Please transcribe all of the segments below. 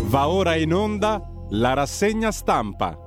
Va ora in onda la rassegna stampa.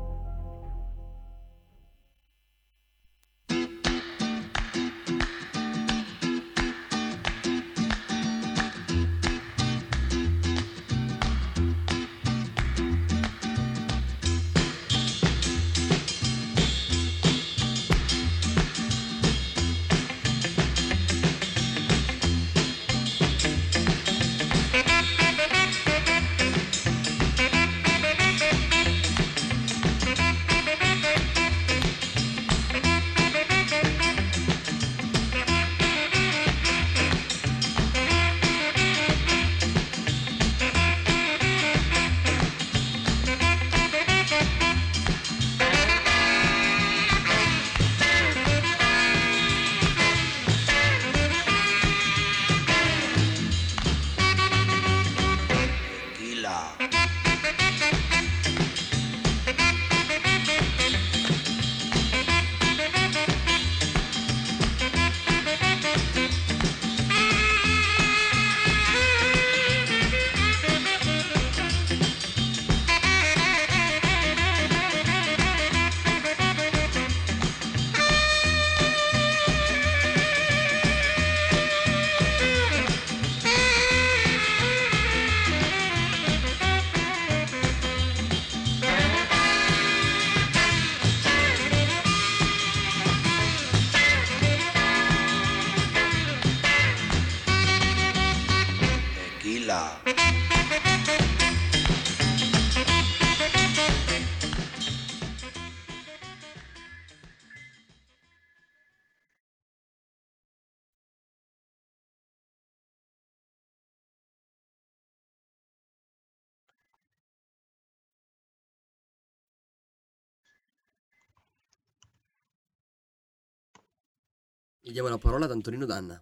Gli diamo la parola ad Antonino Danna.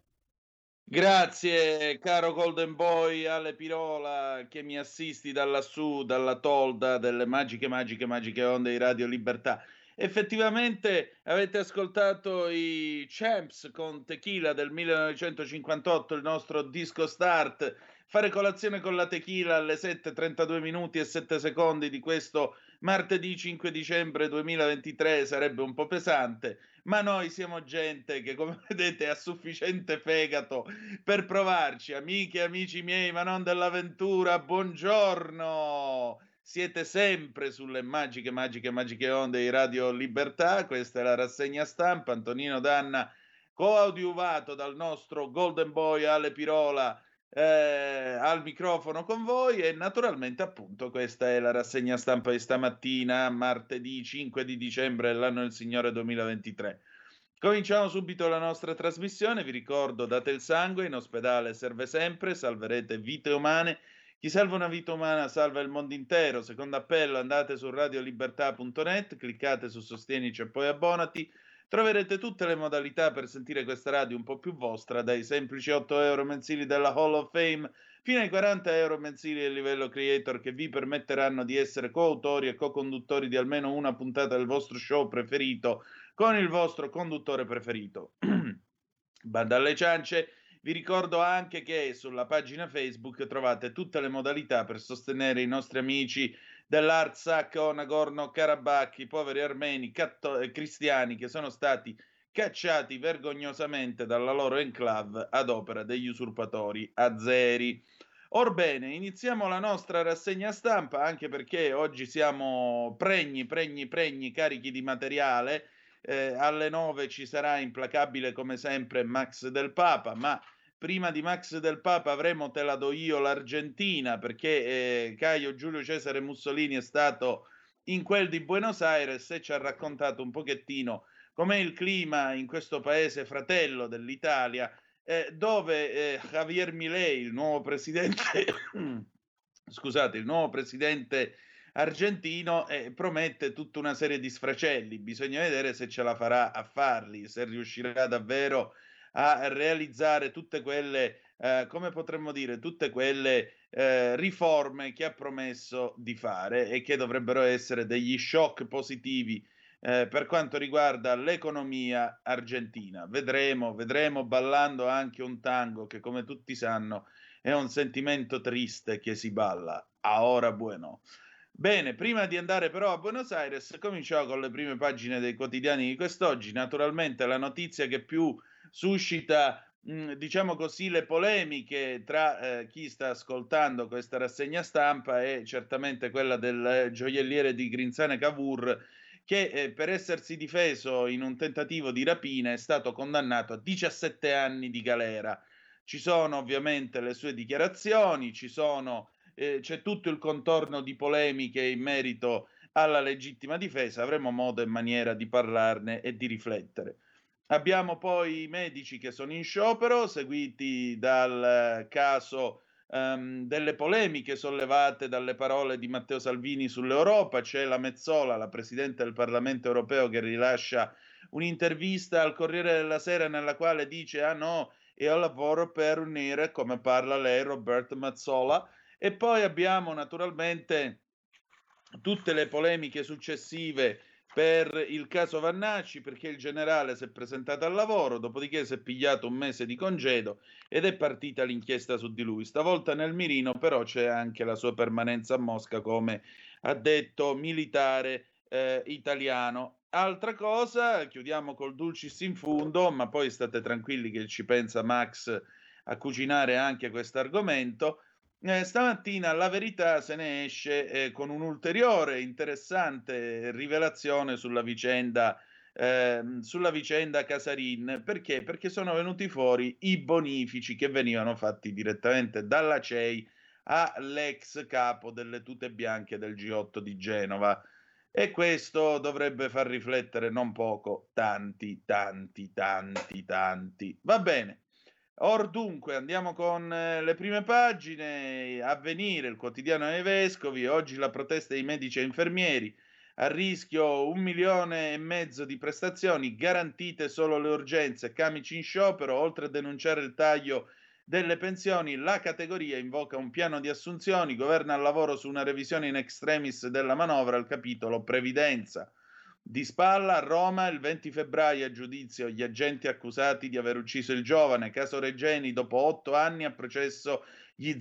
Grazie caro Golden Boy Ale Pirola che mi assisti da lassù, dalla tolda delle magiche onde di Radio Libertà. Effettivamente avete ascoltato i Champs con Tequila del 1958, il nostro disco start. Fare colazione con la tequila alle 7:32 minuti e 7 secondi di questo martedì 5 dicembre 2023 sarebbe un po' pesante, ma noi siamo gente che, come vedete, ha sufficiente fegato per provarci. Amiche e amici miei, ma non dell'avventura, buongiorno! Siete sempre sulle magiche onde di Radio Libertà. Questa è la rassegna stampa. Antonino Danna, coadiuvato dal nostro Golden Boy Ale Pirola, al microfono con voi, e naturalmente appunto questa è la rassegna stampa di stamattina, martedì 5 di dicembre dell'anno del Signore 2023. Cominciamo subito la nostra trasmissione. Vi ricordo, date il sangue, in ospedale serve sempre, salverete vite umane. Chi salva una vita umana salva il mondo intero. Secondo appello, andate su radiolibertà.net, cliccate su Sostienici e poi abbonati. Troverete tutte le modalità per sentire questa radio un po' più vostra, dai semplici 8 euro mensili della Hall of Fame fino ai 40 euro mensili del livello creator, che vi permetteranno di essere coautori e co-conduttori di almeno una puntata del vostro show preferito con il vostro conduttore preferito. Banda alle ciance. Vi ricordo anche che sulla pagina Facebook trovate tutte le modalità per sostenere i nostri amici dell'Artsakh o Nagorno-Karabakh, i poveri armeni cristiani che sono stati cacciati vergognosamente dalla loro enclave ad opera degli usurpatori azeri. Orbene, iniziamo la nostra rassegna stampa, anche perché oggi siamo pregni, carichi di materiale. Alle 9 ci sarà implacabile come sempre Max del Papa, ma prima di Max del Papa avremo Te la do io l'Argentina, perché Caio Giulio Cesare Mussolini è stato in quel di Buenos Aires e ci ha raccontato un pochettino com'è il clima in questo paese fratello dell'Italia, dove Javier Milei, il nuovo presidente scusate, il nuovo presidente argentino, promette tutta una serie di sfracelli. Bisogna vedere se ce la farà a farli, se riuscirà davvero a realizzare tutte quelle, come potremmo dire, tutte quelle riforme che ha promesso di fare e che dovrebbero essere degli shock positivi per quanto riguarda l'economia argentina. Vedremo ballando anche un tango che, come tutti sanno, è un sentimento triste che si balla. Ahora bueno. Bene, prima di andare però a Buenos Aires, cominciamo con le prime pagine dei quotidiani di quest'oggi. Naturalmente la notizia che più suscita, diciamo così, le polemiche tra chi sta ascoltando questa rassegna stampa è certamente quella del gioielliere di Grinzane Cavour, che per essersi difeso in un tentativo di rapina è stato condannato a 17 anni di galera. Ci sono ovviamente le sue dichiarazioni, c'è tutto il contorno di polemiche in merito alla legittima difesa, avremo modo e maniera di parlarne e di riflettere. Abbiamo poi i medici che sono in sciopero, seguiti dal caso delle polemiche sollevate dalle parole di Matteo Salvini sull'Europa. C'è la Mezzola, la Presidente del Parlamento europeo, che rilascia un'intervista al Corriere della Sera nella quale dice: ah no, io lavoro per unire, come parla lei, Roberto Mazzola. E poi abbiamo naturalmente tutte le polemiche successive per il caso Vannacci, perché il generale si è presentato al lavoro, dopodiché si è pigliato un mese di congedo ed è partita l'inchiesta su di lui. Stavolta nel mirino però c'è anche la sua permanenza a Mosca come addetto militare italiano. Altra cosa, chiudiamo col dulcis in fundo, ma poi state tranquilli che ci pensa Max a cucinare anche questo argomento. Stamattina La Verità se ne esce con un'ulteriore interessante rivelazione sulla vicenda Casarin. Perché? Perché sono venuti fuori i bonifici che venivano fatti direttamente dalla CEI all'ex capo delle tute bianche del G8 di Genova. E questo dovrebbe far riflettere non poco tanti. Va bene. Or dunque andiamo con le prime pagine. Avvenire, il quotidiano dei vescovi, oggi la protesta dei medici e infermieri, a rischio 1,5 milioni di prestazioni, garantite solo le urgenze, Camici in sciopero, oltre a denunciare il taglio delle pensioni, la categoria invoca un piano di assunzioni, governa al lavoro su una revisione in extremis della manovra al capitolo previdenza. Di spalla a Roma il 20 febbraio a giudizio gli agenti accusati di aver ucciso il giovane. Caso Regeni, dopo 8 anni a processo gli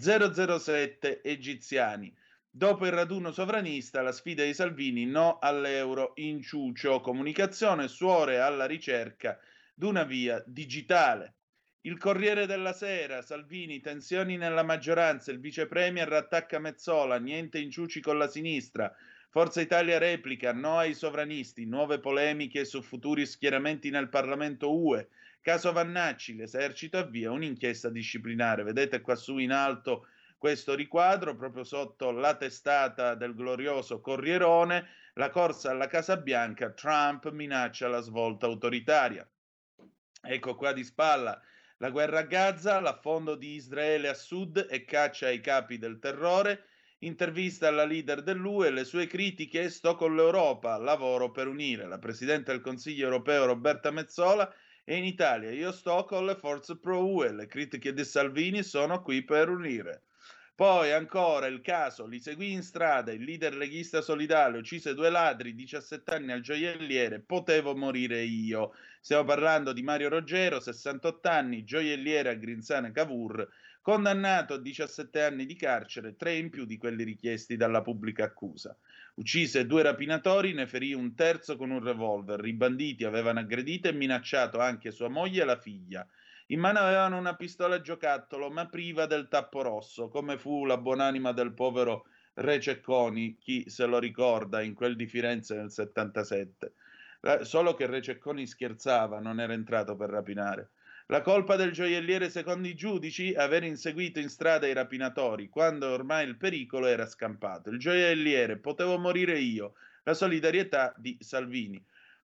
007 egiziani. Dopo il raduno sovranista, la sfida di Salvini, no all'euro, inciucio, comunicazione, suore alla ricerca d'una via digitale. Il Corriere della Sera, Salvini, tensioni nella maggioranza, il vice premier attacca Mezzola, niente inciuci con la sinistra. Forza Italia replica, no ai sovranisti, nuove polemiche su futuri schieramenti nel Parlamento UE. Caso Vannacci, l'esercito avvia un'inchiesta disciplinare. Vedete qua su in alto questo riquadro, proprio sotto la testata del glorioso Corrierone, la corsa alla Casa Bianca, Trump minaccia la svolta autoritaria. Ecco qua di spalla la guerra a Gaza, l'affondo di Israele a sud e caccia ai capi del terrore. Intervista alla leader dell'UE, le sue critiche: sto con l'Europa, lavoro per unire. La Presidente del Consiglio europeo Roberta Mezzola: e in Italia io sto con le forze pro-UE, le critiche di Salvini sono qui per unire. Poi ancora il caso, li seguì in strada, il leader leghista solidale uccise 2 ladri, 17 anni al gioielliere, potevo morire io. Stiamo parlando di Mario Roggero, 68 anni, gioielliere a Grinzane Cavour, condannato a 17 anni di carcere, 3 in più di quelli richiesti dalla pubblica accusa. Uccise 2 rapinatori, ne ferì un terzo con un revolver. I banditi avevano aggredito e minacciato anche sua moglie e la figlia. In mano avevano una pistola a giocattolo, ma priva del tappo rosso, come fu la buonanima del povero Re Cecconi, chi se lo ricorda, in quel di Firenze nel 77. Solo che Re Cecconi scherzava, non era entrato per rapinare. La colpa del gioielliere, secondo i giudici, aver inseguito in strada i rapinatori, quando ormai il pericolo era scampato. Il gioielliere, potevo morire io, la solidarietà di Salvini.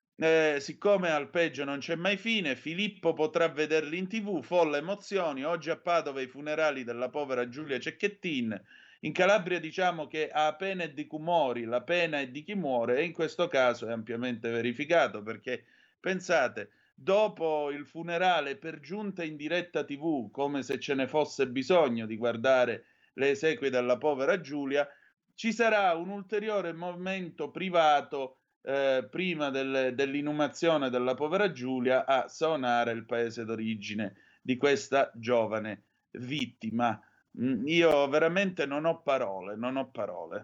Siccome al peggio non c'è mai fine, Filippo potrà vederli in TV, folla emozioni, oggi a Padova i funerali della povera Giulia Cecchettin. In Calabria diciamo che a pena è di chi muori, la pena è di chi muore, e in questo caso è ampiamente verificato, perché pensate, dopo il funerale per giunta in diretta TV, come se ce ne fosse bisogno di guardare le esequie della povera Giulia, ci sarà un ulteriore momento privato prima dell'inumazione della povera Giulia a saonare il paese d'origine di questa giovane vittima. Io veramente non ho parole, non ho parole.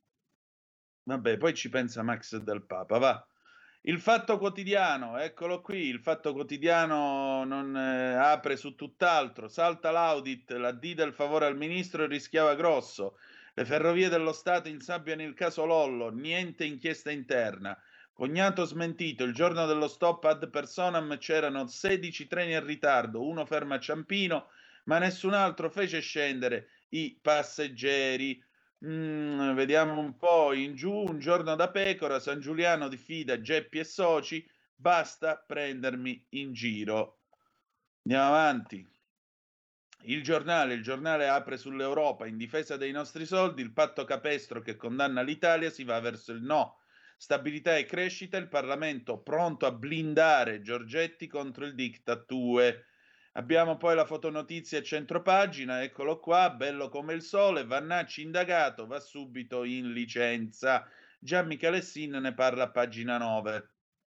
Vabbè, poi ci pensa Max del Papa, va. Il Fatto Quotidiano, eccolo qui, il Fatto Quotidiano non apre su tutt'altro, salta l'audit, la D del favore al ministro rischiava grosso, le ferrovie dello Stato insabbiano il caso Lollo, niente inchiesta interna, cognato smentito, il giorno dello stop ad personam c'erano 16 treni in ritardo, uno fermo a Ciampino, ma nessun altro fece scendere i passeggeri. Vediamo un po' in giù, un giorno da pecora, San Giuliano diffida Geppi e soci, basta prendermi in giro. Andiamo avanti. Il giornale apre sull'Europa in difesa dei nostri soldi, il patto capestro che condanna l'Italia si va verso il no. Stabilità e crescita, il Parlamento pronto a blindare Giorgetti contro il diktat UE. Abbiamo poi la fotonotizia a centropagina, eccolo qua, bello come il sole, Vannacci indagato, va subito in licenza. Gian Michalessin ne parla a pagina 9.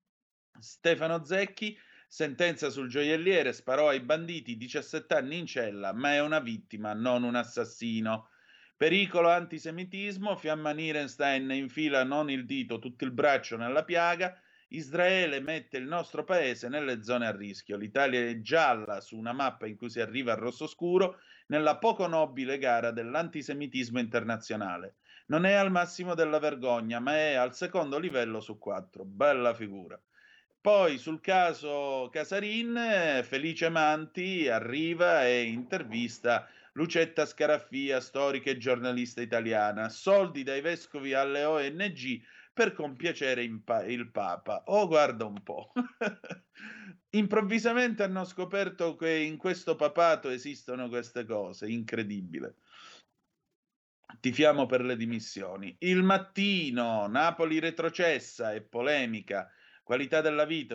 Stefano Zecchi, sentenza sul gioielliere, sparò ai banditi, 17 anni in cella, ma è una vittima, non un assassino. Pericolo antisemitismo, Fiamma Nirenstein infila non il dito, tutto il braccio nella piaga. Israele mette il nostro paese nelle zone a rischio. L'Italia è gialla su una mappa in cui si arriva al rosso scuro nella poco nobile gara dell'antisemitismo internazionale. Non è al massimo della vergogna, ma è al secondo livello su 4. Bella figura. Poi sul caso Casarin, Felice Manti arriva e intervista Lucetta Scaraffia, storica e giornalista italiana. Soldi dai vescovi alle ONG per compiacere il Papa. Oh, guarda un po'. Improvvisamente hanno scoperto che in questo papato esistono queste cose. Incredibile. Tifiamo per le dimissioni. Il Mattino, Napoli retrocessa e polemica. Qualità della vita,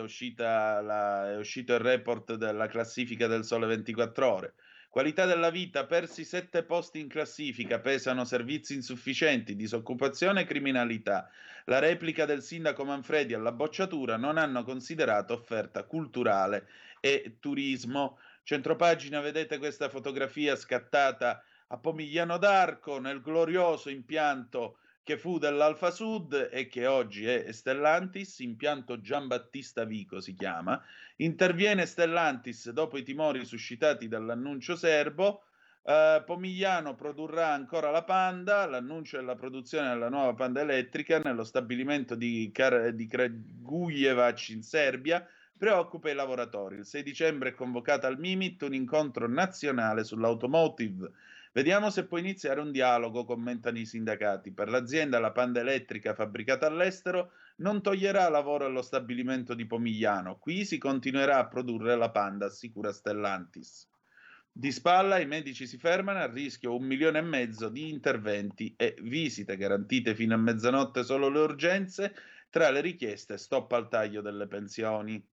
è uscito il report della classifica del Sole 24 Ore. Qualità della vita, persi 7 posti in classifica, pesano servizi insufficienti, disoccupazione e criminalità. La replica del sindaco Manfredi alla bocciatura non hanno considerato offerta culturale e turismo. Centropagina, vedete questa fotografia scattata a Pomigliano d'Arco, nel glorioso impianto che fu dell'Alfa Sud e che oggi è Stellantis, impianto Giambattista Vico si chiama. Interviene Stellantis dopo i timori suscitati dall'annuncio serbo. Pomigliano produrrà ancora la Panda, l'annuncio della produzione della nuova Panda elettrica nello stabilimento di Kragujevac in Serbia preoccupa i lavoratori. Il 6 dicembre è convocata al Mimit un incontro nazionale sull'automotive. Vediamo se può iniziare un dialogo, commentano i sindacati. Per l'azienda la Panda elettrica fabbricata all'estero non toglierà lavoro allo stabilimento di Pomigliano. Qui si continuerà a produrre la Panda, assicura Stellantis. Di spalla i medici si fermano, a rischio 1,5 milioni di interventi e visite garantite fino a mezzanotte solo le urgenze, tra le richieste stop al taglio delle pensioni.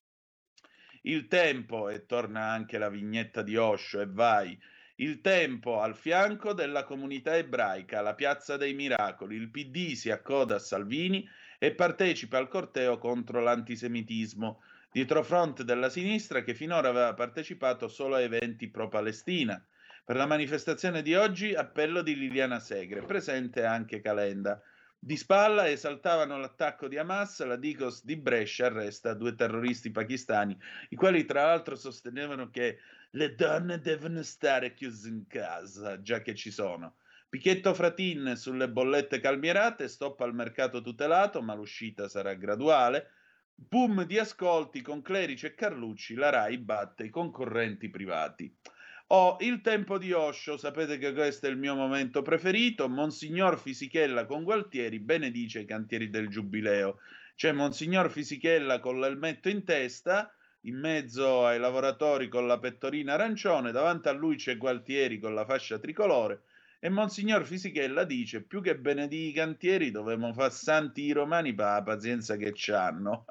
Il Tempo, e torna anche la vignetta di Osho, e vai. Il Tempo al fianco della comunità ebraica, la Piazza dei Miracoli. Il PD si accoda a Salvini e partecipa al corteo contro l'antisemitismo, dietro front della sinistra che finora aveva partecipato solo a eventi pro-Palestina. Per la manifestazione di oggi, appello di Liliana Segre, presente anche Calenda. Di spalla esaltavano l'attacco di Hamas, la Digos di Brescia arresta 2 terroristi pakistani, i quali tra l'altro sostenevano che le donne devono stare chiuse in casa, già che ci sono. Pichetto Fratin sulle bollette calmierate, stop al mercato tutelato, ma l'uscita sarà graduale. Boom di ascolti con Clerici e Carlucci, la Rai batte i concorrenti privati. Il tempo di Osho, sapete che questo è il mio momento preferito. Monsignor Fisichella con Gualtieri benedice i cantieri del Giubileo. C'è Monsignor Fisichella con l'elmetto in testa, in mezzo ai lavoratori con la pettorina arancione, davanti a lui c'è Gualtieri con la fascia tricolore e Monsignor Fisichella dice: più che benedì i cantieri dovremmo far santi i romani per la pazienza che c'hanno.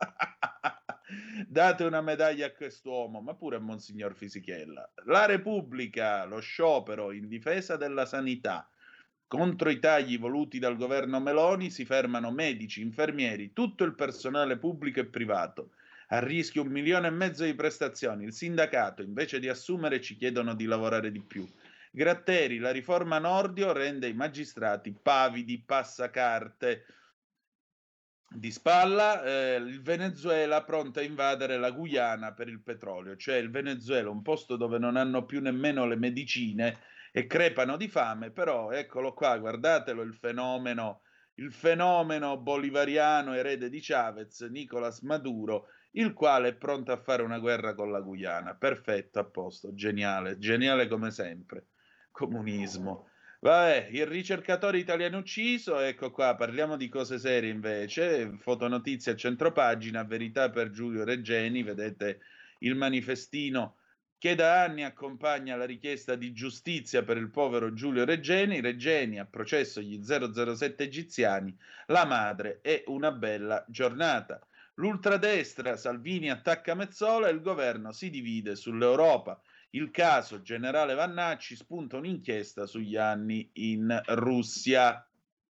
Date una medaglia a quest'uomo, ma pure a Monsignor Fisichella. La Repubblica, lo sciopero in difesa della sanità. Contro i tagli voluti dal governo Meloni si fermano medici, infermieri, tutto il personale pubblico e privato. A rischio 1,5 milioni di prestazioni. Il sindacato, invece di assumere, ci chiedono di lavorare di più. Gratteri, la riforma Nordio rende i magistrati pavidi passacarte. Di spalla, il Venezuela pronto a invadere la Guyana per il petrolio, cioè il Venezuela, un posto dove non hanno più nemmeno le medicine e crepano di fame, però eccolo qua, guardatelo il fenomeno bolivariano erede di Chavez, Nicolás Maduro, il quale è pronto a fare una guerra con la Guyana. Perfetto, a posto, geniale, geniale come sempre. Comunismo. Vabbè, il ricercatore italiano ucciso, ecco qua, parliamo di cose serie invece, fotonotizia a centropagina, verità per Giulio Regeni, vedete il manifestino che da anni accompagna la richiesta di giustizia per il povero Giulio Regeni, Regeni a processo gli 007 egiziani, la madre è una bella giornata. L'ultradestra, Salvini attacca Mezzola e il governo si divide sull'Europa. Il caso generale Vannacci spunta un'inchiesta sugli anni in Russia.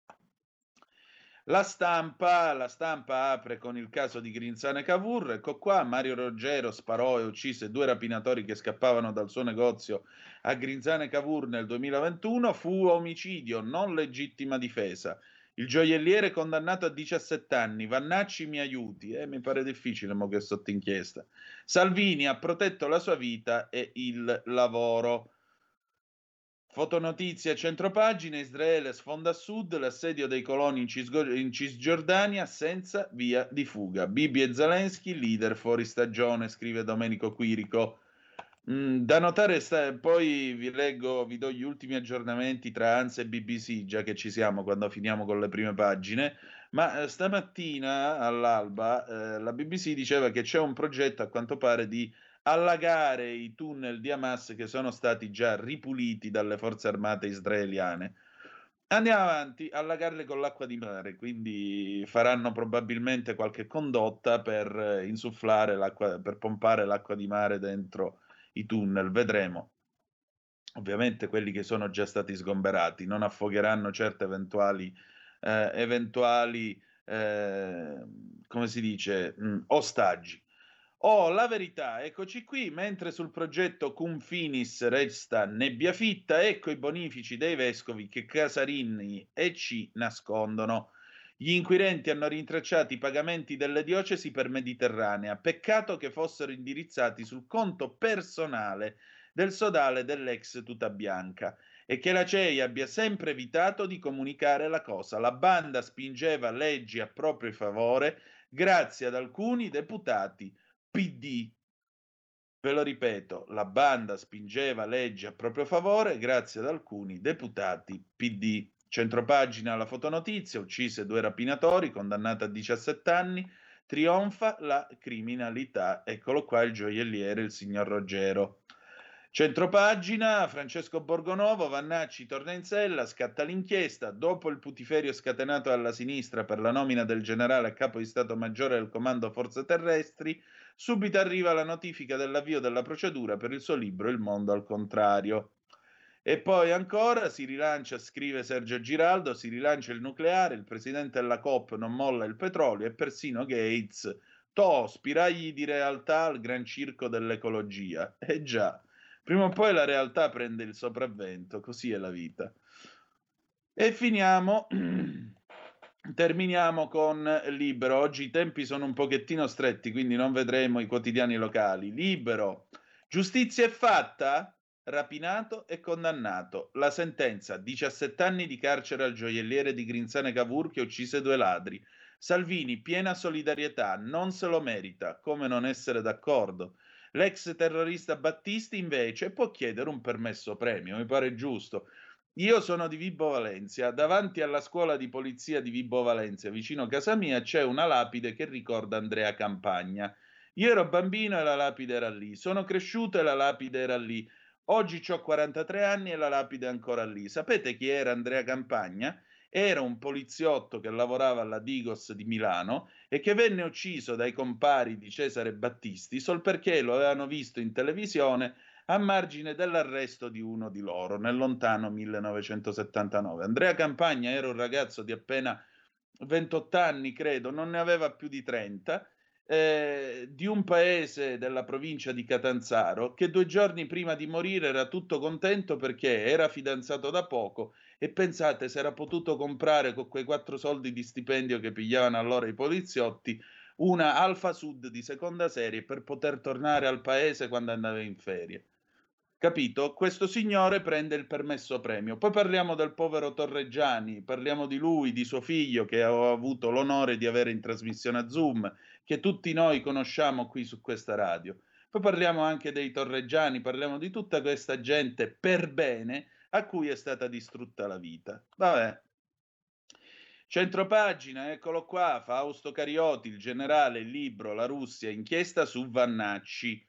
La stampa apre con il caso di Grinzane Cavour. Ecco qua, Mario Roggero sparò e uccise 2 rapinatori che scappavano dal suo negozio a Grinzane Cavour nel 2021. Fu omicidio, non legittima difesa. Il gioielliere condannato a 17 anni. Vannacci mi aiuti. Mi pare difficile mo che è sotto inchiesta. Salvini ha protetto la sua vita e il lavoro. Fotonotizia centropagina, Israele sfonda a sud, l'assedio dei coloni in Cisgiordania senza via di fuga. Bibi e Zelensky, leader fuori stagione, scrive Domenico Quirico. Da notare, poi vi do gli ultimi aggiornamenti tra ANSA e BBC, già che ci siamo quando finiamo con le prime pagine, ma stamattina all'alba la BBC diceva che c'è un progetto a quanto pare di allagare i tunnel di Hamas che sono stati già ripuliti dalle forze armate israeliane. Andiamo avanti, allagarle con l'acqua di mare, quindi faranno probabilmente qualche condotta per insufflare l'acqua, per pompare l'acqua di mare dentro i tunnel, vedremo. Ovviamente quelli che sono già stati sgomberati non affogheranno certe eventuali come si dice, ostaggi. La verità, eccoci qui, mentre sul progetto Cum Finis resta nebbia fitta, ecco i bonifici dei vescovi che Casarini e ci nascondono. Gli inquirenti hanno rintracciato i pagamenti delle diocesi per Mediterranea, peccato che fossero indirizzati sul conto personale del sodale dell'ex Tuta Bianca e che la CEI abbia sempre evitato di comunicare la cosa. La banda spingeva leggi a proprio favore grazie ad alcuni deputati PD. Ve lo ripeto, la banda spingeva leggi a proprio favore grazie ad alcuni deputati PD. Centropagina la fotonotizia, uccise 2 rapinatori, condannata a 17 anni, trionfa la criminalità. Eccolo qua il gioielliere, il signor Roggero. Centropagina, Francesco Borgonovo, Vannacci torna in sella, scatta l'inchiesta, dopo il putiferio scatenato alla sinistra per la nomina del generale a capo di Stato Maggiore del Comando Forze Terrestri, subito arriva la notifica dell'avvio della procedura per il suo libro Il mondo al contrario. E poi ancora si rilancia, scrive Sergio Giraldo, si rilancia il nucleare, il presidente della COP non molla il petrolio e persino Gates, spiragli di realtà al gran circo dell'ecologia. Già. Prima o poi la realtà prende il sopravvento, così è la vita. E terminiamo con Libero. Oggi i tempi sono un pochettino stretti, quindi non vedremo i quotidiani locali. Libero. Giustizia è fatta? Rapinato e condannato. La sentenza, 17 anni di carcere al gioielliere di Grinzane Cavour che uccise 2 ladri. Salvini, piena solidarietà, non se lo merita. Come non essere d'accordo? L'ex terrorista Battisti invece può chiedere un permesso premio, mi pare giusto. Io sono di Vibo Valencia, davanti alla scuola di polizia di Vibo Valencia, vicino a casa mia, c'è una lapide che ricorda Andrea Campagna. Io ero bambino e la lapide era lì, sono cresciuto e la lapide era lì. Oggi ho 43 anni e la lapide è ancora lì. Sapete chi era Andrea Campagna? Era un poliziotto che lavorava alla Digos di Milano e che venne ucciso dai compari di Cesare Battisti sol perché lo avevano visto in televisione a margine dell'arresto di uno di loro nel lontano 1979. Andrea Campagna era un ragazzo di appena 28 anni, credo, non ne aveva più di 30. di un paese della provincia di Catanzaro che 2 giorni prima di morire era tutto contento perché era fidanzato da poco e pensate s'era potuto comprare con quei 4 soldi di stipendio che pigliavano allora i poliziotti una Alfa Sud di seconda serie per poter tornare al paese quando andava in ferie. Capito? Questo signore prende il permesso premio. Poi parliamo del povero Torreggiani, parliamo di lui, di suo figlio che ho avuto l'onore di avere in trasmissione a Zoom, che tutti noi conosciamo qui su questa radio. Poi parliamo anche dei Torreggiani, parliamo di tutta questa gente per bene a cui è stata distrutta la vita. Vabbè. Centropagina, eccolo qua, Fausto Carioti, il generale, il libro, la Russia, inchiesta su Vannacci.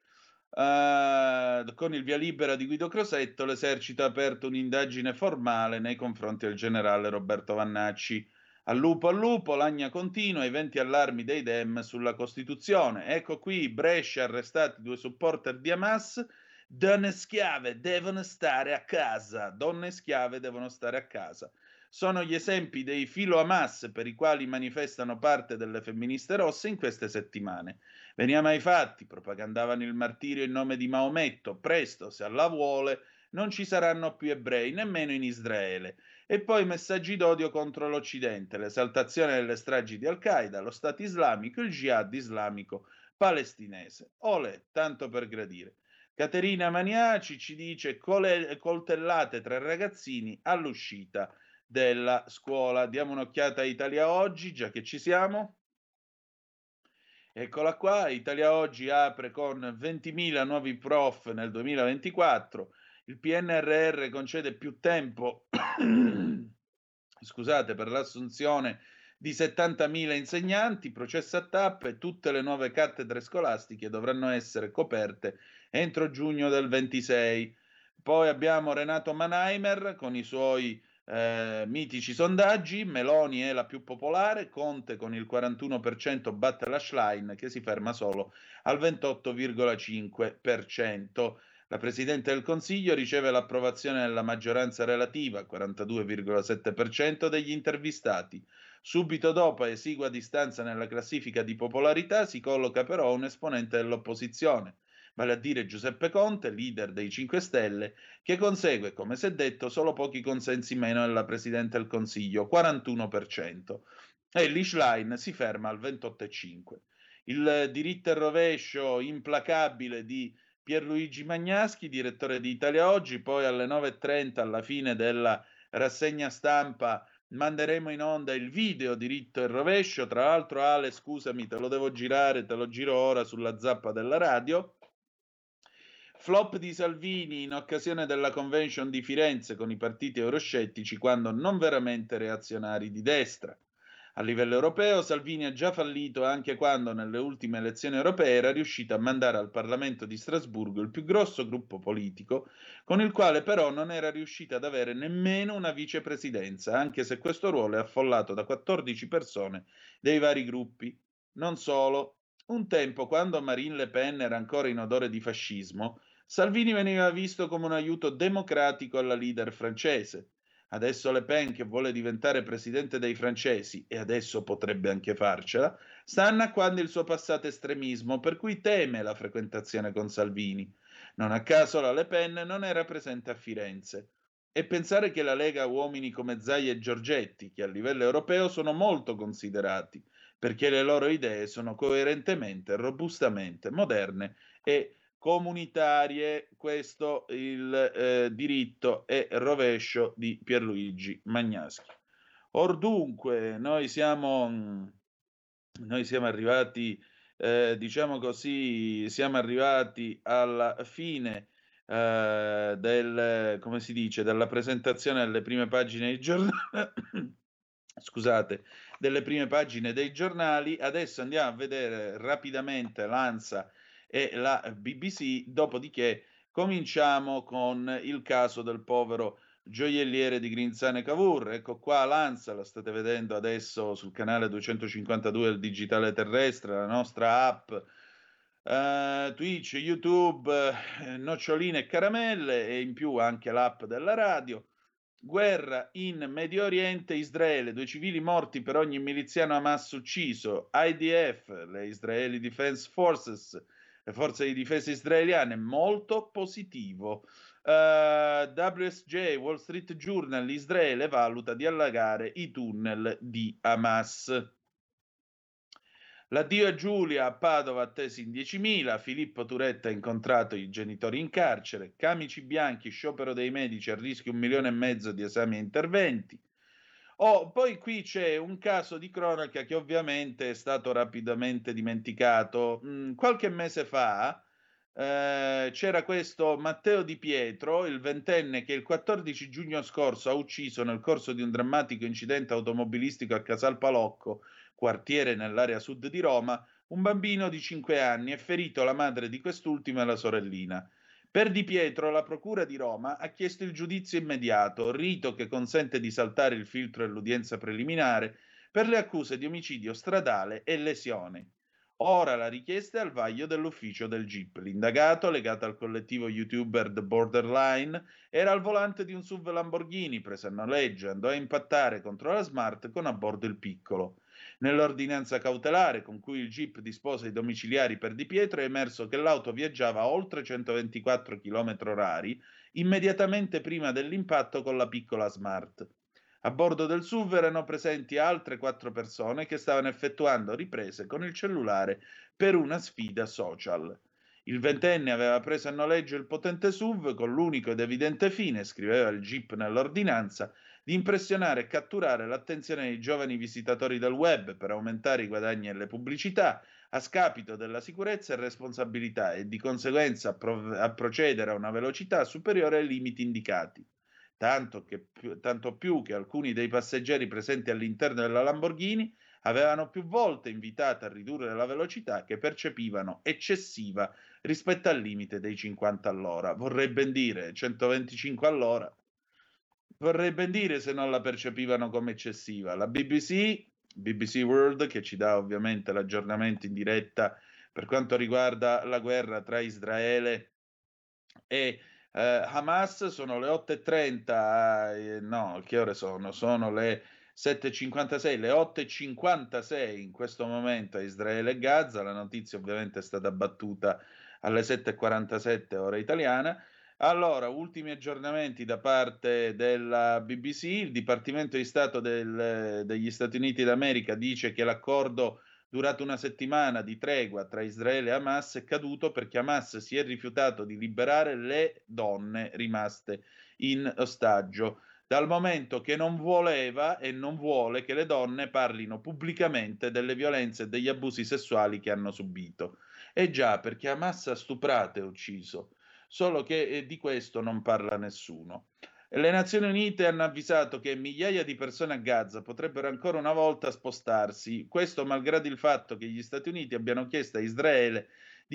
Con il via libera di Guido Crosetto, l'esercito ha aperto un'indagine formale nei confronti del generale Roberto Vannacci. Al lupo, lagna continua, i venti allarmi dei Dem sulla Costituzione. Ecco qui, Brescia, arrestati 2 supporter di Hamas. Donne schiave devono stare a casa. Donne schiave devono stare a casa. Sono gli esempi dei filo Hamas per i quali manifestano parte delle femministe rosse in queste settimane. Veniamo ai fatti, propagandavano il martirio in nome di Maometto, presto, se Allah vuole, non ci saranno più ebrei, nemmeno in Israele. E poi messaggi d'odio contro l'Occidente, l'esaltazione delle stragi di Al-Qaeda, lo Stato islamico, il jihad islamico palestinese. Olè, tanto per gradire. Caterina Maniaci ci dice coltellate 3 ragazzini all'uscita della scuola. Diamo un'occhiata a Italia Oggi, già che ci siamo. Eccola qua, Italia Oggi apre con 20.000 nuovi prof nel 2024, il PNRR concede più tempo scusate, per l'assunzione di 70.000 insegnanti, processo a tappe, tutte le nuove cattedre scolastiche dovranno essere coperte entro giugno del 26. Poi abbiamo Renato Mannheimer con i suoi mitici sondaggi, Meloni è la più popolare, Conte con il 41% batte la Schlein che si ferma solo al 28,5%. La Presidente del Consiglio riceve l'approvazione della maggioranza relativa, 42,7% degli intervistati. Subito dopo, a esigua distanza nella classifica di popolarità, si colloca però un esponente dell'opposizione, vale a dire Giuseppe Conte, leader dei 5 Stelle, che consegue, come si è detto, solo pochi consensi meno della Presidente del Consiglio, 41%, e Lischlein si ferma al 28,5%. Il diritto e rovescio implacabile di Pierluigi Magnaschi, direttore di Italia Oggi, poi alle 9:30 alla fine della rassegna stampa manderemo in onda il video diritto e rovescio, tra l'altro Ale, scusami, te lo devo girare, te lo giro ora sulla zappa della radio. Flop di Salvini in occasione della convention di Firenze con i partiti euroscettici quando non veramente reazionari di destra. A livello europeo Salvini ha già fallito anche quando nelle ultime elezioni europee era riuscito a mandare al Parlamento di Strasburgo il più grosso gruppo politico, con il quale però non era riuscito ad avere nemmeno una vicepresidenza, anche se questo ruolo è affollato da 14 persone dei vari gruppi. Non solo, un tempo, quando Marine Le Pen era ancora in odore di fascismo, Salvini veniva visto come un aiuto democratico alla leader francese. Adesso Le Pen, che vuole diventare presidente dei francesi, e adesso potrebbe anche farcela, sta annacquando il suo passato estremismo, per cui teme la frequentazione con Salvini. Non a caso la Le Pen non era presente a Firenze. E pensare che la Lega ha uomini come Zai e Giorgetti, che a livello europeo sono molto considerati, perché le loro idee sono coerentemente, robustamente moderne e comunitarie. Questo il diritto e rovescio di Pierluigi Magnaschi. Or dunque, noi siamo arrivati, diciamo così, siamo arrivati alla fine come si dice, della presentazione delle prime pagine dei giornali. Scusate, delle prime pagine dei giornali. Adesso andiamo a vedere rapidamente l'ANSA e la BBC, dopodiché cominciamo con il caso del povero gioielliere di Grinzane Cavour. Ecco qua l'ANSA, la state vedendo adesso sul canale 252 del Digitale Terrestre, la nostra app, Twitch, YouTube, noccioline e caramelle, e in più anche l'app della radio. Guerra in Medio Oriente, Israele, 2 civili morti per ogni miliziano Hamas ucciso. IDF, le Israeli Defense Forces, le forze di difesa israeliane, molto positivo. WSJ, Wall Street Journal, Israele valuta di allagare i tunnel di Hamas. L'addio a Giulia a Padova attesi in 10.000, Filippo Turetta ha incontrato i genitori in carcere, camici bianchi, sciopero dei medici, a rischio 1,5 milioni di esami e interventi. Poi qui c'è un caso di cronaca che ovviamente è stato rapidamente dimenticato. Qualche mese fa c'era questo Matteo Di Pietro, il ventenne che il 14 giugno scorso ha ucciso nel corso di un drammatico incidente automobilistico a Casalpalocco, quartiere nell'area sud di Roma, un bambino di 5 anni e ferito la madre di quest'ultima e la sorellina. Per Di Pietro la Procura di Roma ha chiesto il giudizio immediato, rito che consente di saltare il filtro dell'udienza preliminare per le accuse di omicidio stradale e lesione. Ora la richiesta è al vaglio dell'ufficio del GIP. L'indagato, legato al collettivo youtuber The Borderline, era al volante di un SUV Lamborghini preso a noleggio e andò a impattare contro la Smart con a bordo il piccolo. Nell'ordinanza cautelare con cui il GIP dispose i domiciliari per Di Pietro è emerso che l'auto viaggiava a oltre 124 km/h immediatamente prima dell'impatto con la piccola Smart. A bordo del SUV erano presenti altre 4 persone che stavano effettuando riprese con il cellulare per una sfida social. Il ventenne aveva preso a noleggio il potente SUV con l'unico ed evidente fine, scriveva il GIP nell'ordinanza, di impressionare e catturare l'attenzione dei giovani visitatori del web per aumentare i guadagni e le pubblicità, a scapito della sicurezza e responsabilità e di conseguenza a procedere a una velocità superiore ai limiti indicati. Tanto più che alcuni dei passeggeri presenti all'interno della Lamborghini avevano più volte invitato a ridurre la velocità che percepivano eccessiva rispetto al limite dei 50 all'ora. Vorrei ben dire 125 all'ora. Vorrei ben dire se non la percepivano come eccessiva. La BBC World, che ci dà ovviamente l'aggiornamento in diretta per quanto riguarda la guerra tra Israele e Hamas, sono le 8:30, no, che ore sono? Sono le 7:56, le 8:56 in questo momento a Israele e Gaza. La notizia ovviamente è stata battuta alle 7:47 ora italiana. Allora, ultimi aggiornamenti da parte della BBC. Il Dipartimento di Stato degli Stati Uniti d'America dice che l'accordo durato una settimana di tregua tra Israele e Hamas è caduto perché Hamas si è rifiutato di liberare le donne rimaste in ostaggio, dal momento che non voleva e non vuole che le donne parlino pubblicamente delle violenze e degli abusi sessuali che hanno subito. E già, perché Hamas ha stuprato e ucciso, solo che di questo non parla nessuno. Le Nazioni Unite hanno avvisato che migliaia di persone a Gaza potrebbero ancora una volta spostarsi, questo malgrado il fatto che gli Stati Uniti abbiano chiesto a Israele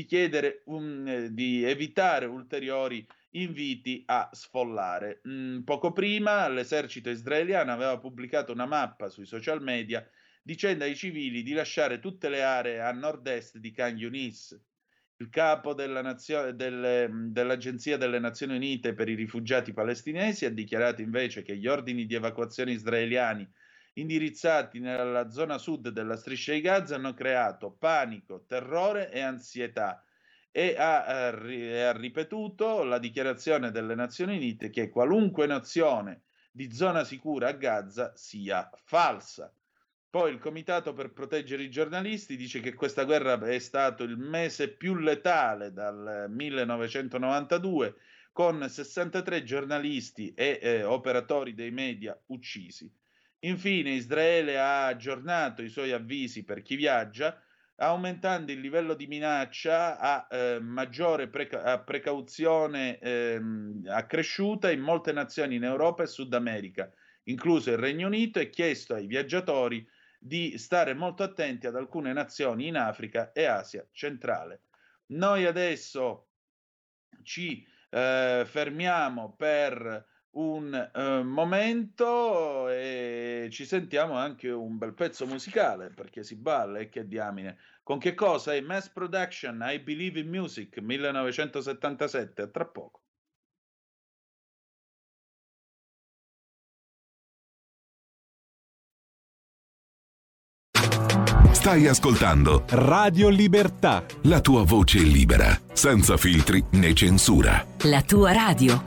di evitare ulteriori inviti a sfollare. Poco prima l'esercito israeliano aveva pubblicato una mappa sui social media dicendo ai civili di lasciare tutte le aree a nord-est di Khan Yunis. Il capo dell'Agenzia delle Nazioni Unite per i rifugiati palestinesi ha dichiarato invece che gli ordini di evacuazione israeliani indirizzati nella zona sud della striscia di Gaza hanno creato panico, terrore e ansietà e ha ripetuto la dichiarazione delle Nazioni Unite che qualunque nozione di zona sicura a Gaza sia falsa. Poi il Comitato per proteggere i giornalisti dice che questa guerra è stato il mese più letale dal 1992, con 63 giornalisti e operatori dei media uccisi. Infine, Israele ha aggiornato i suoi avvisi per chi viaggia, aumentando il livello di minaccia a maggiore precauzione accresciuta in molte nazioni in Europa e Sud America, incluso il Regno Unito, e chiesto ai viaggiatori di stare molto attenti ad alcune nazioni in Africa e Asia centrale. Noi adesso ci fermiamo per un momento e ci sentiamo anche un bel pezzo musicale perché si balla e che diamine. Con che cosa? È Mass Production, I Believe in Music, 1977, a tra poco. Stai ascoltando Radio Libertà. la tua voce libera, senza filtri né censura. La tua radio.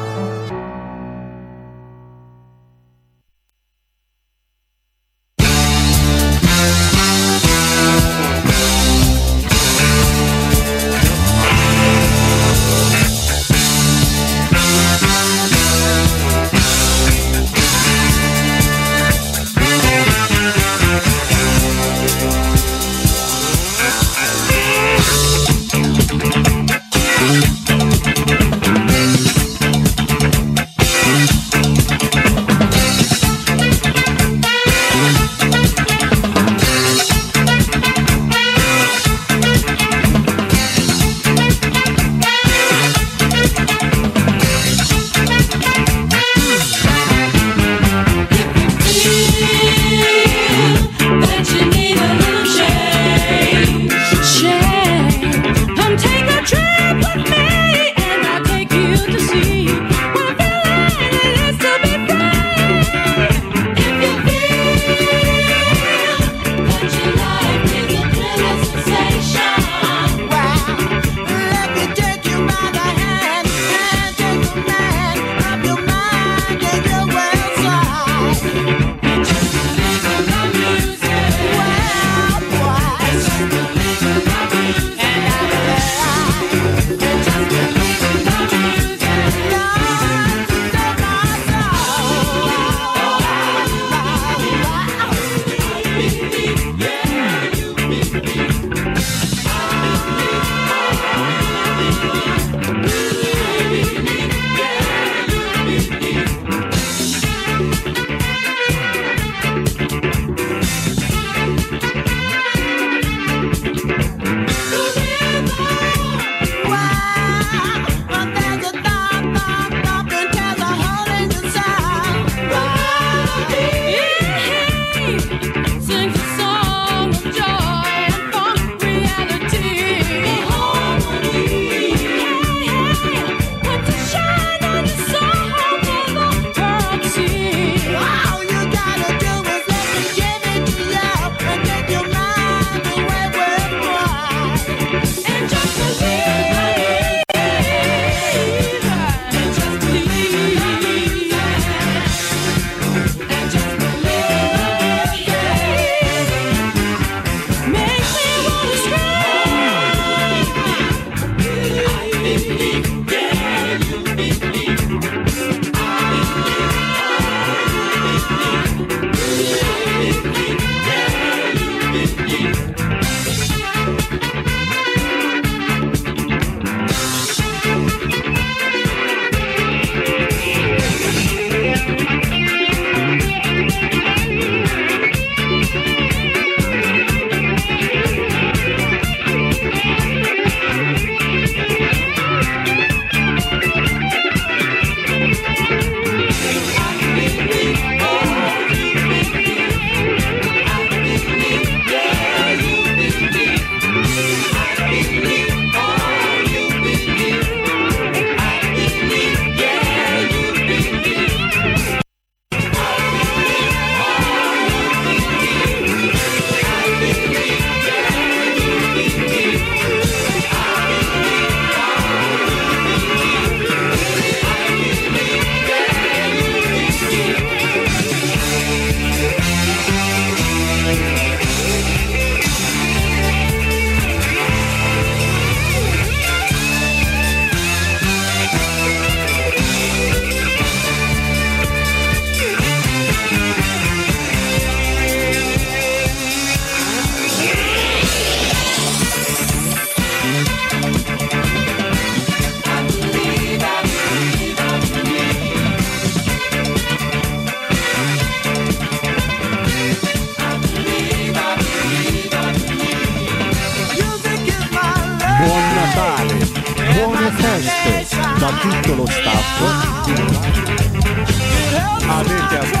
da tutto lo staff. Avete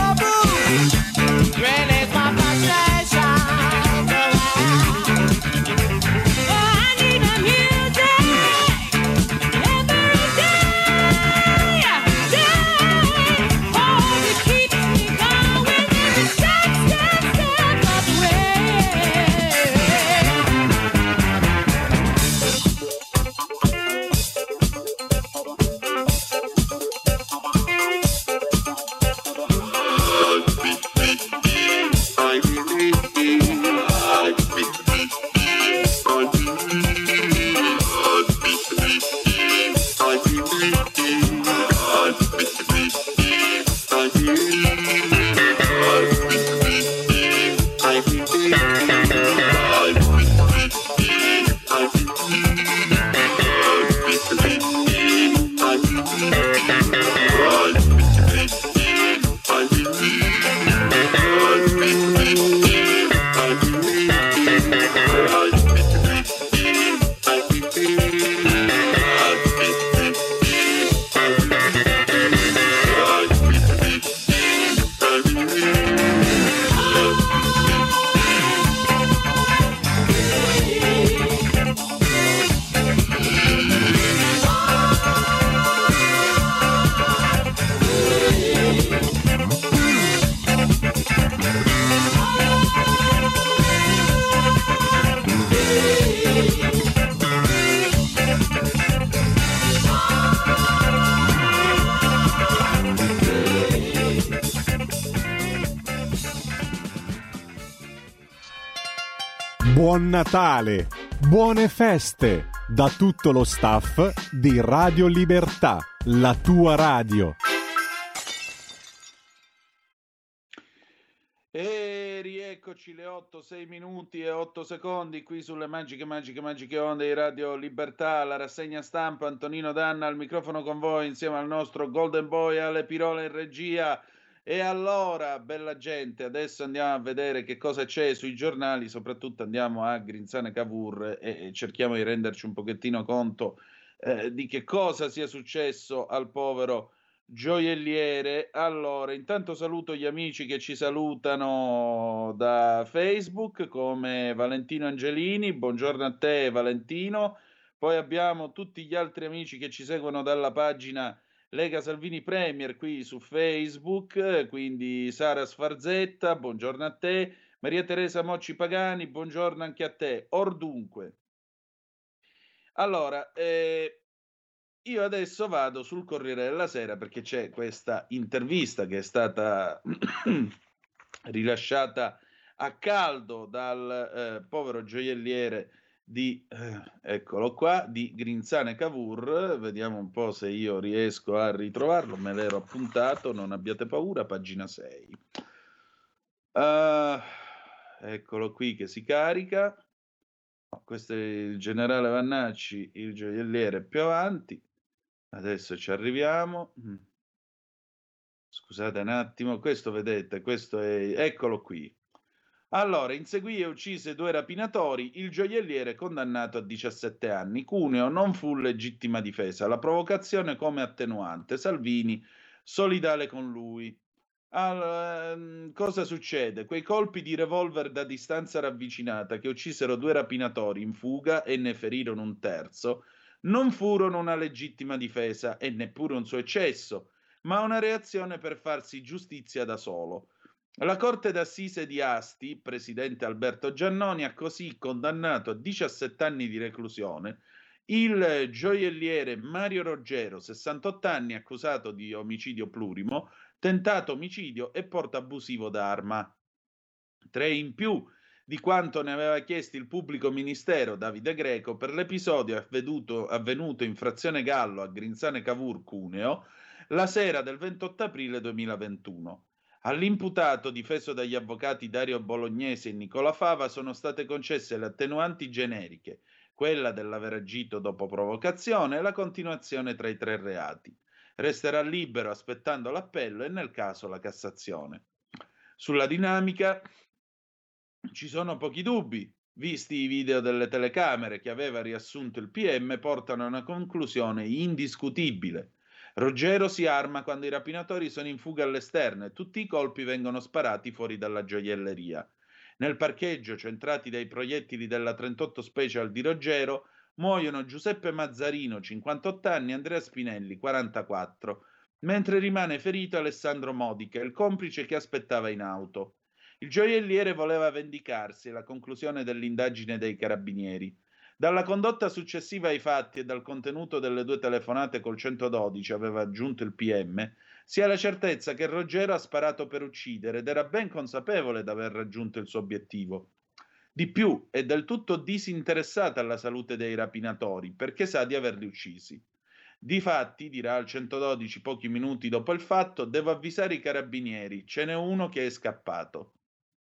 Buon Natale, buone feste da tutto lo staff di Radio Libertà, la tua radio. E rieccoci le 8:06 minuti e 8 secondi qui sulle magiche onde di Radio Libertà, la rassegna stampa. Antonino Danna al microfono con voi insieme al nostro Golden Boy alle Pirole in regia. E allora, bella gente, adesso andiamo a vedere che cosa c'è sui giornali, soprattutto andiamo a Grinzane Cavour e cerchiamo di renderci un pochettino conto di che cosa sia successo al povero gioielliere. Allora, intanto saluto gli amici che ci salutano da Facebook, come Valentino Angelini. Buongiorno a te, Valentino. Poi abbiamo tutti gli altri amici che ci seguono dalla pagina Lega Salvini Premier qui su Facebook, quindi Sara Sfarzetta, buongiorno a te. Maria Teresa Mocci Pagani, buongiorno anche a te. Ordunque. Allora, io adesso vado sul Corriere della Sera perché c'è questa intervista che è stata rilasciata a caldo dal povero gioielliere di, eccolo qua, di Grinzane Cavour. Vediamo un po' se io riesco a ritrovarlo, me l'ero appuntato, non abbiate paura, pagina 6. Eccolo qui che si carica. Questo è il generale Vannacci, il gioielliere più avanti. Adesso ci arriviamo. Scusate un attimo, questo vedete, questo è, eccolo qui. Allora, inseguì e uccise 2 rapinatori, il gioielliere condannato a 17 anni. Cuneo non fu legittima difesa, la provocazione come attenuante. Salvini solidale con lui. Allora, cosa succede? Quei colpi di revolver da distanza ravvicinata che uccisero 2 rapinatori in fuga e ne ferirono un terzo non furono una legittima difesa e neppure un suo eccesso, ma una reazione per farsi giustizia da solo. La Corte d'Assise di Asti, presidente Alberto Giannoni, ha così condannato a 17 anni di reclusione il gioielliere Mario Roggero, 68 anni, accusato di omicidio plurimo, tentato omicidio e porto abusivo d'arma. 3 in più di quanto ne aveva chiesto il pubblico ministero Davide Greco per l'episodio avvenuto in frazione Gallo a Grinzane Cavour, Cuneo, la sera del 28 aprile 2021. All'imputato, difeso dagli avvocati Dario Bolognese e Nicola Fava, sono state concesse le attenuanti generiche, quella dell'aver agito dopo provocazione e la continuazione tra i 3 reati. Resterà libero aspettando l'appello e nel caso la Cassazione. Sulla dinamica ci sono pochi dubbi, visti i video delle telecamere che aveva riassunto il PM, portano a una conclusione indiscutibile. Roggero si arma quando i rapinatori sono in fuga all'esterno e tutti i colpi vengono sparati fuori dalla gioielleria. Nel parcheggio, centrati dai proiettili della 38 Special di Roggero, muoiono Giuseppe Mazzarino, 58 anni, e Andrea Spinelli, 44, mentre rimane ferito Alessandro Modica, il complice che aspettava in auto. Il gioielliere voleva vendicarsi, è la conclusione dell'indagine dei carabinieri. Dalla condotta successiva ai fatti e dal contenuto delle 2 telefonate col 112, aveva aggiunto il PM, si ha la certezza che Roggero ha sparato per uccidere ed era ben consapevole d'aver raggiunto il suo obiettivo. Di più, è del tutto disinteressata alla salute dei rapinatori, perché sa di averli uccisi. Difatti, dirà al 112 pochi minuti dopo il fatto, devo avvisare i carabinieri, ce n'è uno che è scappato.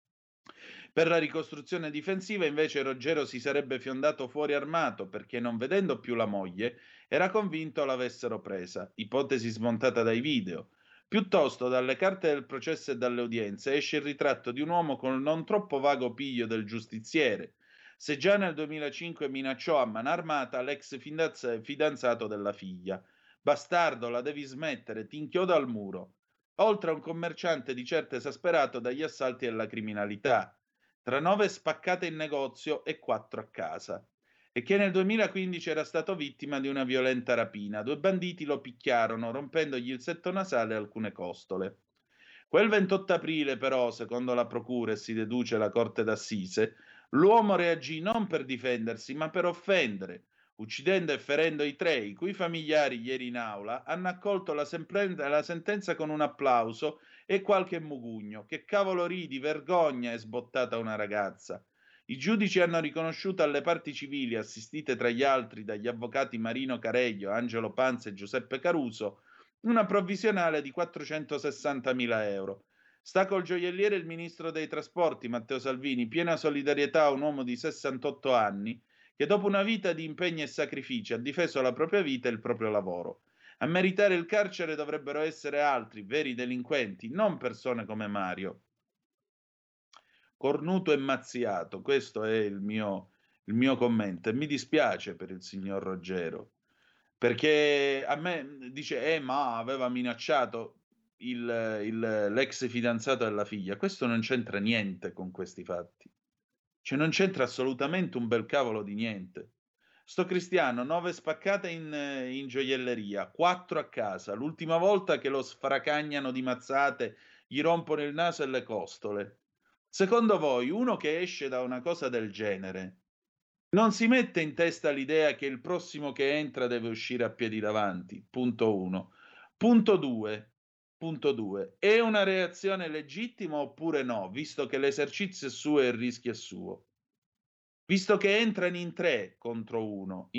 Per la ricostruzione difensiva invece Roggero si sarebbe fiondato fuori armato perché non vedendo più la moglie era convinto l'avessero presa, ipotesi smontata dai video. Piuttosto dalle carte del processo e dalle udienze esce il ritratto di un uomo con il non troppo vago piglio del giustiziere. Se già nel 2005 minacciò a mano armata l'ex fidanzato della figlia. Bastardo, la devi smettere, ti inchiodo al muro. Oltre a un commerciante di certo esasperato dagli assalti e alla criminalità. Tra 9 spaccate in negozio e 4 a casa, e che nel 2015 era stato vittima di una violenta rapina. 2 banditi lo picchiarono rompendogli il setto nasale e alcune costole. Quel 28 aprile però, secondo la procura e si deduce la Corte d'Assise, l'uomo reagì non per difendersi ma per offendere, uccidendo e ferendo i 3, i cui familiari ieri in aula hanno accolto la sentenza con un applauso e qualche mugugno. Che cavolo ridi, vergogna, è sbottata una ragazza. I giudici hanno riconosciuto alle parti civili, assistite tra gli altri dagli avvocati Marino Careglio, Angelo Panza e Giuseppe Caruso, una provvisionale di 460.000 euro. Sta col gioielliere il ministro dei trasporti Matteo Salvini, piena solidarietà a un uomo di 68 anni che dopo una vita di impegni e sacrifici ha difeso la propria vita e il proprio lavoro. A meritare il carcere dovrebbero essere altri, veri delinquenti, non persone come Mario. Cornuto e mazziato, questo è il mio commento. E mi dispiace per il signor Ruggero, perché a me dice, ma aveva minacciato l'ex fidanzato della figlia. Questo non c'entra niente con questi fatti. Cioè non c'entra assolutamente un bel cavolo di niente. Sto Cristiano, 9 spaccate in gioielleria, 4 a casa. L'ultima volta che lo sfracagnano di mazzate, gli rompono il naso e le costole. Secondo voi, uno che esce da una cosa del genere non si mette in testa l'idea che il prossimo che entra deve uscire a piedi davanti? Punto 1. Punto 2. È una reazione legittima oppure no, visto che l'esercizio è suo e il rischio è suo? Visto che entrano in 3 contro 1,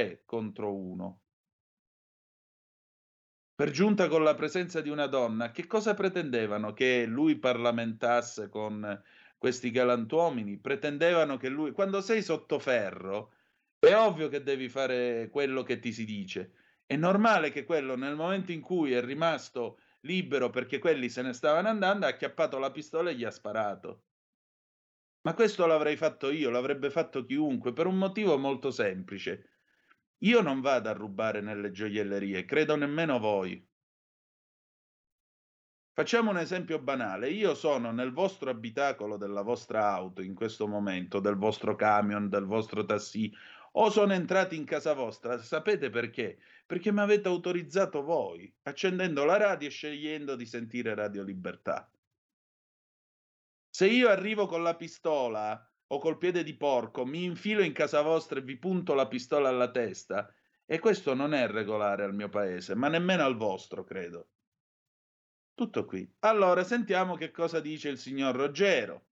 per giunta con la presenza di una donna, che cosa pretendevano? Che lui parlamentasse con questi galantuomini? Pretendevano che lui, quando sei sotto ferro, è ovvio che devi fare quello che ti si dice. È normale che quello, nel momento in cui è rimasto libero perché quelli se ne stavano andando, ha acchiappato la pistola e gli ha sparato. Ma questo l'avrei fatto io, l'avrebbe fatto chiunque, per un motivo molto semplice. Io non vado a rubare nelle gioiellerie, credo nemmeno voi. Facciamo un esempio banale. Io sono nel vostro abitacolo della vostra auto in questo momento, del vostro camion, del vostro taxi, o sono entrati in casa vostra. Sapete perché? Perché mi avete autorizzato voi, accendendo la radio e scegliendo di sentire Radio Libertà. Se io arrivo con la pistola o col piede di porco, mi infilo in casa vostra e vi punto la pistola alla testa, e questo non è regolare al mio paese, ma nemmeno al vostro, credo. Tutto qui. Allora, sentiamo che cosa dice il signor Ruggero.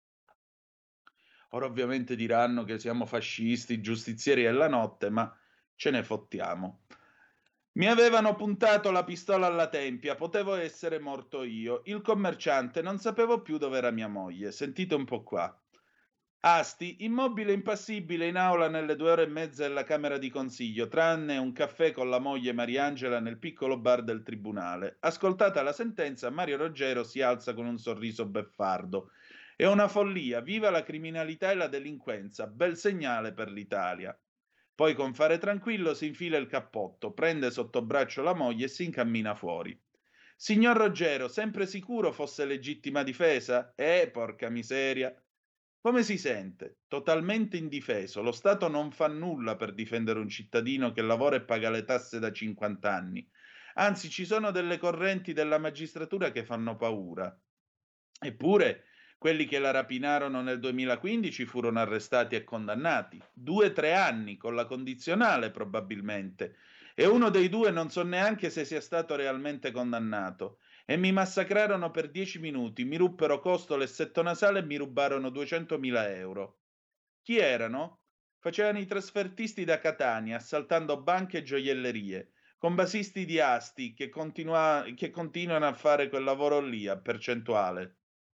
Ora ovviamente diranno che siamo fascisti, giustizieri della notte, ma ce ne fottiamo. Mi avevano puntato la pistola alla tempia, potevo essere morto io. Il commerciante, non sapevo più dove era mia moglie. Sentite un po' qua. Asti, immobile impassibile in aula nelle 2 ore e mezza della Camera di Consiglio, tranne un caffè con la moglie Mariangela nel piccolo bar del tribunale. Ascoltata la sentenza, Mario Ruggero si alza con un sorriso beffardo. È una follia, viva la criminalità e la delinquenza, bel segnale per l'Italia. Poi con fare tranquillo si infila il cappotto, prende sotto braccio la moglie e si incammina fuori. Signor Ruggero, sempre sicuro fosse legittima difesa? Porca miseria. Come si sente? Totalmente indifeso. Lo Stato non fa nulla per difendere un cittadino che lavora e paga le tasse da 50 anni. Anzi, ci sono delle correnti della magistratura che fanno paura. Eppure, quelli che la rapinarono nel 2015 furono arrestati e condannati. 2-3 anni, con la condizionale probabilmente. E uno dei due non so neanche se sia stato realmente condannato. E mi massacrarono per 10 minuti, mi ruppero costole e setto nasale e mi rubarono 200.000 euro. Chi erano? Facevano i trasfertisti da Catania, assaltando banche e gioiellerie, con basisti di Asti che continuano a fare quel lavoro lì a percentuale.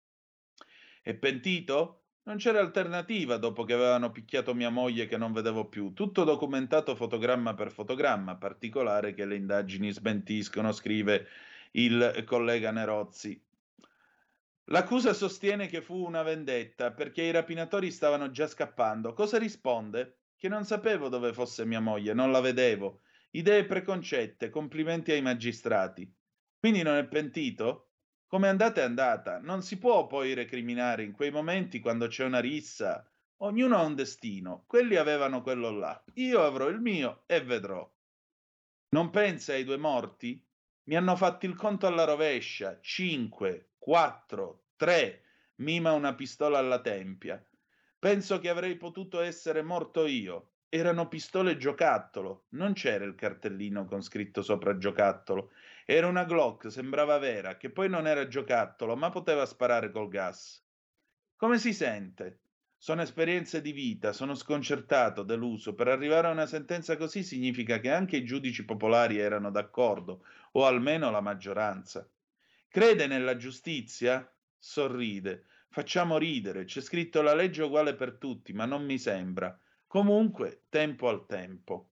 È pentito? Non c'era alternativa dopo che avevano picchiato mia moglie che non vedevo più. Tutto documentato fotogramma per fotogramma, particolare che le indagini smentiscono, scrive il collega Nerozzi. L'accusa sostiene che fu una vendetta perché i rapinatori stavano già scappando. Cosa risponde? Che non sapevo dove fosse mia moglie, non la vedevo. Idee preconcette, complimenti ai magistrati. Quindi non è pentito? Come andata è andata, non si può poi recriminare in quei momenti quando c'è una rissa. Ognuno ha un destino, quelli avevano quello là, io avrò il mio e vedrò. Non pensa ai 2 morti? Mi hanno fatto il conto alla rovescia, 5, 4, 3, mima una pistola alla tempia. Penso che avrei potuto essere morto io. Erano pistole giocattolo, non c'era il cartellino con scritto sopra giocattolo. Era una Glock, sembrava vera, che poi non era giocattolo, ma poteva sparare col gas. Come si sente? Sono esperienze di vita, sono sconcertato, deluso. Per arrivare a una sentenza così significa che anche i giudici popolari erano d'accordo, o almeno la maggioranza. Crede nella giustizia? Sorride. Facciamo ridere. C'è scritto la legge è uguale per tutti, ma non mi sembra. Comunque, tempo al tempo.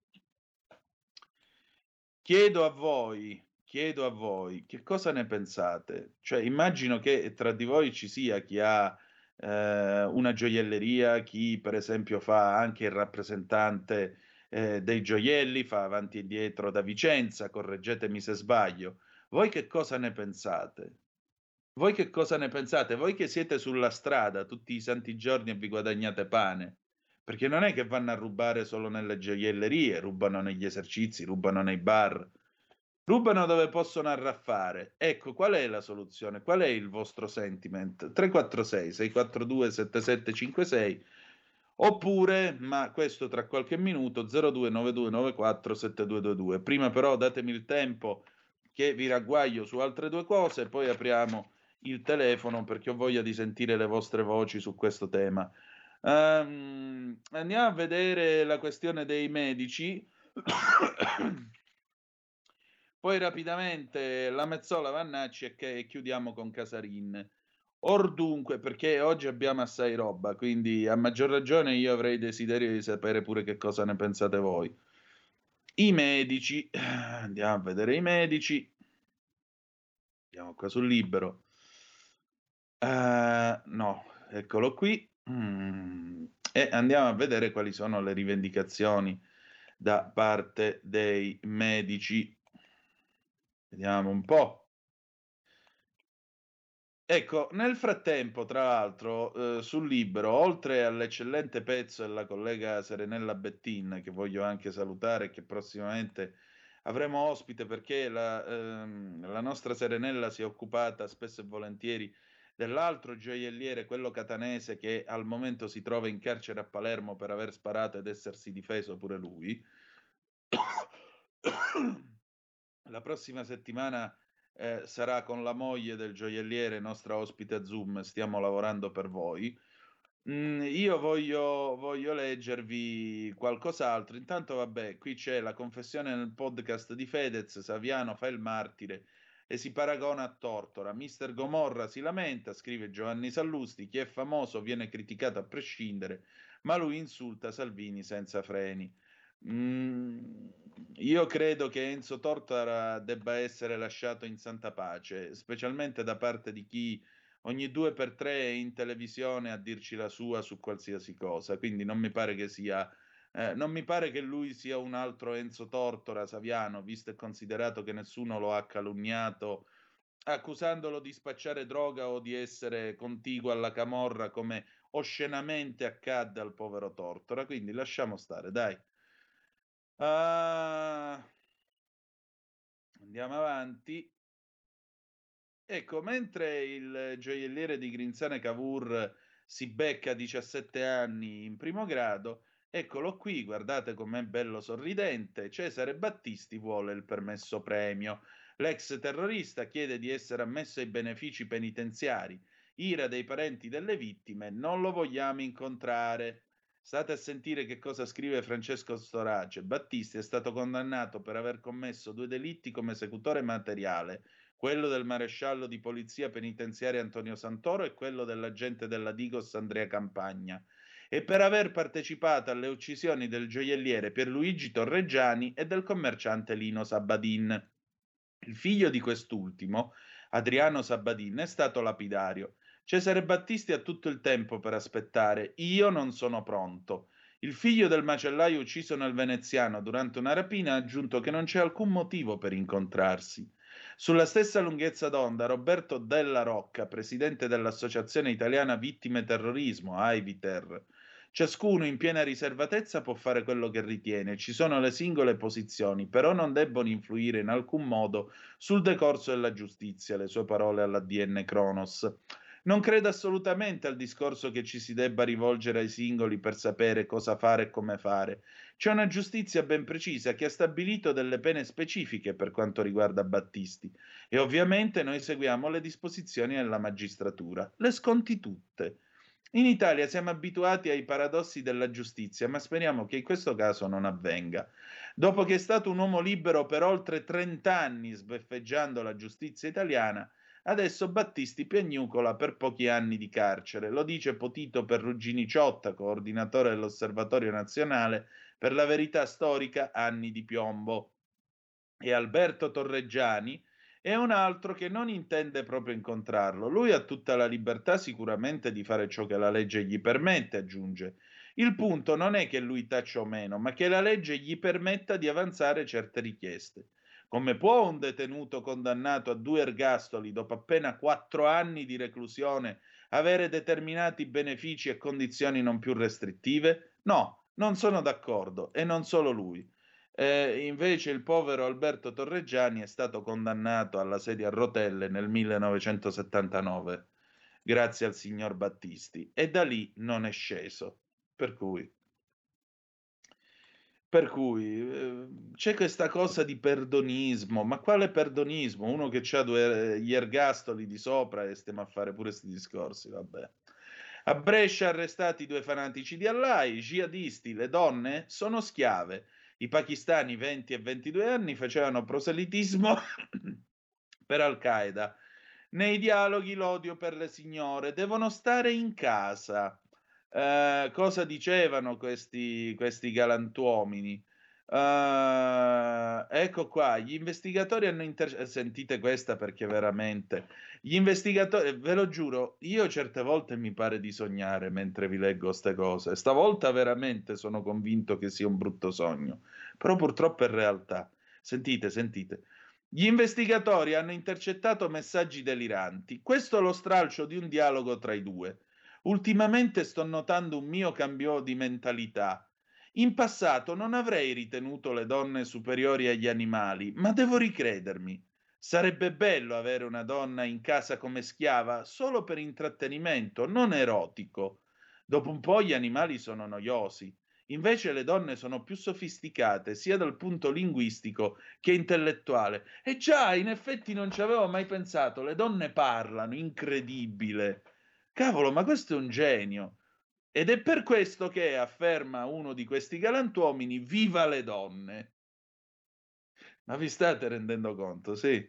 Chiedo a voi, che cosa ne pensate? Cioè, immagino che tra di voi ci sia chi ha una gioielleria, chi per esempio fa anche il rappresentante dei gioielli, fa avanti e indietro da Vicenza, correggetemi se sbaglio. Voi che cosa ne pensate? Voi che cosa ne pensate? Voi che siete sulla strada tutti i santi giorni e vi guadagnate pane? Perché non è che vanno a rubare solo nelle gioiellerie, rubano negli esercizi, rubano nei bar, rubano dove possono arraffare. Ecco, qual è la soluzione? Qual è il vostro sentiment? 346 642 7756 oppure, ma questo tra qualche minuto, 029294 7222. Prima però datemi il tempo che vi ragguaglio su altre due cose, poi apriamo il telefono perché ho voglia di sentire le vostre voci su questo tema. Andiamo a vedere la questione dei medici. Poi rapidamente la Mezzola Vannacci e che chiudiamo con Casarin. Or dunque, perché oggi abbiamo assai roba, quindi a maggior ragione io avrei desiderio di sapere pure che cosa ne pensate voi. I medici, andiamo a vedere i medici. Andiamo qua sul Libero. No, eccolo qui. E andiamo a vedere quali sono le rivendicazioni da parte dei medici. Vediamo un po'. Ecco, nel frattempo, tra l'altro, sul Libero, oltre all'eccellente pezzo della collega Serenella Bettin, che voglio anche salutare, che prossimamente avremo ospite perché la nostra Serenella si è occupata spesso e volentieri dell'altro gioielliere, quello catanese, che al momento si trova in carcere a Palermo per aver sparato ed essersi difeso pure lui. La prossima settimana sarà con la moglie del gioielliere, nostra ospite a Zoom, stiamo lavorando per voi. Io voglio leggervi qualcos'altro. Intanto, vabbè, qui c'è la confessione nel podcast di Fedez, Saviano fa il martire e si paragona a Tortora. Mister Gomorra si lamenta, scrive Giovanni Sallusti, chi è famoso viene criticato a prescindere, ma lui insulta Salvini senza freni. Io credo che Enzo Tortora debba essere lasciato in santa pace, specialmente da parte di chi ogni 2 per 3 è in televisione a dirci la sua su qualsiasi cosa. Quindi non mi pare che sia, non mi pare che lui sia un altro Enzo Tortora Saviano, visto e considerato che nessuno lo ha calunniato accusandolo di spacciare droga o di essere contiguo alla camorra come oscenamente accadde al povero Tortora. Quindi lasciamo stare, dai. Andiamo avanti. Ecco, mentre il gioielliere di Grinzane Cavour si becca 17 anni in primo grado, eccolo qui, guardate com'è bello sorridente, Cesare Battisti vuole il permesso premio. L'ex terrorista chiede di essere ammesso ai benefici penitenziari. Ira dei parenti delle vittime, non lo vogliamo incontrare. State a sentire che cosa scrive Francesco Storace. Battisti è stato condannato per aver commesso 2 delitti come esecutore materiale, quello del maresciallo di polizia penitenziaria Antonio Santoro e quello dell'agente della Digos Andrea Campagna, e per aver partecipato alle uccisioni del gioielliere Pierluigi Torreggiani e del commerciante Lino Sabadin. Il figlio di quest'ultimo, Adriano Sabadin, è stato lapidario. Cesare Battisti ha tutto il tempo per aspettare. Io non sono pronto. Il figlio del macellaio ucciso nel Veneziano durante una rapina ha aggiunto che non c'è alcun motivo per incontrarsi. Sulla stessa lunghezza d'onda, Roberto Della Rocca, presidente dell'Associazione Italiana Vittime Terrorismo, AIVITER. Ciascuno in piena riservatezza può fare quello che ritiene, ci sono le singole posizioni, però non debbono influire in alcun modo sul decorso della giustizia, le sue parole all'ADN Kronos. Non credo assolutamente al discorso che ci si debba rivolgere ai singoli per sapere cosa fare e come fare. C'è una giustizia ben precisa che ha stabilito delle pene specifiche per quanto riguarda Battisti e ovviamente noi seguiamo le disposizioni della magistratura. Le sconti tutte. In Italia siamo abituati ai paradossi della giustizia, ma speriamo che in questo caso non avvenga. Dopo che è stato un uomo libero per oltre 30 anni sbeffeggiando la giustizia italiana, adesso Battisti piagnucola per pochi anni di carcere. Lo dice Potito Perugini Ciotta, coordinatore dell'Osservatorio Nazionale per la Verità Storica Anni di Piombo. E Alberto Torreggiani è un altro che non intende proprio incontrarlo. Lui ha tutta la libertà sicuramente di fare ciò che la legge gli permette, aggiunge. Il punto non è che lui taccia o meno, ma che la legge gli permetta di avanzare certe richieste. Come può un detenuto condannato a 2 ergastoli dopo appena 4 anni di reclusione avere determinati benefici e condizioni non più restrittive? No, non sono d'accordo, e non solo lui. Invece il povero Alberto Torreggiani è stato condannato alla sedia a rotelle nel 1979, grazie al signor Battisti, e da lì non è sceso. Per cui c'è questa cosa di perdonismo, ma quale perdonismo? Uno che ha gli ergastoli di sopra e stiamo a fare pure questi discorsi, vabbè. A Brescia arrestati 2 fanatici di Allah, i jihadisti, le donne sono schiave. I pakistani 20 e 22 anni facevano proselitismo per Al-Qaeda. Nei dialoghi l'odio per le signore devono stare in casa. Cosa dicevano questi galantuomini? Ecco qua, gli investigatori hanno sentite questa perché veramente gli investigatori, ve lo giuro, io certe volte mi pare di sognare mentre vi leggo queste cose. Stavolta veramente sono convinto che sia un brutto sogno, però purtroppo è realtà. Sentite, sentite. Gli investigatori hanno intercettato messaggi deliranti. Questo è lo stralcio di un dialogo tra i due. Ultimamente sto notando un mio cambio di mentalità. In passato non avrei ritenuto le donne superiori agli animali, ma devo ricredermi. Sarebbe bello avere una donna in casa come schiava solo per intrattenimento, non erotico. Dopo un po' gli animali sono noiosi. Invece le donne sono più sofisticate sia dal punto linguistico che intellettuale. E già, in effetti non ci avevo mai pensato, le donne parlano, incredibile. Cavolo, ma questo è un genio. Ed è per questo che, afferma uno di questi galantuomini, viva le donne. Ma vi state rendendo conto? Sì.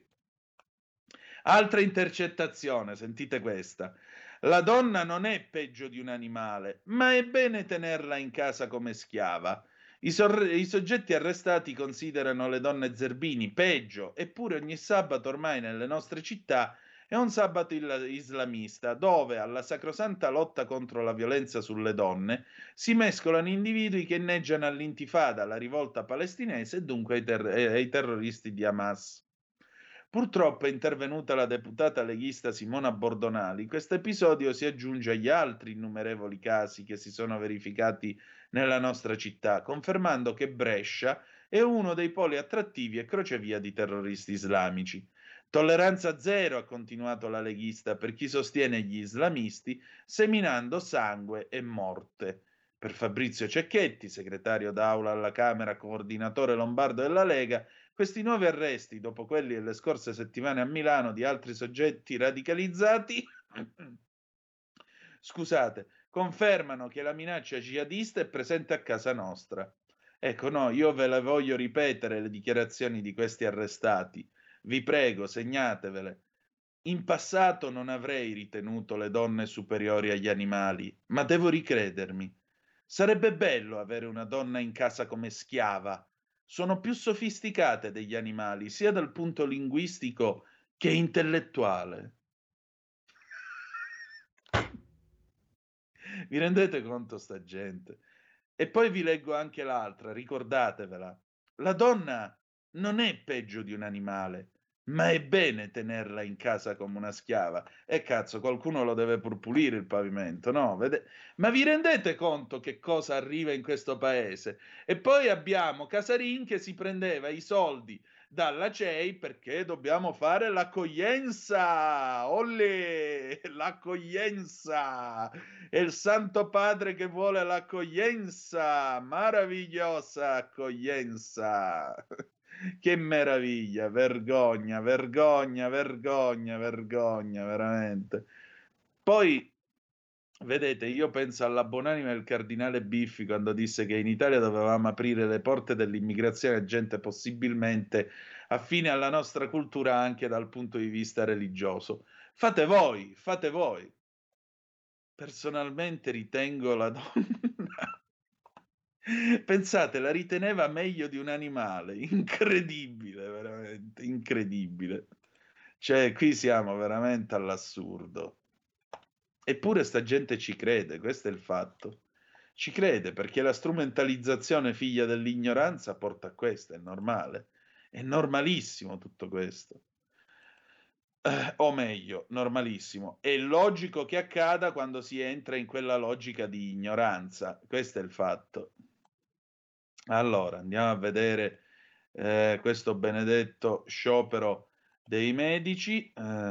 Altra intercettazione, sentite questa. La donna non è peggio di un animale, ma è bene tenerla in casa come schiava. I soggetti arrestati considerano le donne zerbini peggio, eppure ogni sabato ormai nelle nostre città è un sabato islamista, dove alla sacrosanta lotta contro la violenza sulle donne si mescolano individui che inneggiano all'intifada, alla rivolta palestinese e dunque ai terroristi di Hamas. Purtroppo è intervenuta la deputata leghista Simona Bordonali. Questo episodio si aggiunge agli altri innumerevoli casi che si sono verificati nella nostra città, confermando che Brescia è uno dei poli attrattivi e crocevia di terroristi islamici. Tolleranza zero, ha continuato la leghista, per chi sostiene gli islamisti, seminando sangue e morte. Per Fabrizio Cecchetti, segretario d'aula alla Camera, coordinatore lombardo della Lega, questi nuovi arresti, dopo quelli delle scorse settimane a Milano di altri soggetti radicalizzati, scusate, confermano che la minaccia jihadista è presente a casa nostra. Ecco, no, io ve le voglio ripetere le dichiarazioni di questi arrestati. Vi prego, segnatevele. In passato non avrei ritenuto le donne superiori agli animali, ma devo ricredermi. Sarebbe bello avere una donna in casa come schiava. Sono più sofisticate degli animali, sia dal punto linguistico che intellettuale. Vi rendete conto, sta gente? E poi vi leggo anche l'altra, ricordatevela. La donna non è peggio di un animale, ma è bene tenerla in casa come una schiava. E cazzo, qualcuno lo deve pur pulire il pavimento, no? Ma vi rendete conto che cosa arriva in questo paese? E poi abbiamo Casarin che si prendeva i soldi dalla CEI perché dobbiamo fare l'accoglienza. Olle, l'accoglienza. È il Santo Padre che vuole l'accoglienza. Meravigliosa accoglienza. Che meraviglia, vergogna, vergogna, vergogna, vergogna, veramente. Poi Vedete, io penso alla buonanima del cardinale Biffi quando disse che in Italia dovevamo aprire le porte dell'immigrazione a gente possibilmente affine alla nostra cultura anche dal punto di vista religioso. Fate voi, fate voi. Personalmente ritengo la donna... Pensate, la riteneva meglio di un animale. Incredibile, veramente, incredibile. Cioè, qui siamo veramente all'assurdo. Eppure sta gente ci crede, questo è il fatto. Ci crede perché la strumentalizzazione figlia dell'ignoranza porta a questo, è normale. È normalissimo tutto questo. O meglio, normalissimo. È logico che accada quando si entra in quella logica di ignoranza. Questo è il fatto. Allora, andiamo a vedere questo benedetto sciopero dei medici.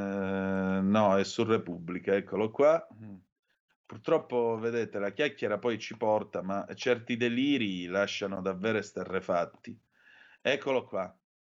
No, è su Repubblica, eccolo qua. Purtroppo, vedete, la chiacchiera poi ci porta, ma certi deliri lasciano davvero esterrefatti. Eccolo qua.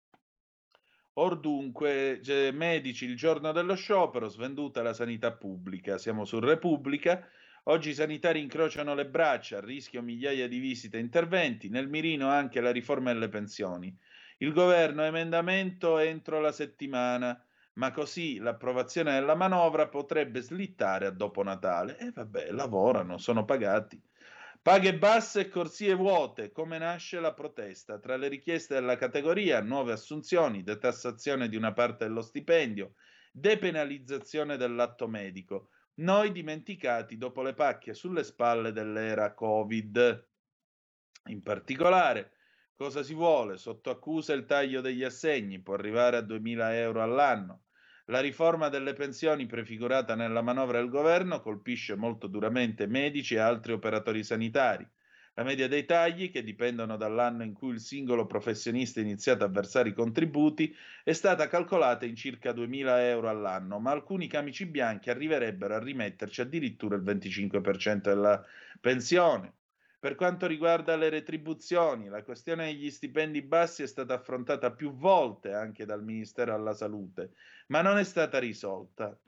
Or dunque, medici, il giorno dello sciopero, svenduta la sanità pubblica. Siamo su Repubblica. Oggi i sanitari incrociano le braccia, a rischio migliaia di visite e interventi, nel mirino anche la riforma delle pensioni. Il governo emendamento entro la settimana, ma così l'approvazione della manovra potrebbe slittare a dopo Natale. E vabbè, lavorano, sono pagati. Paghe basse e corsie vuote, come nasce la protesta? Tra le richieste della categoria, nuove assunzioni, detassazione di una parte dello stipendio, depenalizzazione dell'atto medico. Noi dimenticati dopo le pacche sulle spalle dell'era Covid. In particolare, cosa si vuole? Sotto accusa il taglio degli assegni, può arrivare a 2.000 euro all'anno. La riforma delle pensioni prefigurata nella manovra del governo colpisce molto duramente medici e altri operatori sanitari. La media dei tagli, che dipendono dall'anno in cui il singolo professionista ha iniziato a versare i contributi, è stata calcolata in circa 2.000 euro all'anno, ma alcuni camici bianchi arriverebbero a rimetterci addirittura il 25% della pensione. Per quanto riguarda le retribuzioni, la questione degli stipendi bassi è stata affrontata più volte anche dal Ministero della Salute, ma non è stata risolta.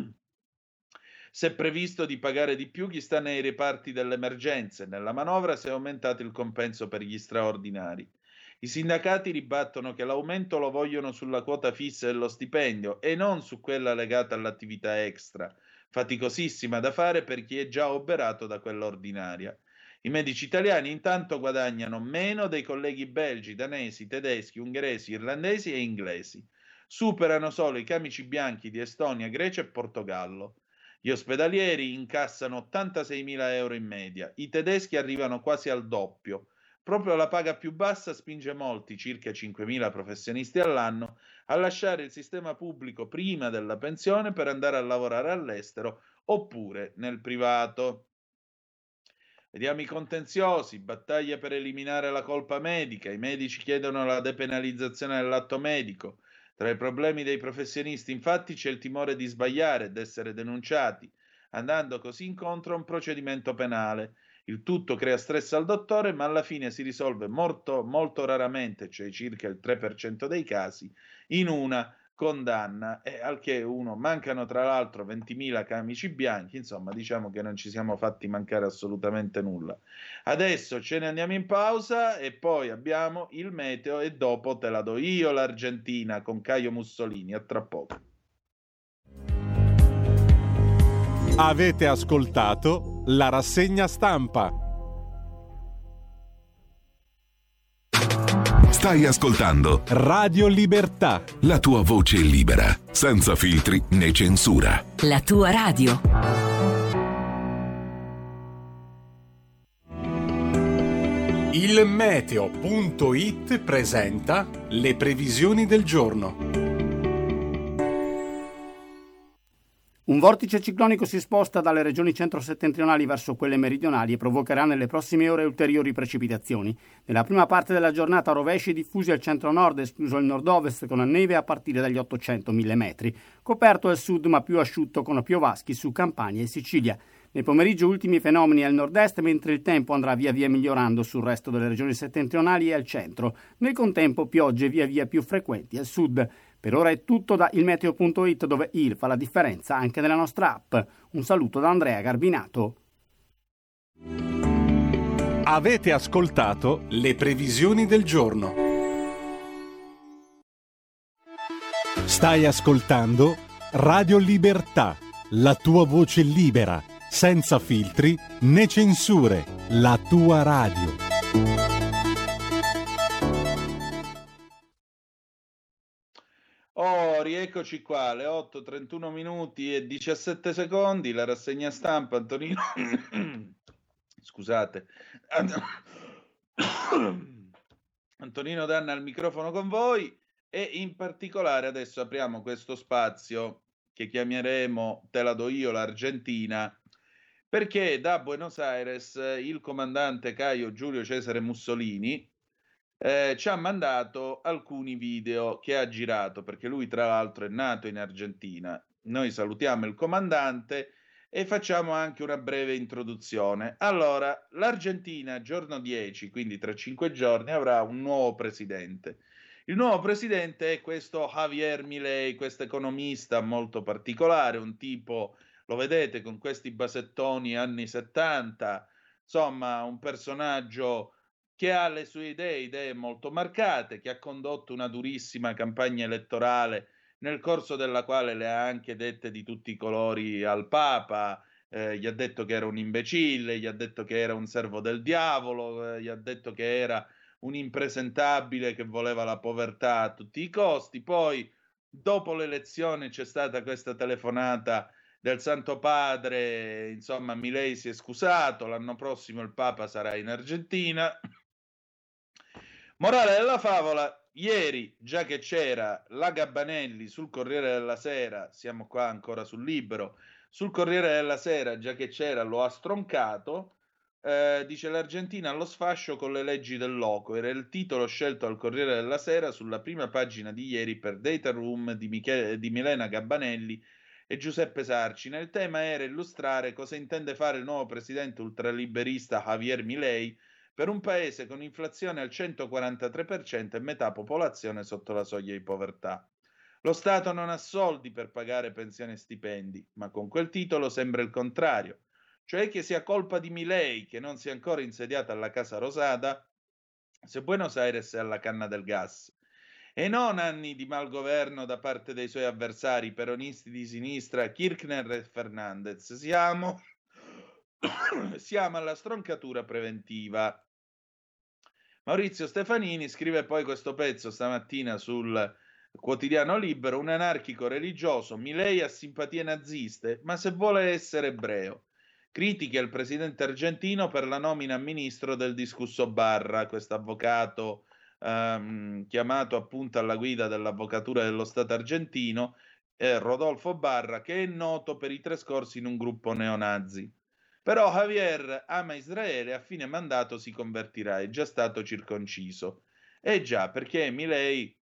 Si è previsto di pagare di più chi sta nei reparti delle emergenze. Nella manovra si è aumentato il compenso per gli straordinari. I sindacati ribattono che l'aumento lo vogliono sulla quota fissa dello stipendio e non su quella legata all'attività extra, faticosissima da fare per chi è già oberato da quella ordinaria. I medici italiani intanto guadagnano meno dei colleghi belgi, danesi, tedeschi, ungheresi, irlandesi e inglesi. Superano solo i camici bianchi di Estonia, Grecia e Portogallo. Gli ospedalieri incassano 86.000 euro in media, i tedeschi arrivano quasi al doppio. Proprio la paga più bassa spinge molti, circa 5.000 professionisti all'anno, a lasciare il sistema pubblico prima della pensione per andare a lavorare all'estero oppure nel privato. Vediamo i contenziosi, battaglia per eliminare la colpa medica, i medici chiedono la depenalizzazione dell'atto medico. Tra i problemi dei professionisti, infatti, c'è il timore di sbagliare ed essere denunciati, andando così incontro a un procedimento penale. Il tutto crea stress al dottore, ma alla fine si risolve molto raramente, cioè circa il 3% dei casi, in una condanna, e al che uno mancano tra l'altro 20.000 camici bianchi. Insomma, diciamo che non ci siamo fatti mancare assolutamente nulla. Adesso ce ne andiamo in pausa e poi abbiamo il meteo e dopo te la do io l'Argentina con Caio Mussolini. A tra poco. Avete ascoltato la rassegna stampa. Stai ascoltando Radio Libertà. la tua voce libera, senza filtri né censura. La tua radio. Il meteo.it presenta le previsioni del giorno. Un vortice ciclonico si sposta dalle regioni centro-settentrionali verso quelle meridionali e provocherà nelle prossime ore ulteriori precipitazioni. Nella prima parte della giornata rovesci diffusi al centro-nord, escluso il nord-ovest, con neve a partire dagli 800.000 metri. Coperto al sud ma più asciutto con piovaschi su Campania e Sicilia. Nel pomeriggio ultimi fenomeni al nord-est, mentre il tempo andrà via via migliorando sul resto delle regioni settentrionali e al centro. Nel contempo piogge via via più frequenti al sud. Per ora è tutto da ilmeteo.it, dove il fa la differenza anche nella nostra app. Un saluto da Andrea Garbinato. Avete ascoltato le previsioni del giorno. Stai ascoltando Radio Libertà, la tua voce libera, senza filtri né censure, la tua radio. Oh, rieccoci qua, alle 8:31 minuti e 17 secondi, la rassegna stampa, Antonino. Scusate. Antonino Danna al microfono con voi, e in particolare adesso apriamo questo spazio che chiameremo Te la do io l'Argentina, perché da Buenos Aires il comandante Caio Giulio Cesare Mussolini ci ha mandato alcuni video che ha girato, perché lui tra l'altro è nato in Argentina. Noi salutiamo il comandante e facciamo anche una breve introduzione. Allora, l'Argentina giorno 10, quindi tra 5 giorni, avrà un nuovo presidente. Il nuovo presidente è questo Javier Milei, questo economista molto particolare, un tipo, lo vedete, con questi basettoni anni 70, insomma, un personaggio che ha le sue idee molto marcate, che ha condotto una durissima campagna elettorale nel corso della quale le ha anche dette di tutti i colori al Papa, gli ha detto che era un imbecille, gli ha detto che era un servo del diavolo, gli ha detto che era un impresentabile che voleva la povertà a tutti i costi. Poi, dopo l'elezione, c'è stata questa telefonata del Santo Padre, insomma, Milei si è scusato, l'anno prossimo il Papa sarà in Argentina. Morale della favola, ieri, già che c'era la Gabbanelli sul Corriere della Sera, siamo qua ancora sul Libero, sul Corriere della Sera, già che c'era, lo ha stroncato, dice l'Argentina allo sfascio con le leggi del loco, era il titolo scelto al Corriere della Sera sulla prima pagina di ieri per Data Room di Milena Gabbanelli e Giuseppe Sarcina. Il tema era illustrare cosa intende fare il nuovo presidente ultraliberista Javier Milei per un paese con inflazione al 143% e metà popolazione sotto la soglia di povertà. Lo Stato non ha soldi per pagare pensioni e stipendi, ma con quel titolo sembra il contrario, cioè che sia colpa di Milei che non sia ancora insediata alla Casa Rosada se Buenos Aires è alla canna del gas. E non anni di malgoverno da parte dei suoi avversari peronisti di sinistra Kirchner e Fernandez. Siamo alla stroncatura preventiva. Maurizio Stefanini scrive poi questo pezzo stamattina sul quotidiano Libero: un anarchico religioso, Milei ha simpatie naziste, ma se vuole essere ebreo. Critica il presidente argentino per la nomina a ministro del discusso Barra, questo avvocato chiamato appunto alla guida dell'avvocatura dello Stato argentino, Rodolfo Barra, che è noto per i trascorsi in un gruppo neonazi. Però Javier ama Israele e a fine mandato si convertirà, è già stato circonciso. Già, perché Milei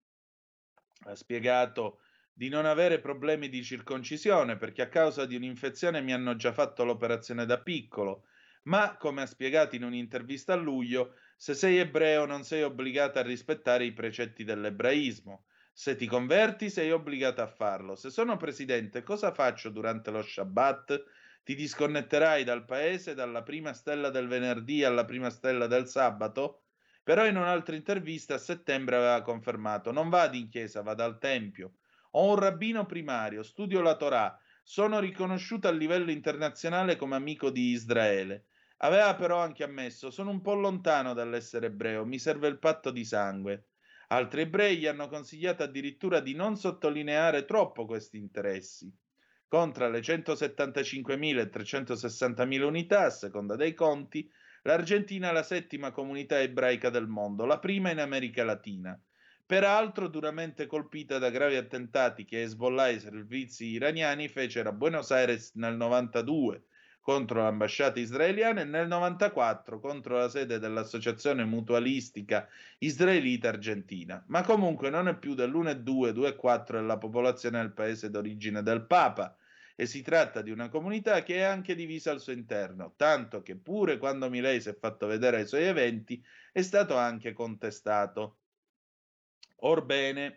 ha spiegato di non avere problemi di circoncisione, perché a causa di un'infezione mi hanno già fatto l'operazione da piccolo, ma come ha spiegato in un'intervista a luglio, se sei ebreo non sei obbligato a rispettare i precetti dell'ebraismo. Se ti converti sei obbligato a farlo. Se sono presidente, cosa faccio durante lo Shabbat? Ti disconnetterai dal paese dalla prima stella del venerdì alla prima stella del sabato? Però in un'altra intervista a settembre aveva confermato: non vado in chiesa, vado al tempio. Ho un rabbino primario, studio la Torah, sono riconosciuto a livello internazionale come amico di Israele. Aveva però anche ammesso: sono un po' lontano dall'essere ebreo, mi serve il patto di sangue. Altri ebrei gli hanno consigliato addirittura di non sottolineare troppo questi interessi. Contra le 175.000 e 360.000 unità, a seconda dei conti, l'Argentina è la settima comunità ebraica del mondo, la prima in America Latina. Peraltro duramente colpita da gravi attentati che Hezbollah e i servizi iraniani fecero a Buenos Aires nel 92 contro l'ambasciata israeliana e nel 94 contro la sede dell'associazione mutualistica israelita argentina. Ma comunque non è più dell'1,2, 2,4 della popolazione del paese d'origine del Papa, e si tratta di una comunità che è anche divisa al suo interno, tanto che pure quando Milei si è fatto vedere ai suoi eventi è stato anche contestato. Orbene,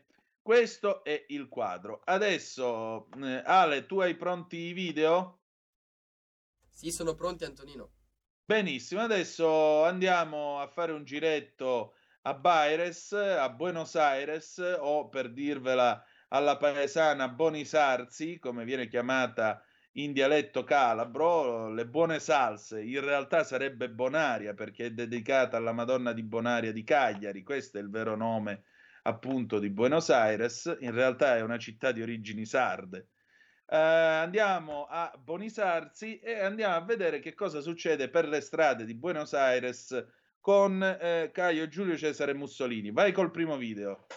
Questo è il quadro. Adesso, Ale, tu hai pronti i video? Sì, sono pronti, Antonino. Benissimo, adesso andiamo a fare un giretto a Baires, a Buenos Aires, o per dirvela alla paesana Bonisarzi, come viene chiamata in dialetto calabro, le buone salse. In realtà sarebbe Bonaria perché è dedicata alla Madonna di Bonaria di Cagliari, questo è il vero nome appunto di Buenos Aires, in realtà è una città di origini sarde. Andiamo a Bonisarzi e andiamo a vedere che cosa succede per le strade di Buenos Aires con Caio Giulio Cesare Mussolini. Vai col primo video.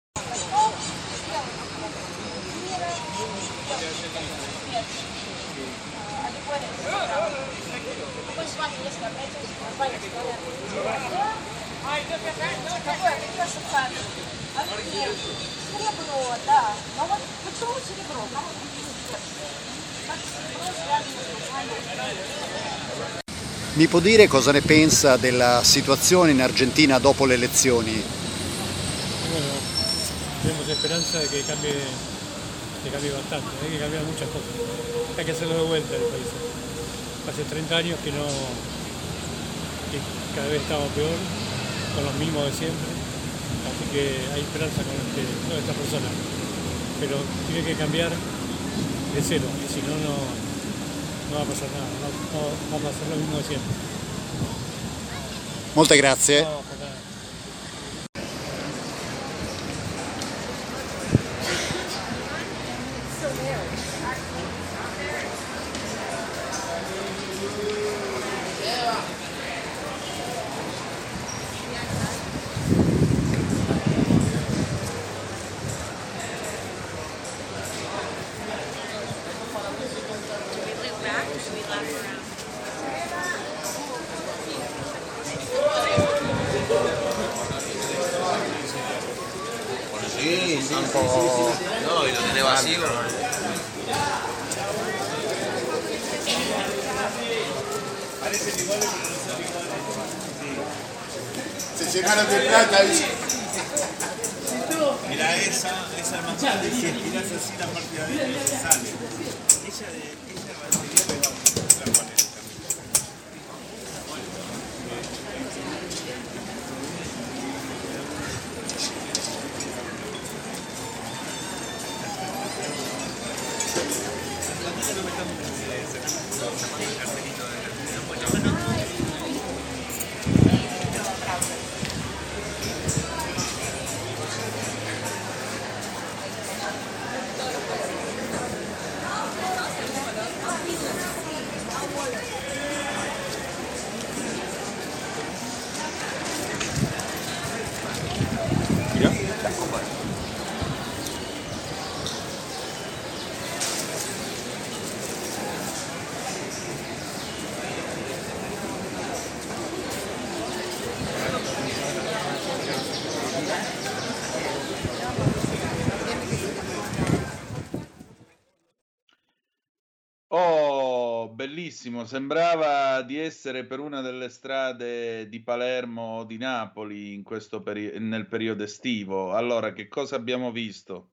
Mi può dire cosa ne pensa della situazione in Argentina dopo le elezioni? Bueno, tenemos esperanza de que cambie bastante, hay que cambiar muchas cosas. Hay que hacerlo de vuelta el país. Hace 30 años que cada vez estamos peor, con los mismos de siempre. Así que hay esperanza con esta persona. Pero tiene que cambiar de cero, y si no, no va a pasar nada, no va a pasar lo mismo de siempre. Molte grazie. No, por nada. No, y lo tenés vacío. Se llenaron de plata y... Mira esa manzana, si estiras así la parte de adentro se sale. Ella batería le vamos a poner también. Oh, bellissimo, sembrava di essere per una delle strade di Palermo o di Napoli in questo nel periodo estivo. Allora, che cosa abbiamo visto?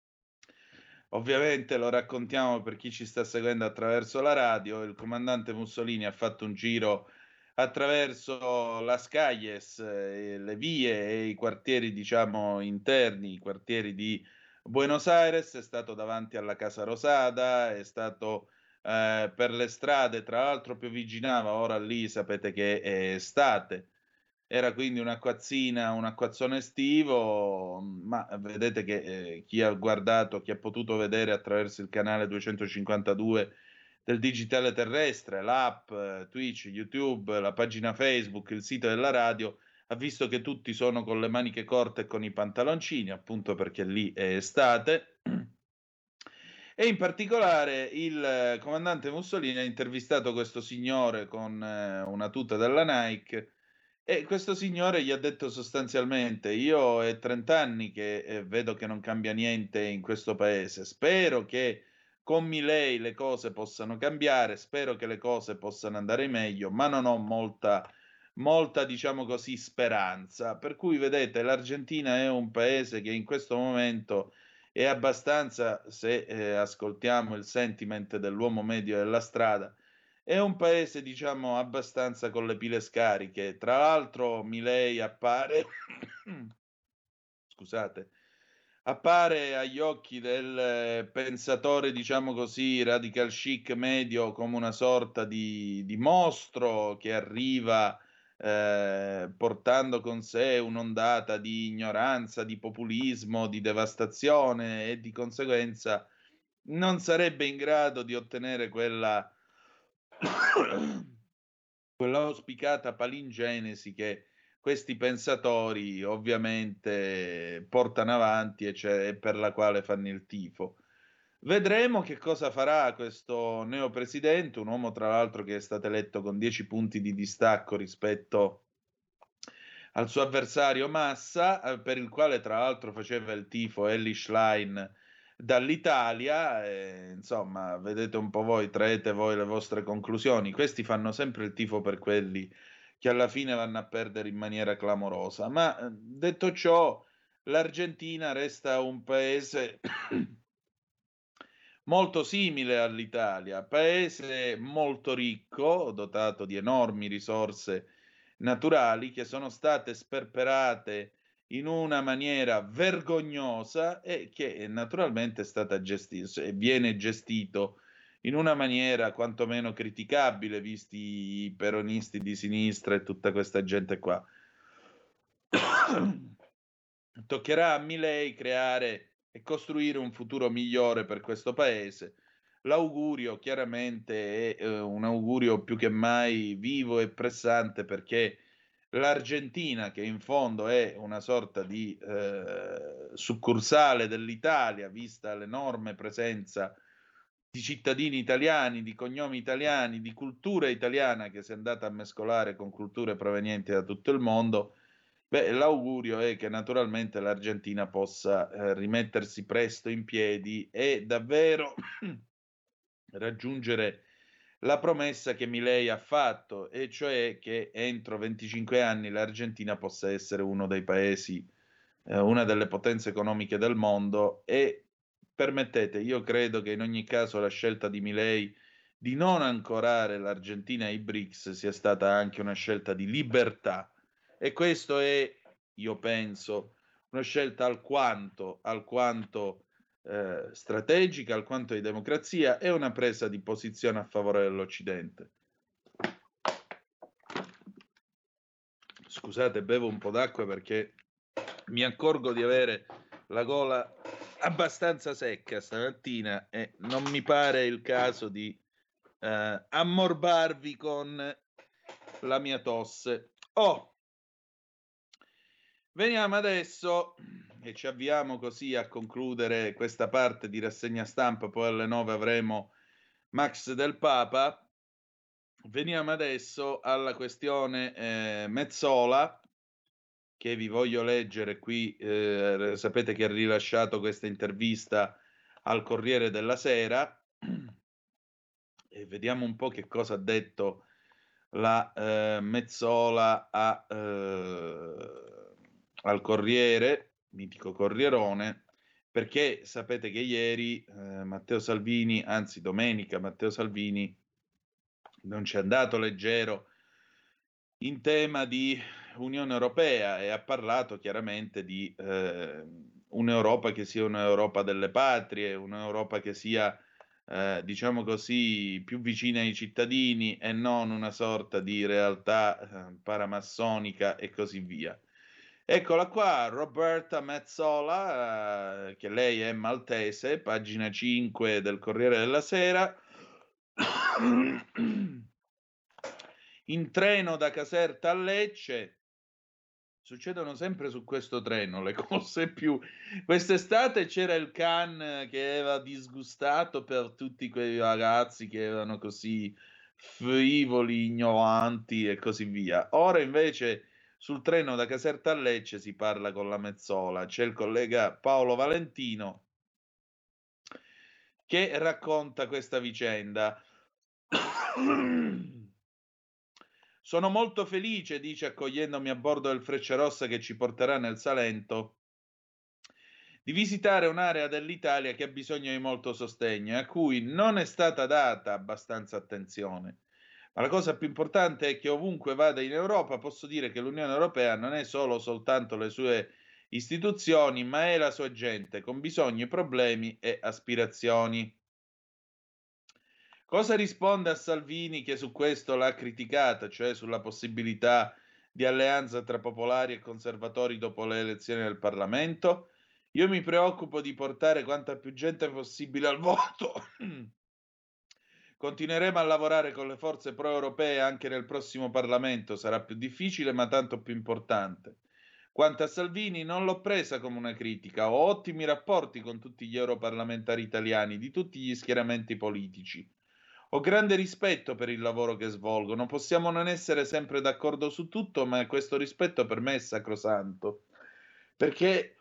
Ovviamente lo raccontiamo per chi ci sta seguendo attraverso la radio. Il comandante Mussolini ha fatto un giro attraverso Las Calles, le vie e i quartieri, diciamo, interni, i quartieri di Buenos Aires, è stato davanti alla Casa Rosada, è stato per le strade, tra l'altro piovigginava, ora lì sapete che è estate, era quindi un acquazzone estivo, ma vedete che chi ha guardato, chi ha potuto vedere attraverso il canale 252 del digitale terrestre, l'app, Twitch, YouTube, la pagina Facebook, il sito della radio, ha visto che tutti sono con le maniche corte e con i pantaloncini, appunto perché lì è estate. E in particolare il comandante Mussolini ha intervistato questo signore con una tuta della Nike e questo signore gli ha detto sostanzialmente: io è 30 anni che vedo che non cambia niente in questo paese, spero che con Milei le cose possano cambiare, spero che le cose possano andare meglio, ma non ho molta molta, diciamo così, speranza. Per cui, vedete, l'Argentina è un paese che in questo momento è abbastanza, se ascoltiamo il sentiment dell'uomo medio della strada, è un paese, diciamo, abbastanza con le pile scariche. Tra l'altro, Milei appare, scusate, appare agli occhi del pensatore, diciamo così, radical chic medio come una sorta di mostro che arriva portando con sé un'ondata di ignoranza, di populismo, di devastazione e di conseguenza non sarebbe in grado di ottenere quella auspicata palingenesi che questi pensatori ovviamente portano avanti e per la quale fanno il tifo. Vedremo che cosa farà questo neopresidente, un uomo tra l'altro che è stato eletto con 10 punti di distacco rispetto al suo avversario Massa, per il quale tra l'altro faceva il tifo Elly Schlein dall'Italia. Insomma, vedete un po' voi, traete voi le vostre conclusioni. Questi fanno sempre il tifo per quelli che alla fine vanno a perdere in maniera clamorosa. Ma detto ciò, l'Argentina resta un paese molto simile all'Italia, paese molto ricco, dotato di enormi risorse naturali che sono state sperperate in una maniera vergognosa e che naturalmente è stata gestita e viene gestito in una maniera quantomeno criticabile, visti i peronisti di sinistra e tutta questa gente qua. Toccherà a Milei creare e costruire un futuro migliore per questo paese. L'augurio chiaramente è un augurio più che mai vivo e pressante, perché l'Argentina, che in fondo è una sorta di succursale dell'Italia, vista l'enorme presenza di cittadini italiani, di cognomi italiani, di cultura italiana che si è andata a mescolare con culture provenienti da tutto il mondo, l'augurio è che naturalmente l'Argentina possa rimettersi presto in piedi e davvero raggiungere la promessa che Milei ha fatto, e cioè che entro 25 anni l'Argentina possa essere uno dei paesi, una delle potenze economiche del mondo. E permettete, io credo che in ogni caso la scelta di Milei di non ancorare l'Argentina ai BRICS sia stata anche una scelta di libertà, e questo è, io penso, una scelta alquanto strategica, alquanto di democrazia, e una presa di posizione a favore dell'Occidente. Scusate, bevo un po' d'acqua perché mi accorgo di avere la gola abbastanza secca stamattina e non mi pare il caso di ammorbarvi con la mia tosse. Veniamo adesso, e ci avviamo così a concludere questa parte di rassegna stampa, poi alle 9 avremo Max del Papa. Veniamo adesso alla questione Metsola, che vi voglio leggere qui. Sapete che ha rilasciato questa intervista al Corriere della Sera, e vediamo un po' che cosa ha detto la Metsola al Corriere, mitico Corrierone, perché sapete che ieri Matteo Salvini, anzi domenica, Matteo Salvini non ci è andato leggero in tema di Unione Europea, e ha parlato chiaramente di un'Europa che sia un'Europa delle patrie, un'Europa che sia diciamo così più vicina ai cittadini e non una sorta di realtà paramassonica e così via. Eccola qua, Roberta Metsola, che lei è maltese, pagina 5 del Corriere della Sera. In treno da Caserta a Lecce. Succedono sempre su questo treno le cose più. Quest'estate c'era il can che aveva disgustato per tutti quei ragazzi che erano così frivoli, ignoranti e così via. Ora invece sul treno da Caserta a Lecce si parla con la Metsola. C'è il collega Paolo Valentino che racconta questa vicenda. Sono molto felice, dice, accogliendomi a bordo del Frecciarossa che ci porterà nel Salento, di visitare un'area dell'Italia che ha bisogno di molto sostegno e a cui non è stata data abbastanza attenzione. Ma la cosa più importante è che ovunque vada in Europa posso dire che l'Unione Europea non è soltanto le sue istituzioni, ma è la sua gente, con bisogni, problemi e aspirazioni. Cosa risponde a Salvini che su questo l'ha criticata, cioè sulla possibilità di alleanza tra popolari e conservatori dopo le elezioni del Parlamento? Io mi preoccupo di portare quanta più gente possibile al voto. Continueremo a lavorare con le forze pro-europee anche nel prossimo Parlamento. Sarà più difficile, ma tanto più importante. Quanto a Salvini, non l'ho presa come una critica. Ho ottimi rapporti con tutti gli europarlamentari italiani, di tutti gli schieramenti politici. Ho grande rispetto per il lavoro che svolgono. Possiamo non essere sempre d'accordo su tutto, ma questo rispetto per me è sacrosanto. Perché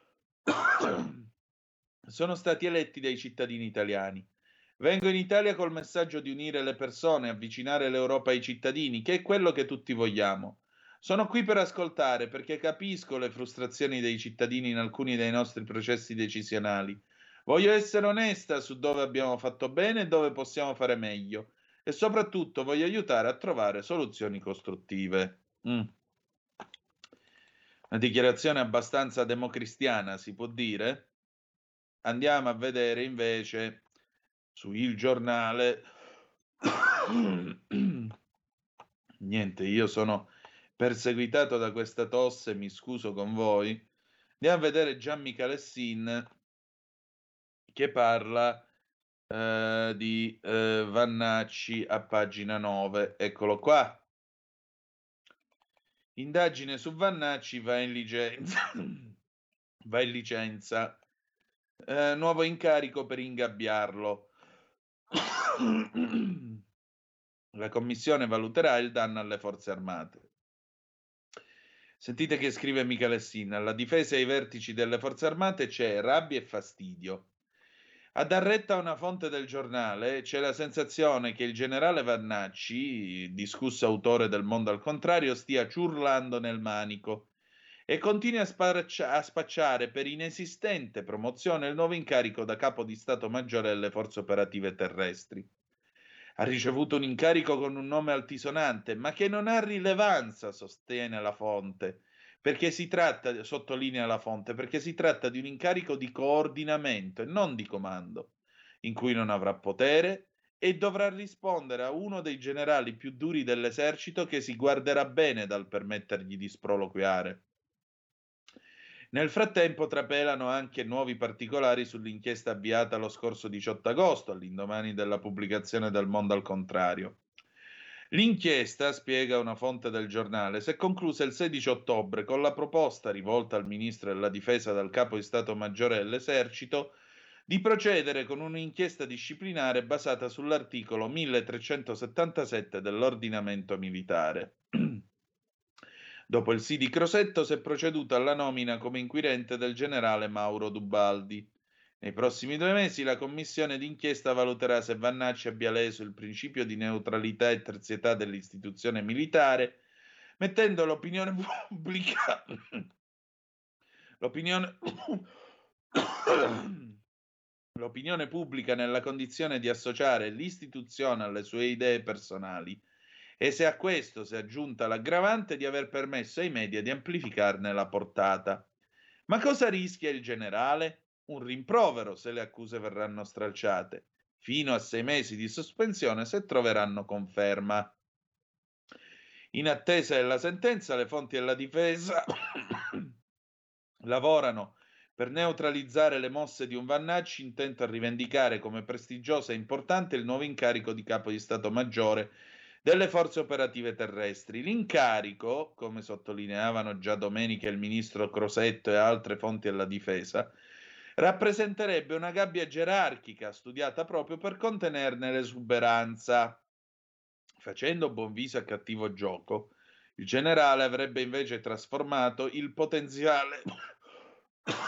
sono stati eletti dai cittadini italiani. Vengo in Italia col messaggio di unire le persone, avvicinare l'Europa ai cittadini, che è quello che tutti vogliamo. Sono qui per ascoltare, perché capisco le frustrazioni dei cittadini in alcuni dei nostri processi decisionali. Voglio essere onesta su dove abbiamo fatto bene e dove possiamo fare meglio. E soprattutto voglio aiutare a trovare soluzioni costruttive. Una dichiarazione abbastanza democristiana, si può dire? Andiamo a vedere invece su Il Giornale. Niente, io sono perseguitato da questa tosse, mi scuso con voi. Andiamo a vedere Gianmica Lessin che parla di Vannacci a pagina 9. Eccolo qua. Indagine su Vannacci va in licenza. Nuovo incarico per ingabbiarlo. La commissione valuterà il danno alle forze armate. Sentite che scrive Michele Sin: alla difesa e ai vertici delle forze armate c'è rabbia e fastidio. A dar retta a una fonte del giornale c'è la sensazione che il generale Vannacci, discusso autore del Mondo al Contrario, stia ciurlando nel manico e continui a spacciare per inesistente promozione il nuovo incarico da capo di Stato Maggiore delle forze operative terrestri. Ha ricevuto un incarico con un nome altisonante, ma che non ha rilevanza, sostiene la fonte, perché sottolinea la fonte, perché si tratta di un incarico di coordinamento e non di comando, in cui non avrà potere e dovrà rispondere a uno dei generali più duri dell'esercito che si guarderà bene dal permettergli di sproloquiare. Nel frattempo trapelano anche nuovi particolari sull'inchiesta avviata lo scorso 18 agosto, all'indomani della pubblicazione del Mondo al Contrario. L'inchiesta, spiega una fonte del giornale, si è conclusa il 16 ottobre con la proposta rivolta al ministro della Difesa dal capo di Stato Maggiore dell'Esercito di procedere con un'inchiesta disciplinare basata sull'articolo 1377 dell'ordinamento militare. Dopo il sì di Crosetto si è proceduto alla nomina come inquirente del generale Mauro Dubaldi. Nei prossimi 2 mesi la commissione d'inchiesta valuterà se Vannacci abbia leso il principio di neutralità e terzietà dell'istituzione militare, mettendo l'opinione pubblica nella condizione di associare l'istituzione alle sue idee personali. E se a questo si è aggiunta l'aggravante di aver permesso ai media di amplificarne la portata. Ma cosa rischia il generale? Un rimprovero se le accuse verranno stralciate, fino a 6 mesi di sospensione se troveranno conferma. In attesa della sentenza, le fonti della difesa lavorano per neutralizzare le mosse di un Vannacci intento a rivendicare come prestigioso e importante il nuovo incarico di capo di Stato Maggiore delle forze operative terrestri. L'incarico, come sottolineavano già domenica il ministro Crosetto e altre fonti della difesa, rappresenterebbe una gabbia gerarchica studiata proprio per contenerne l'esuberanza. Facendo buon viso a cattivo gioco, il generale avrebbe invece trasformato il potenziale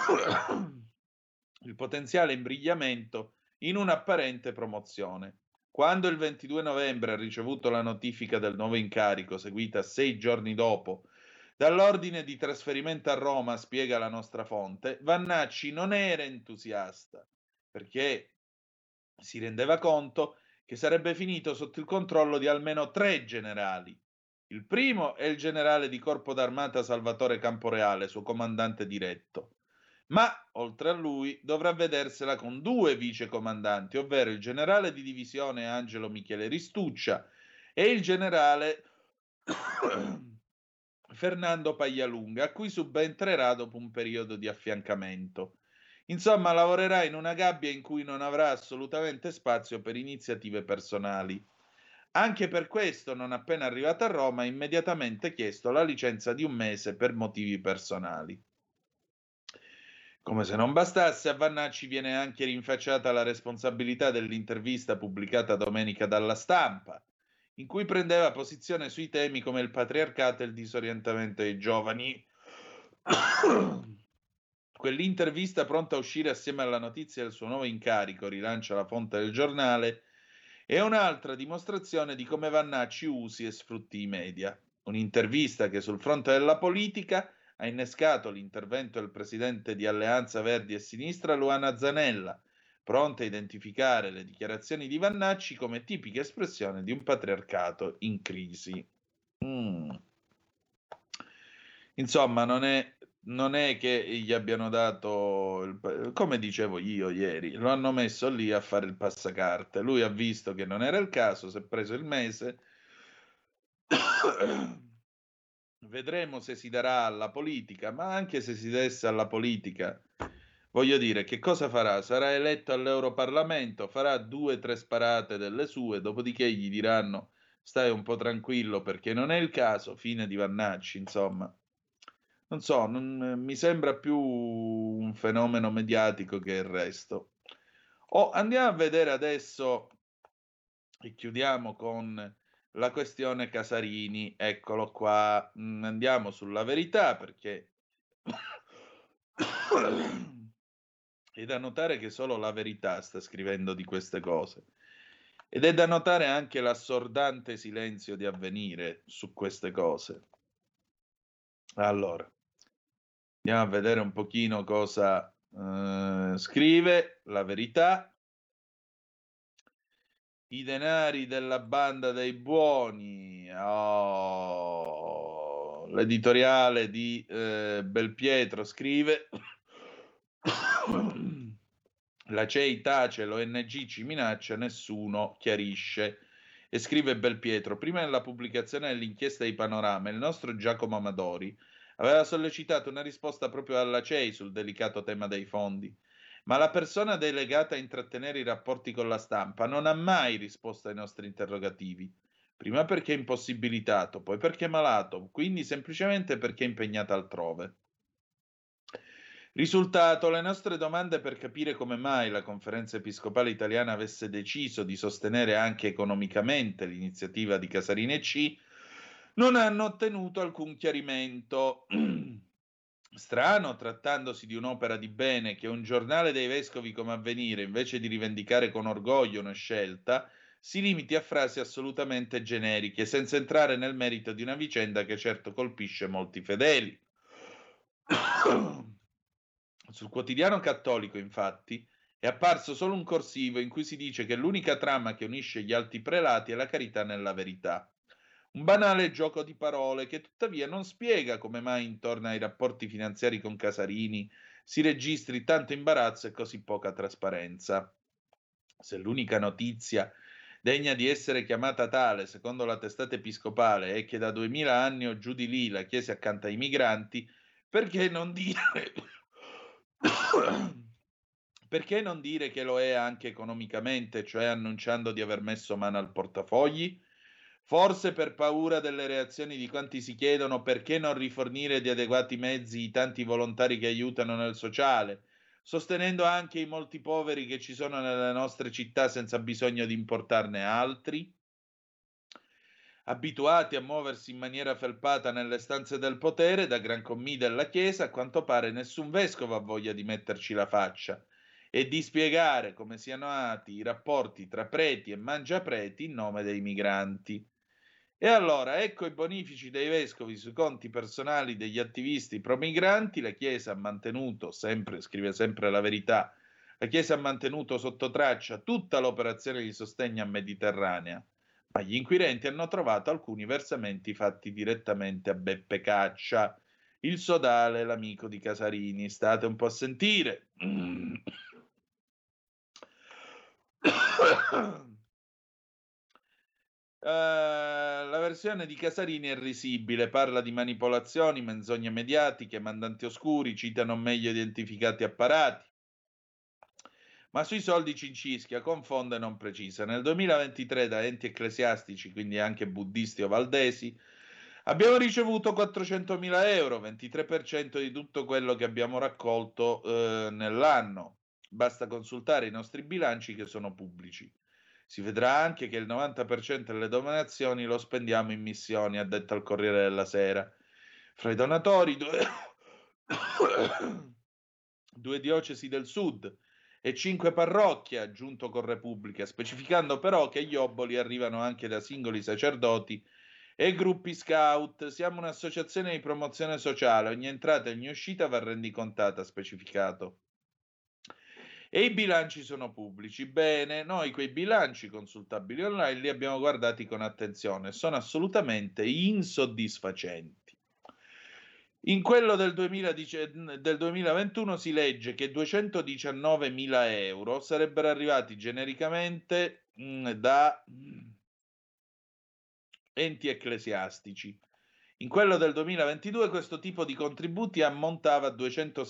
imbrigliamento in un'apparente promozione. Quando il 22 novembre ha ricevuto la notifica del nuovo incarico, seguita 6 giorni dopo dall'ordine di trasferimento a Roma, spiega la nostra fonte, Vannacci non era entusiasta, perché si rendeva conto che sarebbe finito sotto il controllo di almeno 3 generali. Il primo è il generale di corpo d'armata Salvatore Camporeale, suo comandante diretto. Ma, oltre a lui, dovrà vedersela con 2 vicecomandanti, ovvero il generale di divisione Angelo Michele Ristuccia e il generale Fernando Paglialunga, a cui subentrerà dopo un periodo di affiancamento. Insomma, lavorerà in una gabbia in cui non avrà assolutamente spazio per iniziative personali. Anche per questo, non appena arrivato a Roma, ha immediatamente chiesto la licenza di 1 mese per motivi personali. Come se non bastasse, a Vannacci viene anche rinfacciata la responsabilità dell'intervista pubblicata domenica dalla Stampa, in cui prendeva posizione sui temi come il patriarcato e il disorientamento dei giovani. Quell'intervista, pronta a uscire assieme alla notizia del suo nuovo incarico, rilancia la fonte del giornale, è un'altra dimostrazione di come Vannacci usi e sfrutti i media. Un'intervista che sul fronte della politica ha innescato l'intervento del presidente di Alleanza Verdi e Sinistra, Luana Zanella, pronta a identificare le dichiarazioni di Vannacci come tipica espressione di un patriarcato in crisi. Insomma, non è che gli abbiano dato, come dicevo io ieri, lo hanno messo lì a fare il passacarte. Lui ha visto che non era il caso, si è preso il mese. Vedremo se si darà alla politica, ma anche se si desse alla politica, voglio dire, che cosa farà? Sarà eletto all'Europarlamento, farà 2 o 3 sparate delle sue, dopodiché gli diranno stai un po' tranquillo perché non è il caso, fine di Vannacci, insomma. Non so, mi sembra più un fenomeno mediatico che il resto. Andiamo a vedere adesso, e chiudiamo con la questione Casarini, eccolo qua, andiamo sulla Verità perché è da notare che solo la Verità sta scrivendo di queste cose ed è da notare anche l'assordante silenzio di Avvenire su queste cose. Allora, andiamo a vedere un pochino cosa scrive la Verità. I denari della banda dei buoni, l'editoriale di Belpietro scrive la CEI tace, l'ONG ci minaccia, nessuno chiarisce. E scrive Belpietro, prima della pubblicazione dell'inchiesta di Panorama, il nostro Giacomo Amadori aveva sollecitato una risposta proprio alla CEI sul delicato tema dei fondi. Ma la persona delegata a intrattenere i rapporti con la stampa non ha mai risposto ai nostri interrogativi, prima perché è impossibilitato, poi perché è malato, quindi semplicemente perché è impegnato altrove. Risultato, le nostre domande per capire come mai la Conferenza Episcopale Italiana avesse deciso di sostenere anche economicamente l'iniziativa di Casarini e C non hanno ottenuto alcun chiarimento. Strano, trattandosi di un'opera di bene, che un giornale dei vescovi come Avvenire, invece di rivendicare con orgoglio una scelta, si limiti a frasi assolutamente generiche, senza entrare nel merito di una vicenda che certo colpisce molti fedeli. Sul quotidiano cattolico, infatti, è apparso solo un corsivo in cui si dice che l'unica trama che unisce gli alti prelati è la carità nella verità. Un banale gioco di parole che tuttavia non spiega come mai intorno ai rapporti finanziari con Casarini si registri tanto imbarazzo e così poca trasparenza. Se l'unica notizia degna di essere chiamata tale, secondo la testata episcopale, è che da 2000 anni o giù di lì la Chiesa accanto ai migranti, perché non dire che lo è anche economicamente, cioè annunciando di aver messo mano al portafogli? Forse per paura delle reazioni di quanti si chiedono perché non rifornire di adeguati mezzi i tanti volontari che aiutano nel sociale, sostenendo anche i molti poveri che ci sono nelle nostre città senza bisogno di importarne altri? Abituati a muoversi in maniera felpata nelle stanze del potere, da gran commì della Chiesa, a quanto pare nessun vescovo ha voglia di metterci la faccia. e di spiegare come siano nati i rapporti tra preti e mangiapreti in nome dei migranti. E allora, ecco i bonifici dei vescovi sui conti personali degli attivisti pro-migranti. La Chiesa ha mantenuto, scrive sempre La Verità, la Chiesa ha mantenuto sotto traccia tutta l'operazione di sostegno a Mediterranea, ma gli inquirenti hanno trovato alcuni versamenti fatti direttamente a Beppe Caccia, il sodale, l'amico di Casarini. State un po' a sentire. La versione di Casarini è risibile, parla di manipolazioni, menzogne mediatiche, mandanti oscuri, cita non meglio identificati apparati. Ma sui soldi cincischia, confonde e non precisa. Nel 2023 da enti ecclesiastici, quindi anche buddisti o valdesi, abbiamo ricevuto 400.000 euro, 23% di tutto quello che abbiamo raccolto nell'anno. Basta consultare i nostri bilanci che sono pubblici. Si vedrà anche che il 90% delle donazioni lo spendiamo in missioni, ha detto al Corriere della Sera. Fra i donatori, due diocesi del sud e 5 parrocchie, ha aggiunto con Repubblica, specificando però che gli oboli arrivano anche da singoli sacerdoti e gruppi scout. Siamo un'associazione di promozione sociale, ogni entrata e ogni uscita va rendicontata, ha specificato. E i bilanci sono pubblici. Bene, noi quei bilanci consultabili online li abbiamo guardati con attenzione, sono assolutamente insoddisfacenti. In quello del 2021 si legge che 219.000 euro sarebbero arrivati genericamente da enti ecclesiastici. In quello del 2022 questo tipo di contributi ammontava a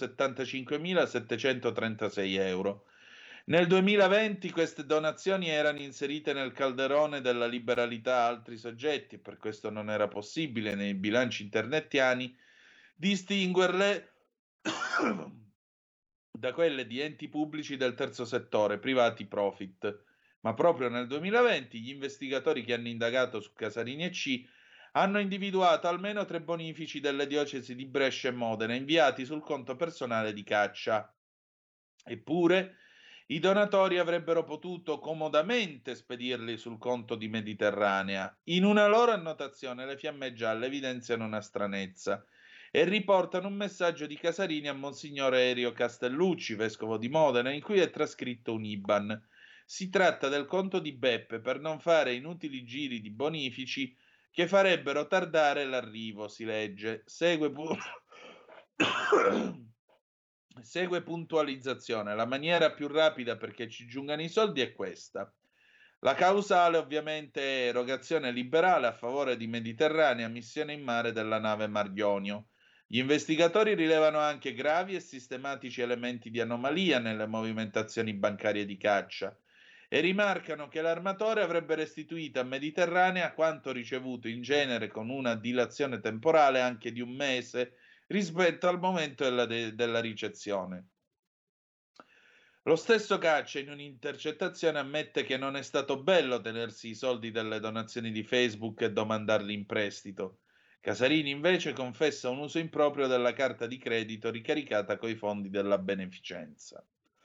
275.736 euro. Nel 2020 queste donazioni erano inserite nel calderone della liberalità a altri soggetti e per questo non era possibile nei bilanci internetiani distinguerle da quelle di enti pubblici del terzo settore, privati profit. Ma proprio nel 2020 gli investigatori che hanno indagato su Casarini e C hanno individuato almeno 3 bonifici delle diocesi di Brescia e Modena inviati sul conto personale di Caccia. Eppure i donatori avrebbero potuto comodamente spedirli sul conto di Mediterranea. In una loro annotazione le Fiamme Gialle evidenziano una stranezza e riportano un messaggio di Casarini a Monsignore Erio Castellucci, vescovo di Modena, in cui è trascritto un IBAN. Si tratta del conto di Beppe per non fare inutili giri di bonifici che farebbero tardare l'arrivo, si legge. Segue puntualizzazione. La maniera più rapida perché ci giungano i soldi è questa. La causale ovviamente è erogazione liberale a favore di Mediterranea, missione in mare della nave Mar Ionio. Gli investigatori rilevano anche gravi e sistematici elementi di anomalia nelle movimentazioni bancarie di Caccia e rimarcano che l'armatore avrebbe restituito a Mediterranea quanto ricevuto in genere con una dilazione temporale anche di un mese rispetto al momento della ricezione. Lo stesso Caccia in un'intercettazione ammette che non è stato bello tenersi i soldi delle donazioni di Facebook e domandarli in prestito. Casarini invece confessa un uso improprio della carta di credito ricaricata coi fondi della beneficenza.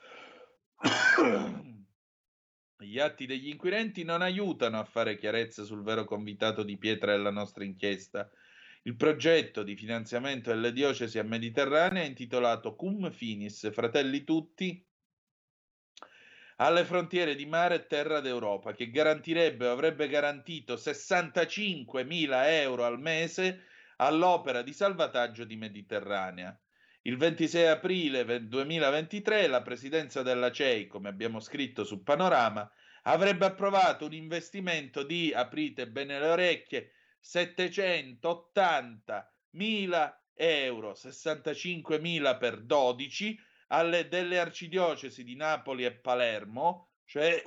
Gli atti degli inquirenti non aiutano a fare chiarezza sul vero convitato di pietra della nostra inchiesta. Il progetto di finanziamento delle diocesi a Mediterranea è intitolato Cum Finis, Fratelli Tutti alle frontiere di mare e terra d'Europa, che garantirebbe o avrebbe garantito 65.000 euro al mese all'opera di salvataggio di Mediterranea. Il 26 aprile 2023 la presidenza della CEI, come abbiamo scritto su Panorama, avrebbe approvato un investimento di, aprite bene le orecchie, 780.000 euro, 65.000 per 12, delle arcidiocesi di Napoli e Palermo, cioè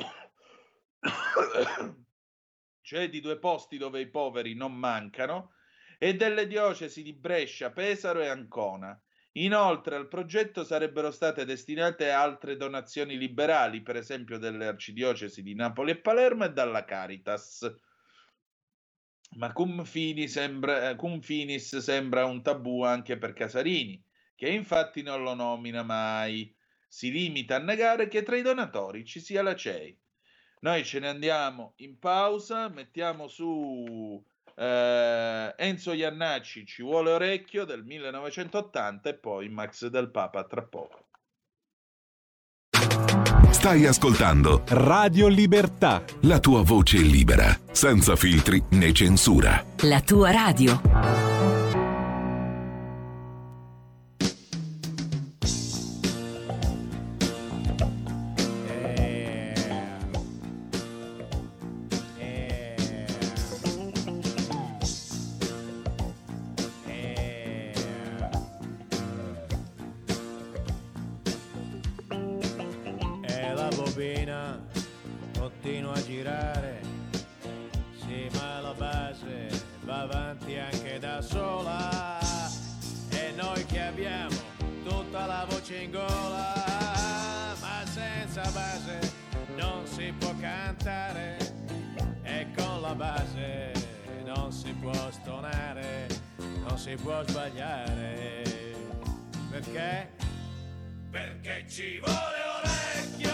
di 2 posti dove i poveri non mancano, e delle diocesi di Brescia, Pesaro e Ancona. Inoltre al progetto sarebbero state destinate altre donazioni liberali, per esempio delle arcidiocesi di Napoli e Palermo e dalla Caritas. Ma cum finis sembra un tabù anche per Casarini, che infatti non lo nomina mai. si limita a negare che tra i donatori ci sia la CEI. Noi ce ne andiamo in pausa, mettiamo su Enzo Iannacci, Ci vuole orecchio, del 1980, e poi Max del Papa tra poco. Stai ascoltando Radio Libertà, la tua voce libera, senza filtri né censura. La tua radio. Continua a girare, sì, ma la base va avanti anche da sola, e noi che abbiamo tutta la voce in gola, ma senza base non si può cantare, e con la base non si può stonare, non si può sbagliare. Perché? Perché ci vuole orecchio.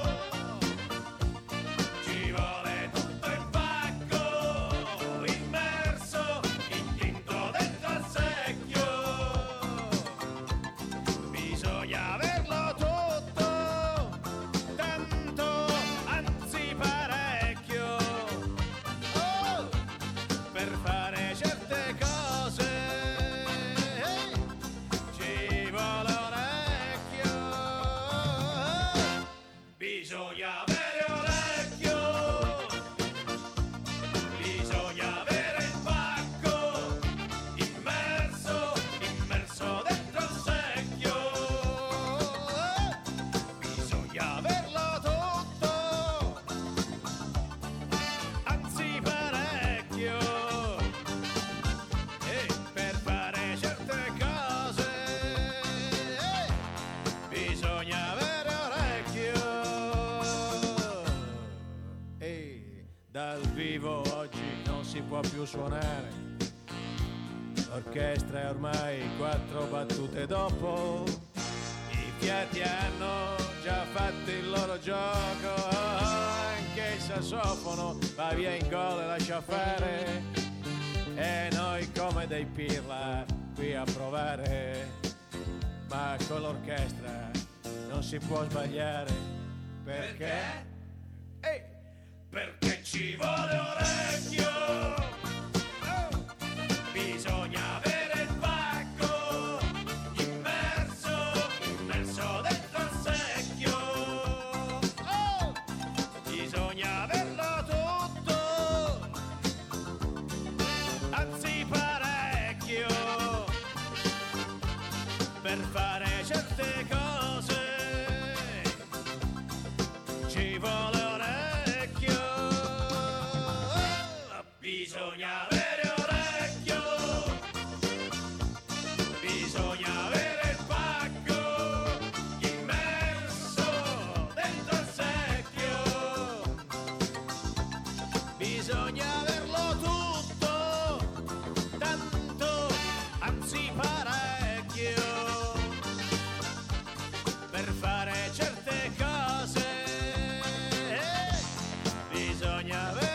Può più suonare, l'orchestra è ormai 4 battute dopo, i fiati hanno già fatto il loro gioco, anche il sassofono va via in gol e lascia fare, e noi come dei pirla qui a provare, ma con l'orchestra non si può sbagliare. Perché? Perché ci vuole orecchio. Bisogna avere il pacco immerso dentro il secchio. Bisogna averlo tutto, anzi parecchio, per fare certe cose. Ci vuole bisogna avere orecchio, bisogna avere il pacco immerso dentro il secchio, bisogna averlo tutto, tanto, anzi parecchio, per fare certe cose, bisogna avere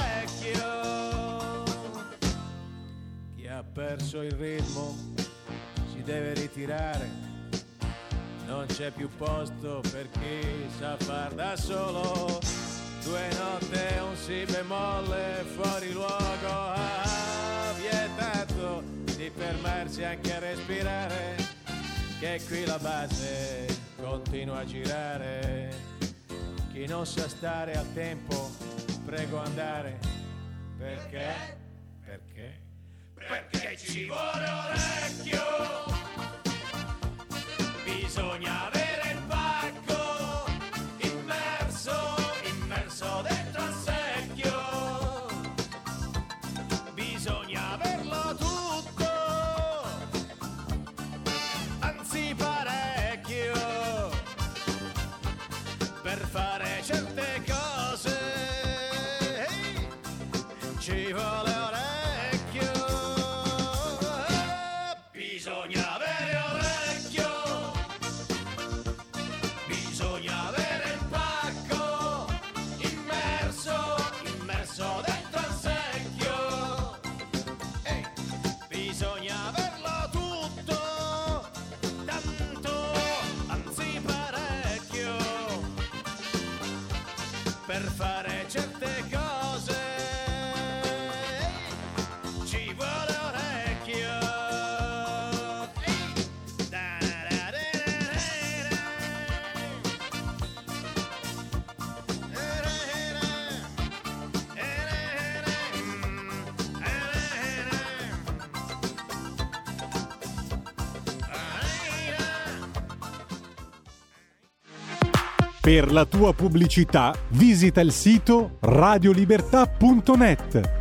ha perso il ritmo, si deve ritirare, non c'è più posto per chi sa far da solo, 2 note e un si bemolle fuori luogo, vietato di fermarsi anche a respirare, che qui la base continua a girare, chi non sa stare a tempo prego andare. Perché? Perché ci vuole orecchio, bisogna avere il pacco immerso dentro il secchio, bisogna averlo tutto, anzi parecchio, per fare certe cose, ci vuole orecchio. Bisogna avere orecchio, Per la tua pubblicità visita il sito radiolibertà.net.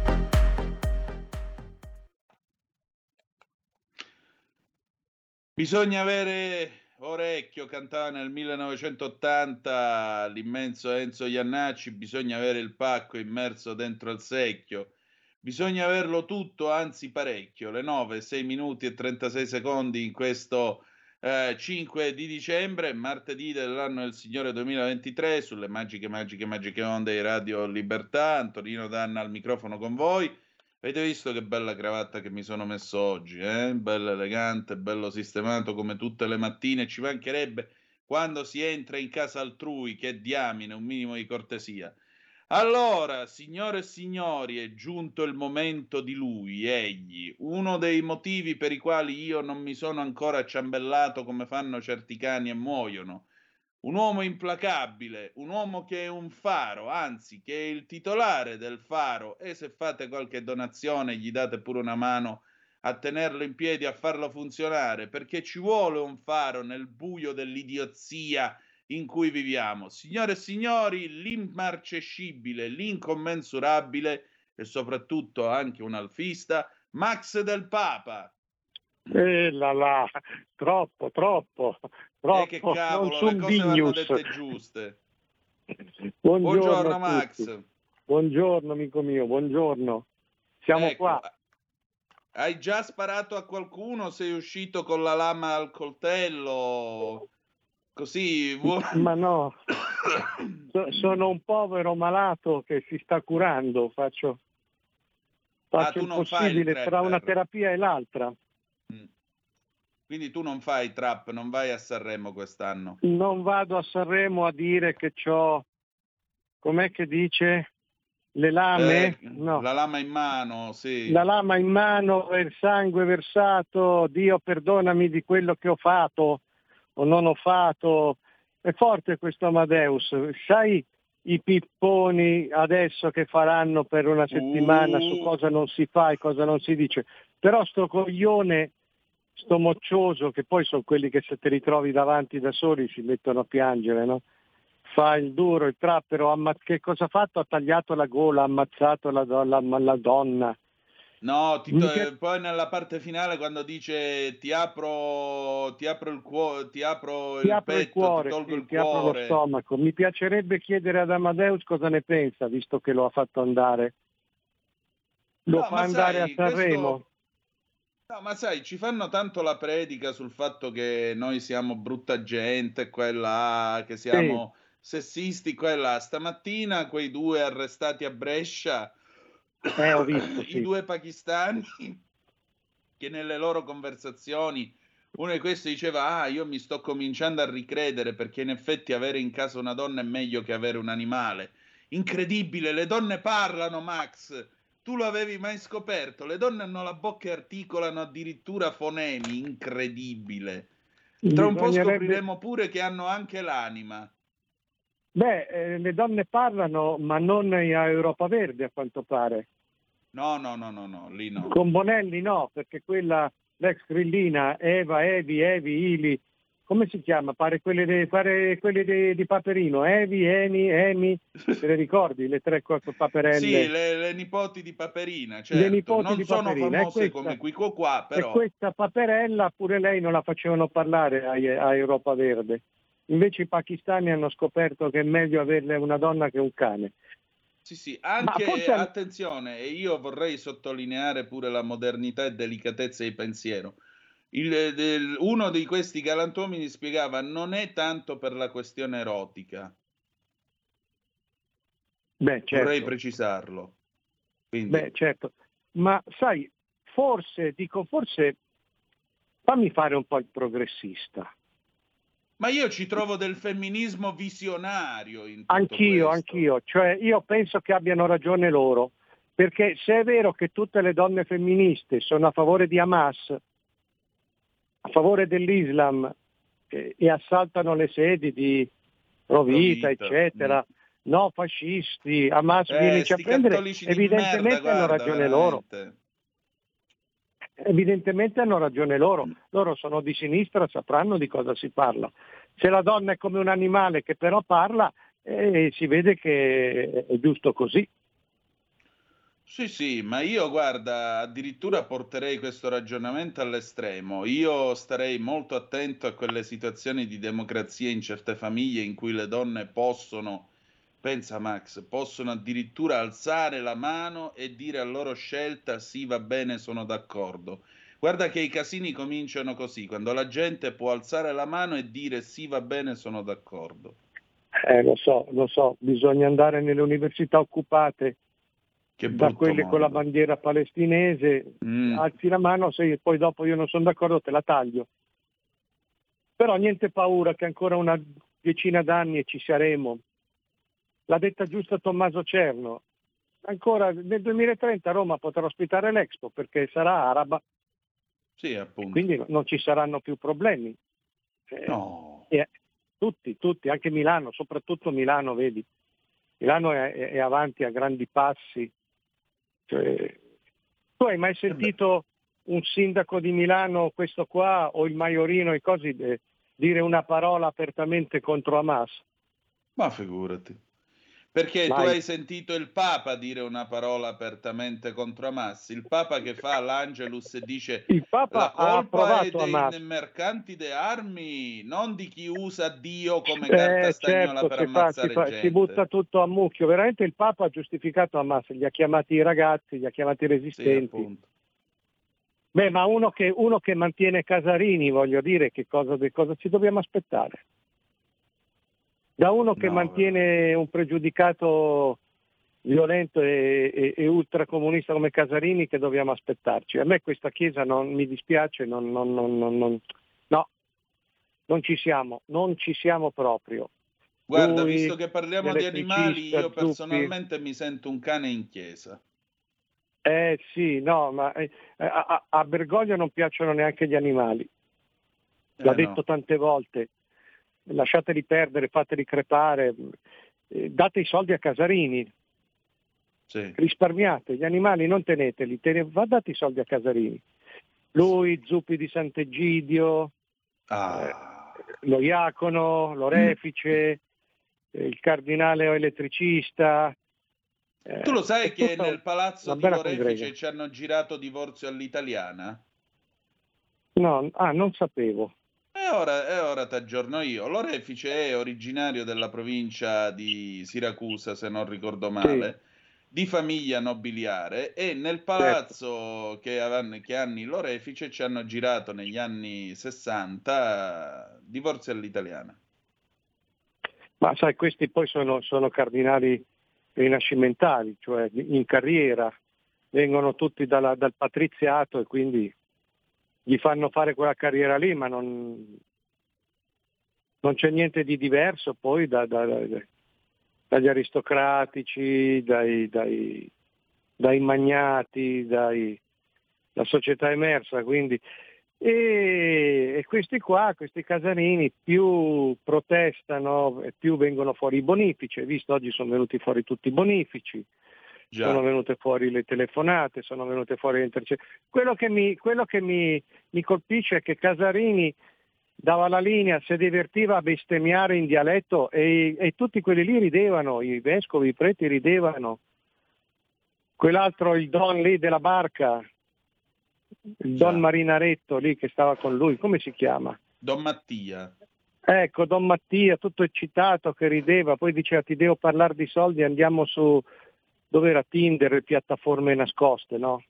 Bisogna avere orecchio, cantava nel 1980 l'immenso Enzo Iannacci, bisogna avere il pacco immerso dentro il secchio, bisogna averlo tutto, anzi parecchio. Le 9, 6 minuti e 36 secondi in questo 5 di dicembre, martedì dell'anno del Signore 2023, sulle magiche onde di Radio Libertà. Antonino Danna al microfono con voi. Avete visto che bella cravatta che mi sono messo oggi, eh? Bello elegante, bello sistemato come tutte le mattine. Ci mancherebbe quando si entra in casa altrui, che diamine, un minimo di cortesia. Allora, signore e signori, è giunto il momento di lui, egli, uno dei motivi per i quali io non mi sono ancora ciambellato come fanno certi cani e muoiono. Un uomo implacabile, un uomo che è un faro, anzi che è il titolare del faro, e se fate qualche donazione gli date pure una mano a tenerlo in piedi, a farlo funzionare, perché ci vuole un faro nel buio dell'idiozia in cui viviamo. Signore e signori, l'immarcescibile, l'incommensurabile e soprattutto anche un alfista, Max Del Papa. Troppo. Che cavolo, le cose vanno dette giuste. Buongiorno Max. Buongiorno amico mio, buongiorno. Siamo qua. Hai già sparato a qualcuno? Sei uscito con la lama al coltello? Così? Ma no, sono un povero malato che si sta curando, faccio il possibile tra una terapia e l'altra. Quindi tu non fai trap, non vai a Sanremo quest'anno? Non vado a Sanremo a dire che c'ho, com'è che dice, le lame? No. La lama in mano, sì. La lama in mano e il sangue versato, Dio perdonami di quello che ho fatto o non ho fatto. È forte questo Amadeus, sai i pipponi adesso che faranno per una settimana su cosa non si fa e cosa non si dice, però sto coglione, sto moccioso, che poi sono quelli che se te li trovi davanti da soli si mettono a piangere, no? Fa il duro, il trappero, che cosa ha fatto? Ha tagliato la gola, ha ammazzato la donna. No, poi nella parte finale quando dice ti apro il cuore, ti apro il petto, ti tolgo il cuore, apro lo stomaco. Mi piacerebbe chiedere ad Amadeus cosa ne pensa, visto che lo ha fatto andare. Lo fa andare a Sanremo. No, ma sai, ci fanno tanto la predica sul fatto che noi siamo brutta gente, quella che siamo sessisti, quella. Stamattina quei due arrestati a Brescia, ho visto, i due pakistani, che nelle loro conversazioni, uno di questi diceva, io mi sto cominciando a ricredere perché in effetti avere in casa una donna è meglio che avere un animale. Incredibile, le donne parlano, Max! Tu lo avevi mai scoperto? Le donne hanno la bocca e articolano addirittura fonemi, incredibile. Tra un po' scopriremo pure che hanno anche l'anima. Le donne parlano, ma non a Europa Verde, a quanto pare. No, lì no. Con Bonelli no, perché l'ex grillina, Eva, Evi, Ili, come si chiama? Pare quelle di Paperino, Evi, Emi, te le ricordi? Le tre paperelle? Sì, le nipoti di Paperina, certo. Le nipoti non di sono Paperina. famose come Quico qua, però. E questa paperella pure lei non la facevano parlare a Europa Verde. Invece i pakistani hanno scoperto che è meglio averle una donna che un cane. Sì, anche, attenzione, e io vorrei sottolineare pure la modernità e delicatezza di pensiero. Uno di questi galantuomini spiegava, non è tanto per la questione erotica. Certo. Vorrei precisarlo. Quindi... certo. Ma sai, forse fammi fare un po' il progressista. Ma io ci trovo del femminismo visionario in tutto Anch'io. Cioè, io penso che abbiano ragione loro. Perché se è vero che tutte le donne femministe sono a favore di Hamas, a favore dell'Islam e assaltano le sedi di Provita, eccetera, no fascisti, Hamas vienici a prendere, evidentemente hanno ragione loro. Evidentemente hanno ragione loro. Loro sono di sinistra, sapranno di cosa si parla. Se la donna è come un animale che però parla, si vede che è giusto così. Sì, ma io guarda, addirittura porterei questo ragionamento all'estremo. Io starei molto attento a quelle situazioni di democrazia in certe famiglie in cui le donne possono, pensa Max, possono addirittura alzare la mano e dire a loro scelta sì, va bene, sono d'accordo. Guarda che i casini cominciano così, quando la gente può alzare la mano e dire sì, va bene, sono d'accordo. Lo so, bisogna andare nelle università occupate da quelle mondo. con la bandiera palestinese, alzi la mano, se poi dopo io non sono d'accordo te la taglio. Però niente paura che ancora una decina d'anni e ci saremo. L'ha detta giusta Tommaso Cerno. Ancora nel 2030 Roma potrà ospitare l'Expo perché sarà araba. Sì, appunto. Quindi non ci saranno più problemi. No. Tutti, anche Milano, soprattutto Milano, vedi. Milano è avanti a grandi passi. Cioè, tu hai mai sentito un sindaco di Milano, questo qua, o il Maiorino, i cosi, dire una parola apertamente contro Hamas? Ma figurati. Perché tu hai sentito il Papa dire una parola apertamente contro Hamas? Il Papa che fa l'Angelus e dice la colpa è dei mercanti di armi, non di chi usa Dio come carta stagnola per ammazzare gente. Si butta tutto a mucchio. Veramente il Papa ha giustificato Hamas, li ha chiamati i ragazzi, li ha chiamati i resistenti. Sì, appunto. Beh, ma uno che mantiene Casarini, voglio dire, cosa ci dobbiamo aspettare? Da uno che mantiene un pregiudicato violento e ultracomunista come Casarini, che dobbiamo aspettarci? A me questa Chiesa non mi dispiace, no, non ci siamo proprio. Guarda, visto che parliamo di animali, io personalmente mi sento un cane in chiesa. Sì, no, ma a Bergoglio non piacciono neanche gli animali. L'ha detto tante volte. Lasciateli perdere, fateli crepare, date i soldi a Casarini, risparmiate, gli animali non teneteli, date i soldi a Casarini. Lui, Zuppi di Sant'Egidio, lo Iacono, l'Orefice, il cardinale elettricista. Tu lo sai che nel palazzo di Lorefice ci hanno girato Divorzio all'italiana? No, non sapevo. E ora ti aggiorno io. L'Orefice è originario della provincia di Siracusa, se non ricordo male, di famiglia nobiliare, e nel palazzo che hanno l'Orefice ci hanno girato negli anni 60 Divorzio all'italiana. Ma sai, questi poi sono cardinali rinascimentali, cioè in carriera, vengono tutti dal patriziato e quindi gli fanno fare quella carriera lì, ma non c'è niente di diverso poi dagli aristocratici, dai magnati, la società emersa, quindi. E questi Casarini, più protestano e più vengono fuori i bonifici. Hai visto, oggi sono venuti fuori tutti i bonifici. Sono venute fuori le telefonate, sono venute fuori le intercettazioni. Quello che mi colpisce è che Casarini dava la linea, si divertiva a bestemmiare in dialetto e tutti quelli lì ridevano, i vescovi, i preti ridevano. Quell'altro, il don lì della barca, il Don Marinaretto lì che stava con lui, come si chiama? Don Mattia. Ecco, Don Mattia, tutto eccitato che rideva, poi diceva ti devo parlare di soldi, andiamo su... dove era Tinder, piattaforme nascoste, no?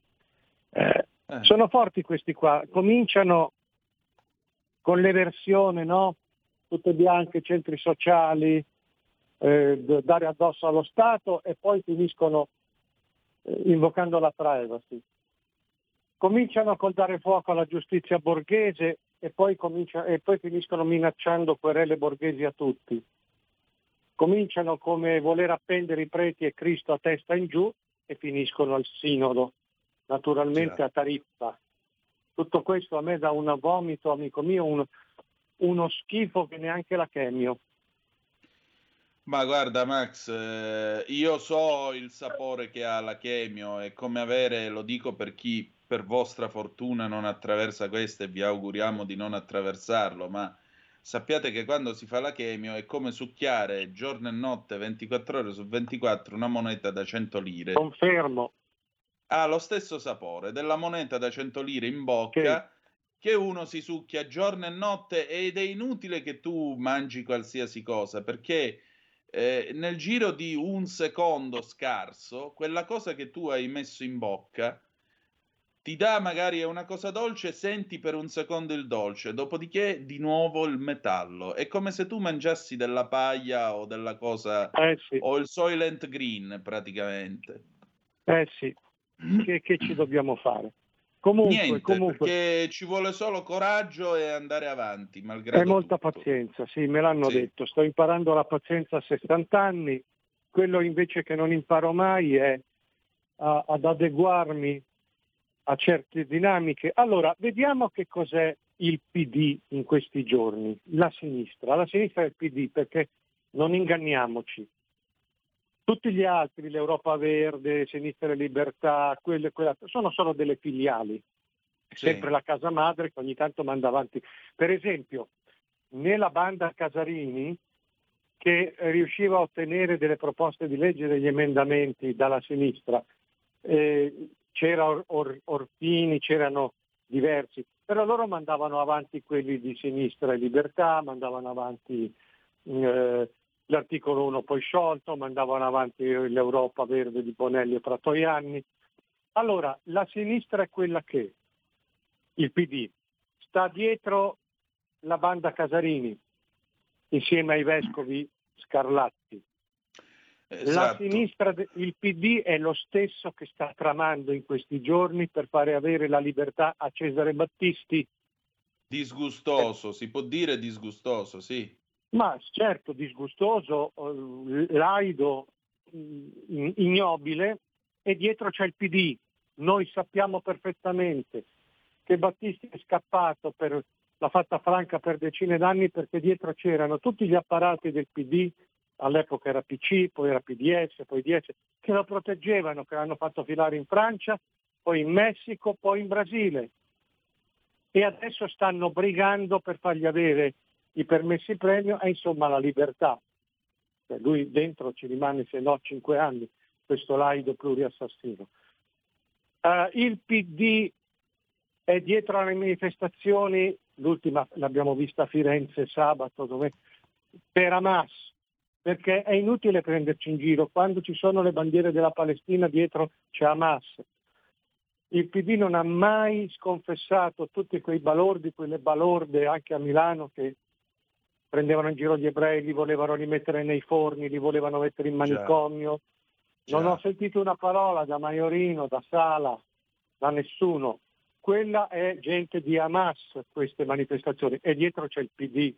Sono forti questi qua, cominciano con l'eversione, no? Tutte bianche, centri sociali, dare addosso allo Stato e poi finiscono invocando la privacy. Cominciano col dare fuoco alla giustizia borghese e poi finiscono minacciando querele borghesi a tutti. Cominciano come voler appendere i preti e Cristo a testa in giù e finiscono al sinodo, naturalmente a tariffa. Tutto questo a me dà un vomito, amico mio, uno schifo che neanche la chemio. Ma guarda Max, io so il sapore che ha la chemio, è come avere, lo dico per chi per vostra fortuna non attraversa questo e vi auguriamo di non attraversarlo, ma sappiate che quando si fa la chemio è come succhiare giorno e notte, 24 ore su 24, una moneta da 100 lire. Confermo. Ha lo stesso sapore della moneta da 100 lire in bocca che uno si succhia giorno e notte, ed è inutile che tu mangi qualsiasi cosa, perché nel giro di un secondo scarso, quella cosa che tu hai messo in bocca ti dà magari una cosa dolce, senti per un secondo il dolce, dopodiché di nuovo il metallo. È come se tu mangiassi della paglia o della cosa, sì. o il Soylent Green praticamente. Sì, che ci dobbiamo fare? Comunque, perché ci vuole solo coraggio e andare avanti, malgrado e molta tutto. pazienza, sì, me l'hanno detto. Sto imparando la pazienza a 60 anni, quello invece che non imparo mai è ad adeguarmi a certe dinamiche. Allora, vediamo che cos'è il PD in questi giorni, la sinistra è il PD, perché non inganniamoci. Tutti gli altri, l'Europa Verde, Sinistra e Libertà, quelle, sono solo delle filiali. Sempre la casa madre che ogni tanto manda avanti. Per esempio, nella banda Casarini, che riusciva a ottenere delle proposte di legge, degli emendamenti dalla sinistra, c'era Orfini, c'erano diversi, però loro mandavano avanti quelli di Sinistra e Libertà, mandavano avanti l'articolo 1 poi sciolto, mandavano avanti l'Europa Verde di Bonelli e Fratoianni. Allora, la sinistra è quella che il PD sta dietro la banda Casarini insieme ai vescovi Scarlatti. Esatto. La sinistra, il PD è lo stesso che sta tramando in questi giorni per fare avere la libertà a Cesare Battisti. Disgustoso, si può dire disgustoso, sì. Ma certo, disgustoso, laido, ignobile, e dietro c'è il PD. Noi sappiamo perfettamente che Battisti è scappato, l'ha fatta franca per decine d'anni, perché dietro c'erano tutti gli apparati del PD, all'epoca era PC, poi era PDS, poi DS, che lo proteggevano, che l'hanno fatto filare in Francia, poi in Messico, poi in Brasile. E adesso stanno brigando per fargli avere i permessi premio e insomma la libertà. Lui dentro ci rimane, se no, 5 anni, questo laido pluriassassino. Il PD è dietro alle manifestazioni, l'ultima l'abbiamo vista a Firenze sabato, per Hamas, perché è inutile prenderci in giro, quando ci sono le bandiere della Palestina dietro c'è Hamas. Il PD non ha mai sconfessato tutti quei balordi, quelle balorde anche a Milano che prendevano in giro gli ebrei, li volevano rimettere nei forni, li volevano mettere in manicomio. Non ho sentito una parola da Maiorino, da Sala, da nessuno. Quella è gente di Hamas, queste manifestazioni, e dietro c'è il PD.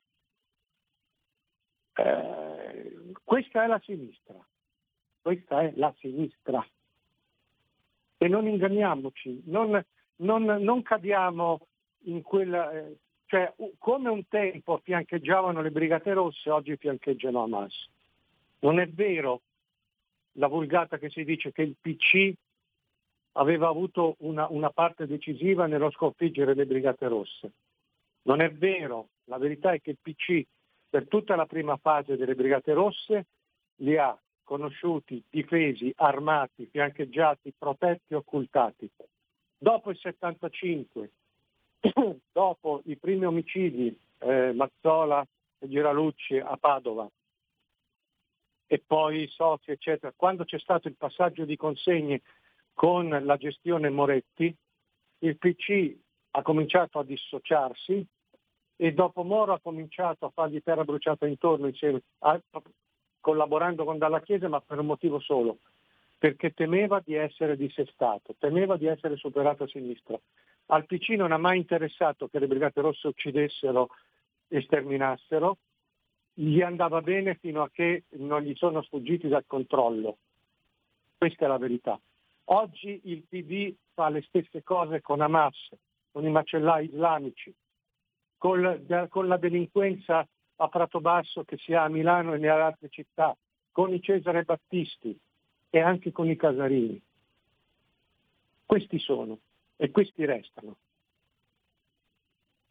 Questa è la sinistra. Questa è la sinistra. E non inganniamoci, non cadiamo in quella... cioè, come un tempo fiancheggiavano le Brigate Rosse, oggi fiancheggiano Hamas. Non è vero la vulgata che si dice che il PC aveva avuto una parte decisiva nello sconfiggere le Brigate Rosse. Non è vero, la verità è che il PC per tutta la prima fase delle Brigate Rosse li ha conosciuti, difesi, armati, fiancheggiati, protetti, occultati. Dopo il 75, dopo i primi omicidi, Mazzola e Giralucci a Padova, e poi i soci, eccetera, quando c'è stato il passaggio di consegne con la gestione Moretti, il PC ha cominciato a dissociarsi e dopo Moro ha cominciato a fargli terra bruciata intorno, insieme collaborando con Dalla Chiesa, ma per un motivo solo, perché temeva di essere dissestato, temeva di essere superato a sinistra. Al PC non ha mai interessato che le Brigate Rosse uccidessero e sterminassero, gli andava bene fino a che non gli sono sfuggiti dal controllo. Questa è la verità. Oggi il PD fa le stesse cose con Hamas, con i macellai islamici, con la delinquenza a Prato Basso che si ha a Milano e nelle altre città, con i Cesare Battisti e anche con i Casarini. Questi sono e questi restano.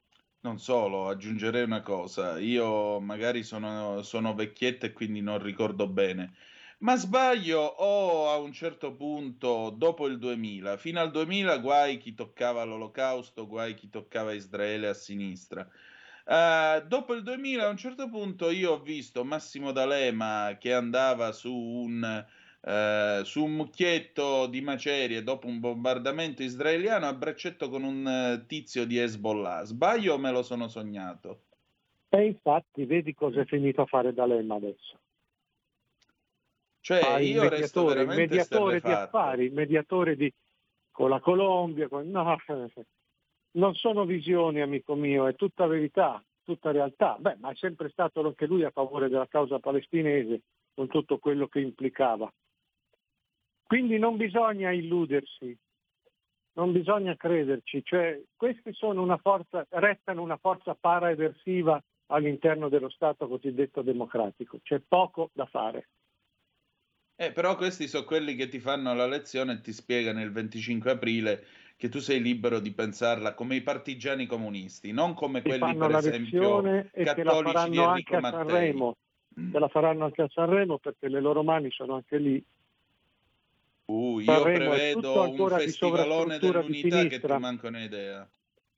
Non solo, aggiungerei una cosa, io magari sono vecchietto e quindi non ricordo bene, ma sbaglio o a un certo punto, dopo il 2000, fino al 2000 guai chi toccava l'Olocausto, guai chi toccava Israele a sinistra. Dopo il 2000 a un certo punto io ho visto Massimo D'Alema che andava su un mucchietto di macerie dopo un bombardamento israeliano a braccetto con un tizio di Hezbollah. Sbaglio o me lo sono sognato? E infatti vedi cosa è finito a fare D'Alema adesso. Cioè, io resto Il veramente mediatore di esterrefatto. affari, il mediatore con la Colombia. No, non sono visioni, amico mio, è tutta verità, tutta realtà. Beh, ma è sempre stato anche lui a favore della causa palestinese, con tutto quello che implicava. Quindi non bisogna illudersi, non bisogna crederci, cioè questi restano una forza paraeversiva all'interno dello Stato cosiddetto democratico, c'è poco da fare. Però questi sono quelli che ti fanno la lezione e ti spiegano il 25 aprile che tu sei libero di pensarla come i partigiani comunisti, non come Ti quelli, fanno per la esempio, lezione e te la cattolici di faranno Enrico anche a Mattei. Sanremo, te la faranno anche a Sanremo perché le loro mani sono anche lì. Io Sanremo è tutto prevedo un ancora di festivalone sovrastruttura di dell'unità che tu sinistra. manco ne idea.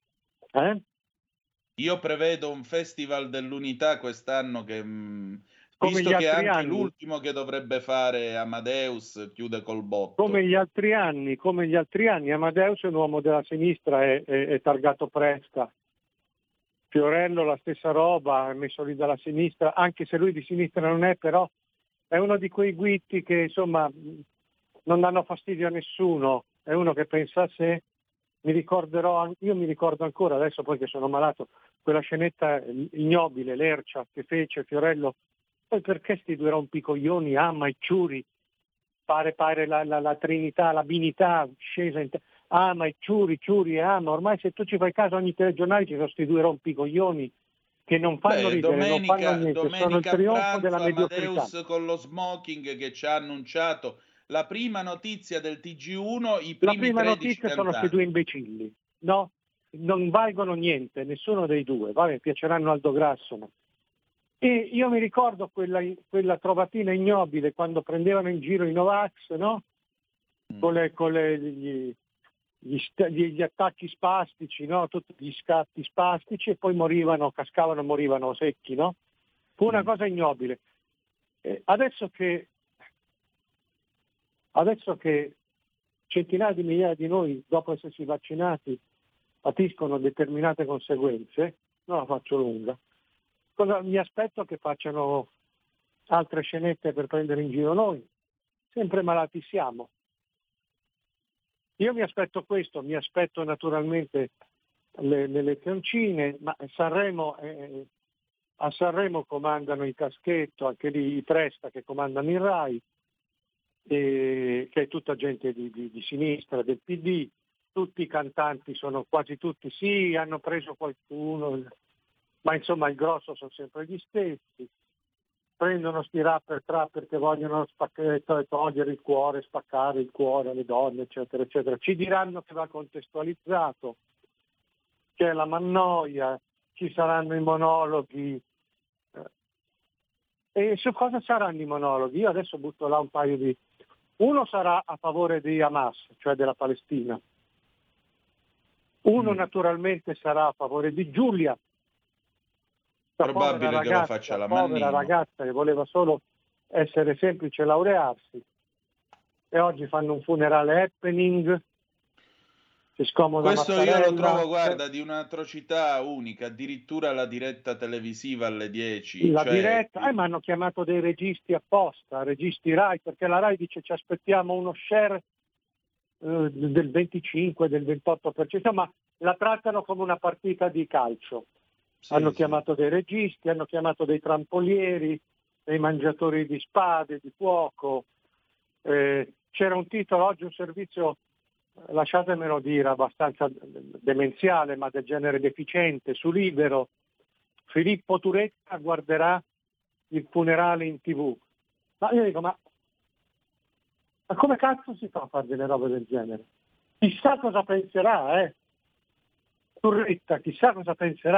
Io prevedo un festival dell'unità quest'anno che, come visto gli che altri anche anni. l'ultimo che dovrebbe fare Amadeus chiude col botto. Come gli altri anni, Amadeus è un uomo della sinistra, è targato Presta. Fiorello la stessa roba, è messo lì dalla sinistra, anche se lui di sinistra non è, però è uno di quei guitti che insomma non danno fastidio a nessuno, è uno che pensa a sé. Io mi ricordo ancora, adesso poi che sono malato, quella scenetta ignobile, lercia che fece Fiorello, poi perché sti due rompicoglioni, Ama e Ciuri, pare la Trinità, la Binità scesa in Ama e Ciuri e Ama, ormai se tu ci fai caso ogni telegiornale ci sono sti due rompicoglioni che non fanno ridere, non fanno niente, sono il trionfo della mediocrità. Amadeus con lo smoking che ci ha annunciato la prima notizia del TG1, i La primi prima 13 notizia sono questi due imbecilli, no? Non valgono niente, nessuno dei due, vabbè, piaceranno Aldo Grasso, ma... E io mi ricordo quella trovatina ignobile quando prendevano in giro i Novax, no? Con gli attacchi spastici, no? Tutti gli scatti spastici e poi morivano secchi, no? Fu una cosa ignobile. Adesso che centinaia di migliaia di noi, dopo essersi vaccinati, patiscono determinate conseguenze, non la faccio lunga, mi aspetto che facciano altre scenette per prendere in giro noi. Sempre malati siamo. Io mi aspetto questo, mi aspetto naturalmente le lezioncine, ma a Sanremo comandano i Caschetto, anche lì i Presta che comandano il Rai, che è tutta gente di sinistra, del PD, tutti i cantanti sono quasi tutti, sì, hanno preso qualcuno, ma insomma il grosso sono sempre gli stessi, prendono sti rapper trapper che vogliono togliere il cuore, spaccare il cuore alle donne, eccetera, eccetera. Ci diranno che va contestualizzato, che è la mannoia, ci saranno i monologhi. E su cosa saranno i monologhi? Io adesso butto là un paio di... Uno sarà a favore di Hamas, cioè della Palestina. Uno naturalmente sarà a favore di Giulia, probabile che lo faccia la Mannino. Povera ragazza che voleva solo essere semplice e laurearsi. E oggi fanno un funerale happening, si scomoda Questo Mattarella. io lo trovo, guarda, di un'atrocità unica, addirittura la diretta televisiva alle 10. La diretta, ma hanno chiamato dei registi apposta, registi Rai, perché la Rai dice ci aspettiamo uno share del 25, del 28%, ma la trattano come una partita di calcio. Sì, hanno chiamato dei registi, hanno chiamato dei trampolieri, dei mangiatori di spade, di fuoco. C'era un titolo oggi, un servizio, lasciatemelo dire, abbastanza demenziale, ma del genere deficiente, su Libero. Filippo Turetta guarderà il funerale in TV. Ma io dico, ma come cazzo si fa a fare delle robe del genere? Chissà cosa penserà, Turetta, chissà cosa penserà.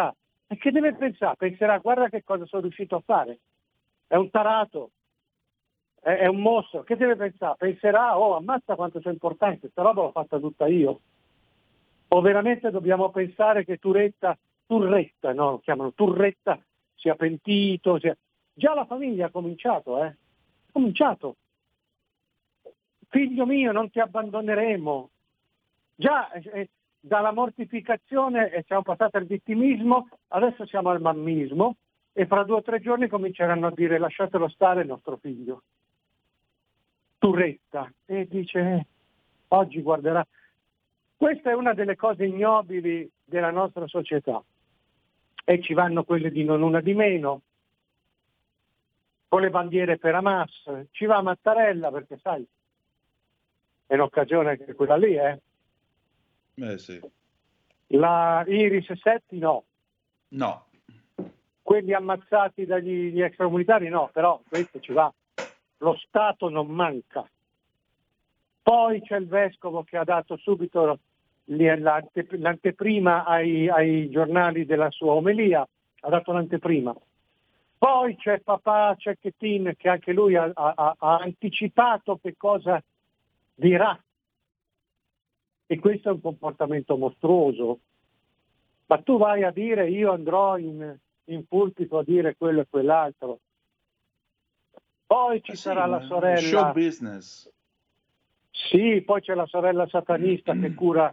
E che deve pensare? Penserà, guarda che cosa sono riuscito a fare. È un tarato, è un mostro. Che deve pensare? Penserà, oh, ammazza quanto sono importante, questa roba l'ho fatta tutta io. O veramente dobbiamo pensare che Turretta, no, lo chiamano Turretta, sia pentito, già la famiglia ha cominciato, Ha cominciato. Figlio mio, non ti abbandoneremo. Già dalla mortificazione siamo passati al vittimismo, adesso siamo al mammismo e fra 2 o 3 giorni cominceranno a dire lasciatelo stare il nostro figlio. Turretta. E dice, oggi guarderà. Questa è una delle cose ignobili della nostra società. E ci vanno quelle di non una di meno, con le bandiere per Hamas, ci va Mattarella perché sai, è un'occasione che quella lì, Sì. La Iris Setti no. No. Quelli ammazzati dagli extracomunitari no, però questo ci va. Lo Stato non manca. Poi c'è il vescovo che ha dato subito l'anteprima ai giornali della sua omelia, ha dato l'anteprima. Poi c'è papà Cecchettin che anche lui ha anticipato che cosa dirà. E questo è un comportamento mostruoso. Ma tu vai a dire io andrò in pulpito a dire quello e quell'altro. Poi ci sarà la sorella. Show business. Sì, poi c'è la sorella satanista che cura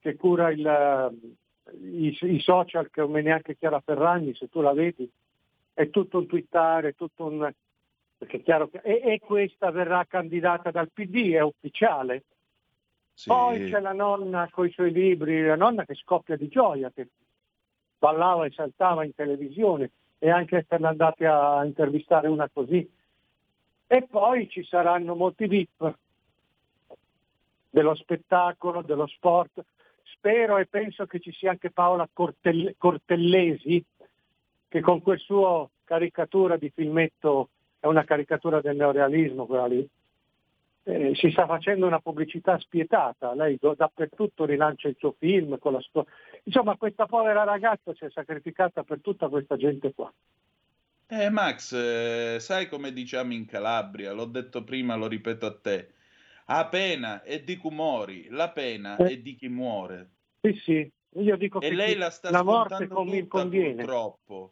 i social, che non è neanche Chiara Ferragni, se tu la vedi. È tutto un twittare, perché è chiaro che e questa verrà candidata dal PD, è ufficiale. Sì. Poi c'è la nonna con i suoi libri, la nonna che scoppia di gioia, che ballava e saltava in televisione, e anche per andate a intervistare una così. E poi ci saranno molti VIP dello spettacolo, dello sport. Spero e penso che ci sia anche Paola Cortellesi, che con quel suo caricatura di filmetto, è una caricatura del neorealismo quella lì, si sta facendo una pubblicità spietata. Lei dappertutto rilancia il suo film con la insomma, questa povera ragazza si è sacrificata per tutta questa gente qua. Max, sai come diciamo in Calabria, l'ho detto prima, lo ripeto a te, a pena è di chi muori, la pena è di chi muore. Sì, io dico e che lei la sta la morte tutta, conviene. Purtroppo.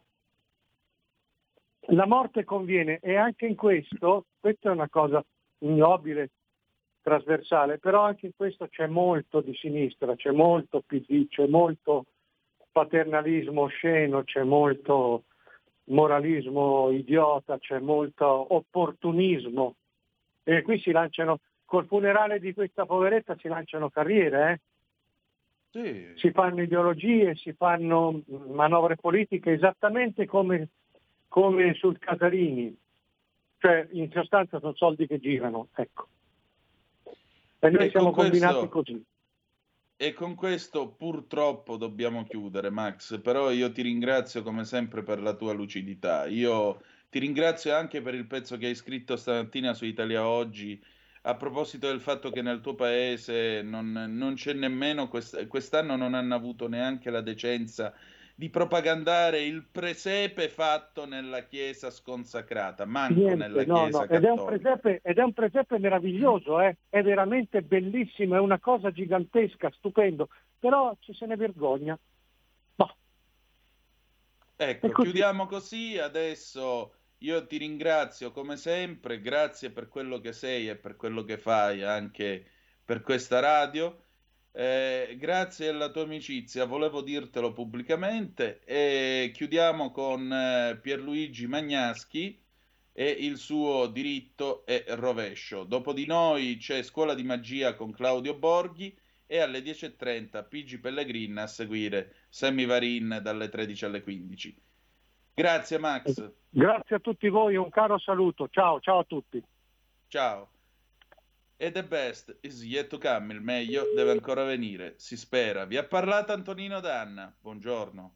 La morte conviene, e anche in questo, questa è una cosa ignobile, trasversale, però anche in questo c'è molto di sinistra, c'è molto PD, c'è molto paternalismo osceno, c'è molto moralismo idiota, c'è molto opportunismo, e qui si lanciano, col funerale di questa poveretta si lanciano carriere, Sì. Si fanno ideologie, si fanno manovre politiche esattamente come sul Casarini, cioè in sostanza sono soldi che girano, ecco. E noi siamo combinati così. E con questo purtroppo dobbiamo chiudere, Max, però io ti ringrazio come sempre per la tua lucidità. Io ti ringrazio anche per il pezzo che hai scritto stamattina su Italia Oggi a proposito del fatto che nel tuo paese non c'è nemmeno, quest'anno non hanno avuto neanche la decenza di propagandare il presepe fatto nella chiesa sconsacrata, manco nella chiesa cattolica. Ed è un presepe meraviglioso, è veramente bellissimo, è una cosa gigantesca, stupendo, però ci se ne vergogna. Boh. Ecco, chiudiamo così, adesso io ti ringrazio come sempre, grazie per quello che sei e per quello che fai anche per questa radio. Grazie alla tua amicizia, volevo dirtelo pubblicamente, e chiudiamo con Pierluigi Magnaschi e il suo Diritto e Rovescio. Dopo di noi c'è Scuola di Magia con Claudio Borghi e alle 10:30 Pigi Pellegrin a seguire Sammy Varin dalle 13 alle 15. Grazie Max. Grazie a tutti voi, un caro saluto, ciao a tutti. Ciao. E the best is yet to come, il meglio deve ancora venire, si spera. Vi ha parlato Antonino Danna, buongiorno.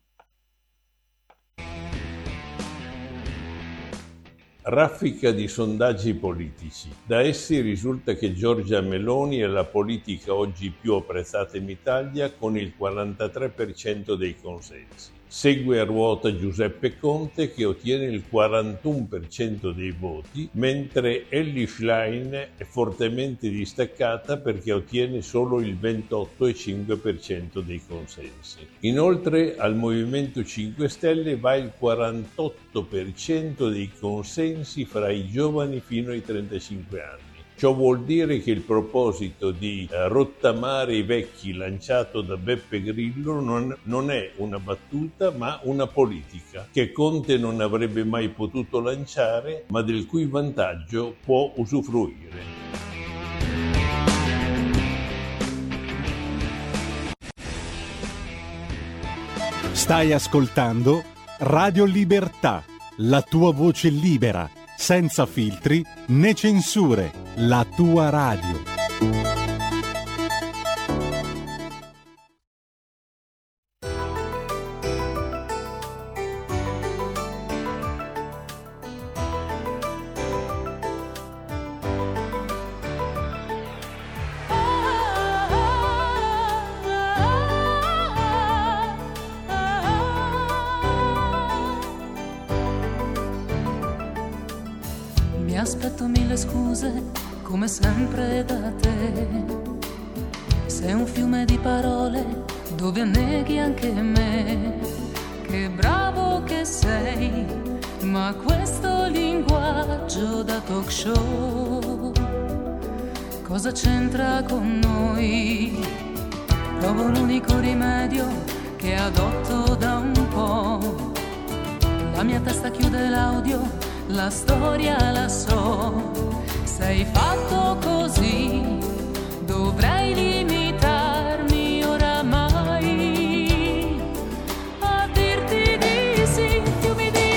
Raffica di sondaggi politici. Da essi risulta che Giorgia Meloni è la politica oggi più apprezzata in Italia con il 43% dei consensi. Segue a ruota Giuseppe Conte che ottiene il 41% dei voti, mentre Elly Schlein è fortemente distaccata perché ottiene solo il 28,5% dei consensi. Inoltre al Movimento 5 Stelle va il 48% dei consensi fra i giovani fino ai 35 anni. Ciò vuol dire che il proposito di rottamare i vecchi lanciato da Beppe Grillo non è una battuta ma una politica che Conte non avrebbe mai potuto lanciare ma del cui vantaggio può usufruire. Stai ascoltando Radio Libertà, la tua voce libera, senza filtri né censure, la tua radio. Mi aspetto mille scuse, come sempre da te. Sei un fiume di parole dove anneghi anche me. Che bravo che sei, ma questo linguaggio da talk show cosa c'entra con noi? Provo l'unico rimedio che adotto da un po'. La mia testa chiude l'audio, la storia la so. Sei fatto così, dovrei limitarmi oramai a dirti di sì. Fiumi di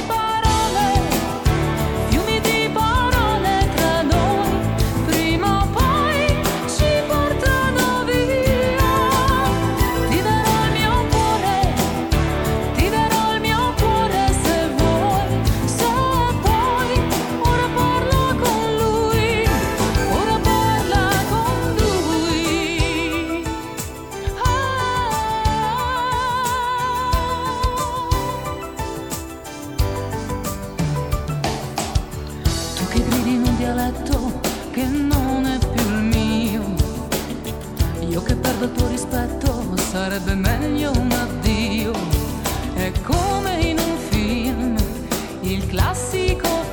parole tra noi, prima o poi ci portano via. Ti darò il mio cuore se vuoi, se puoi. Ora parla con lui, ora parla con lui. Tu che gridi in un dialetto che non è più il mio, io che perdo il tuo rispetto, sarebbe meglio un addio. È come in un film, il classico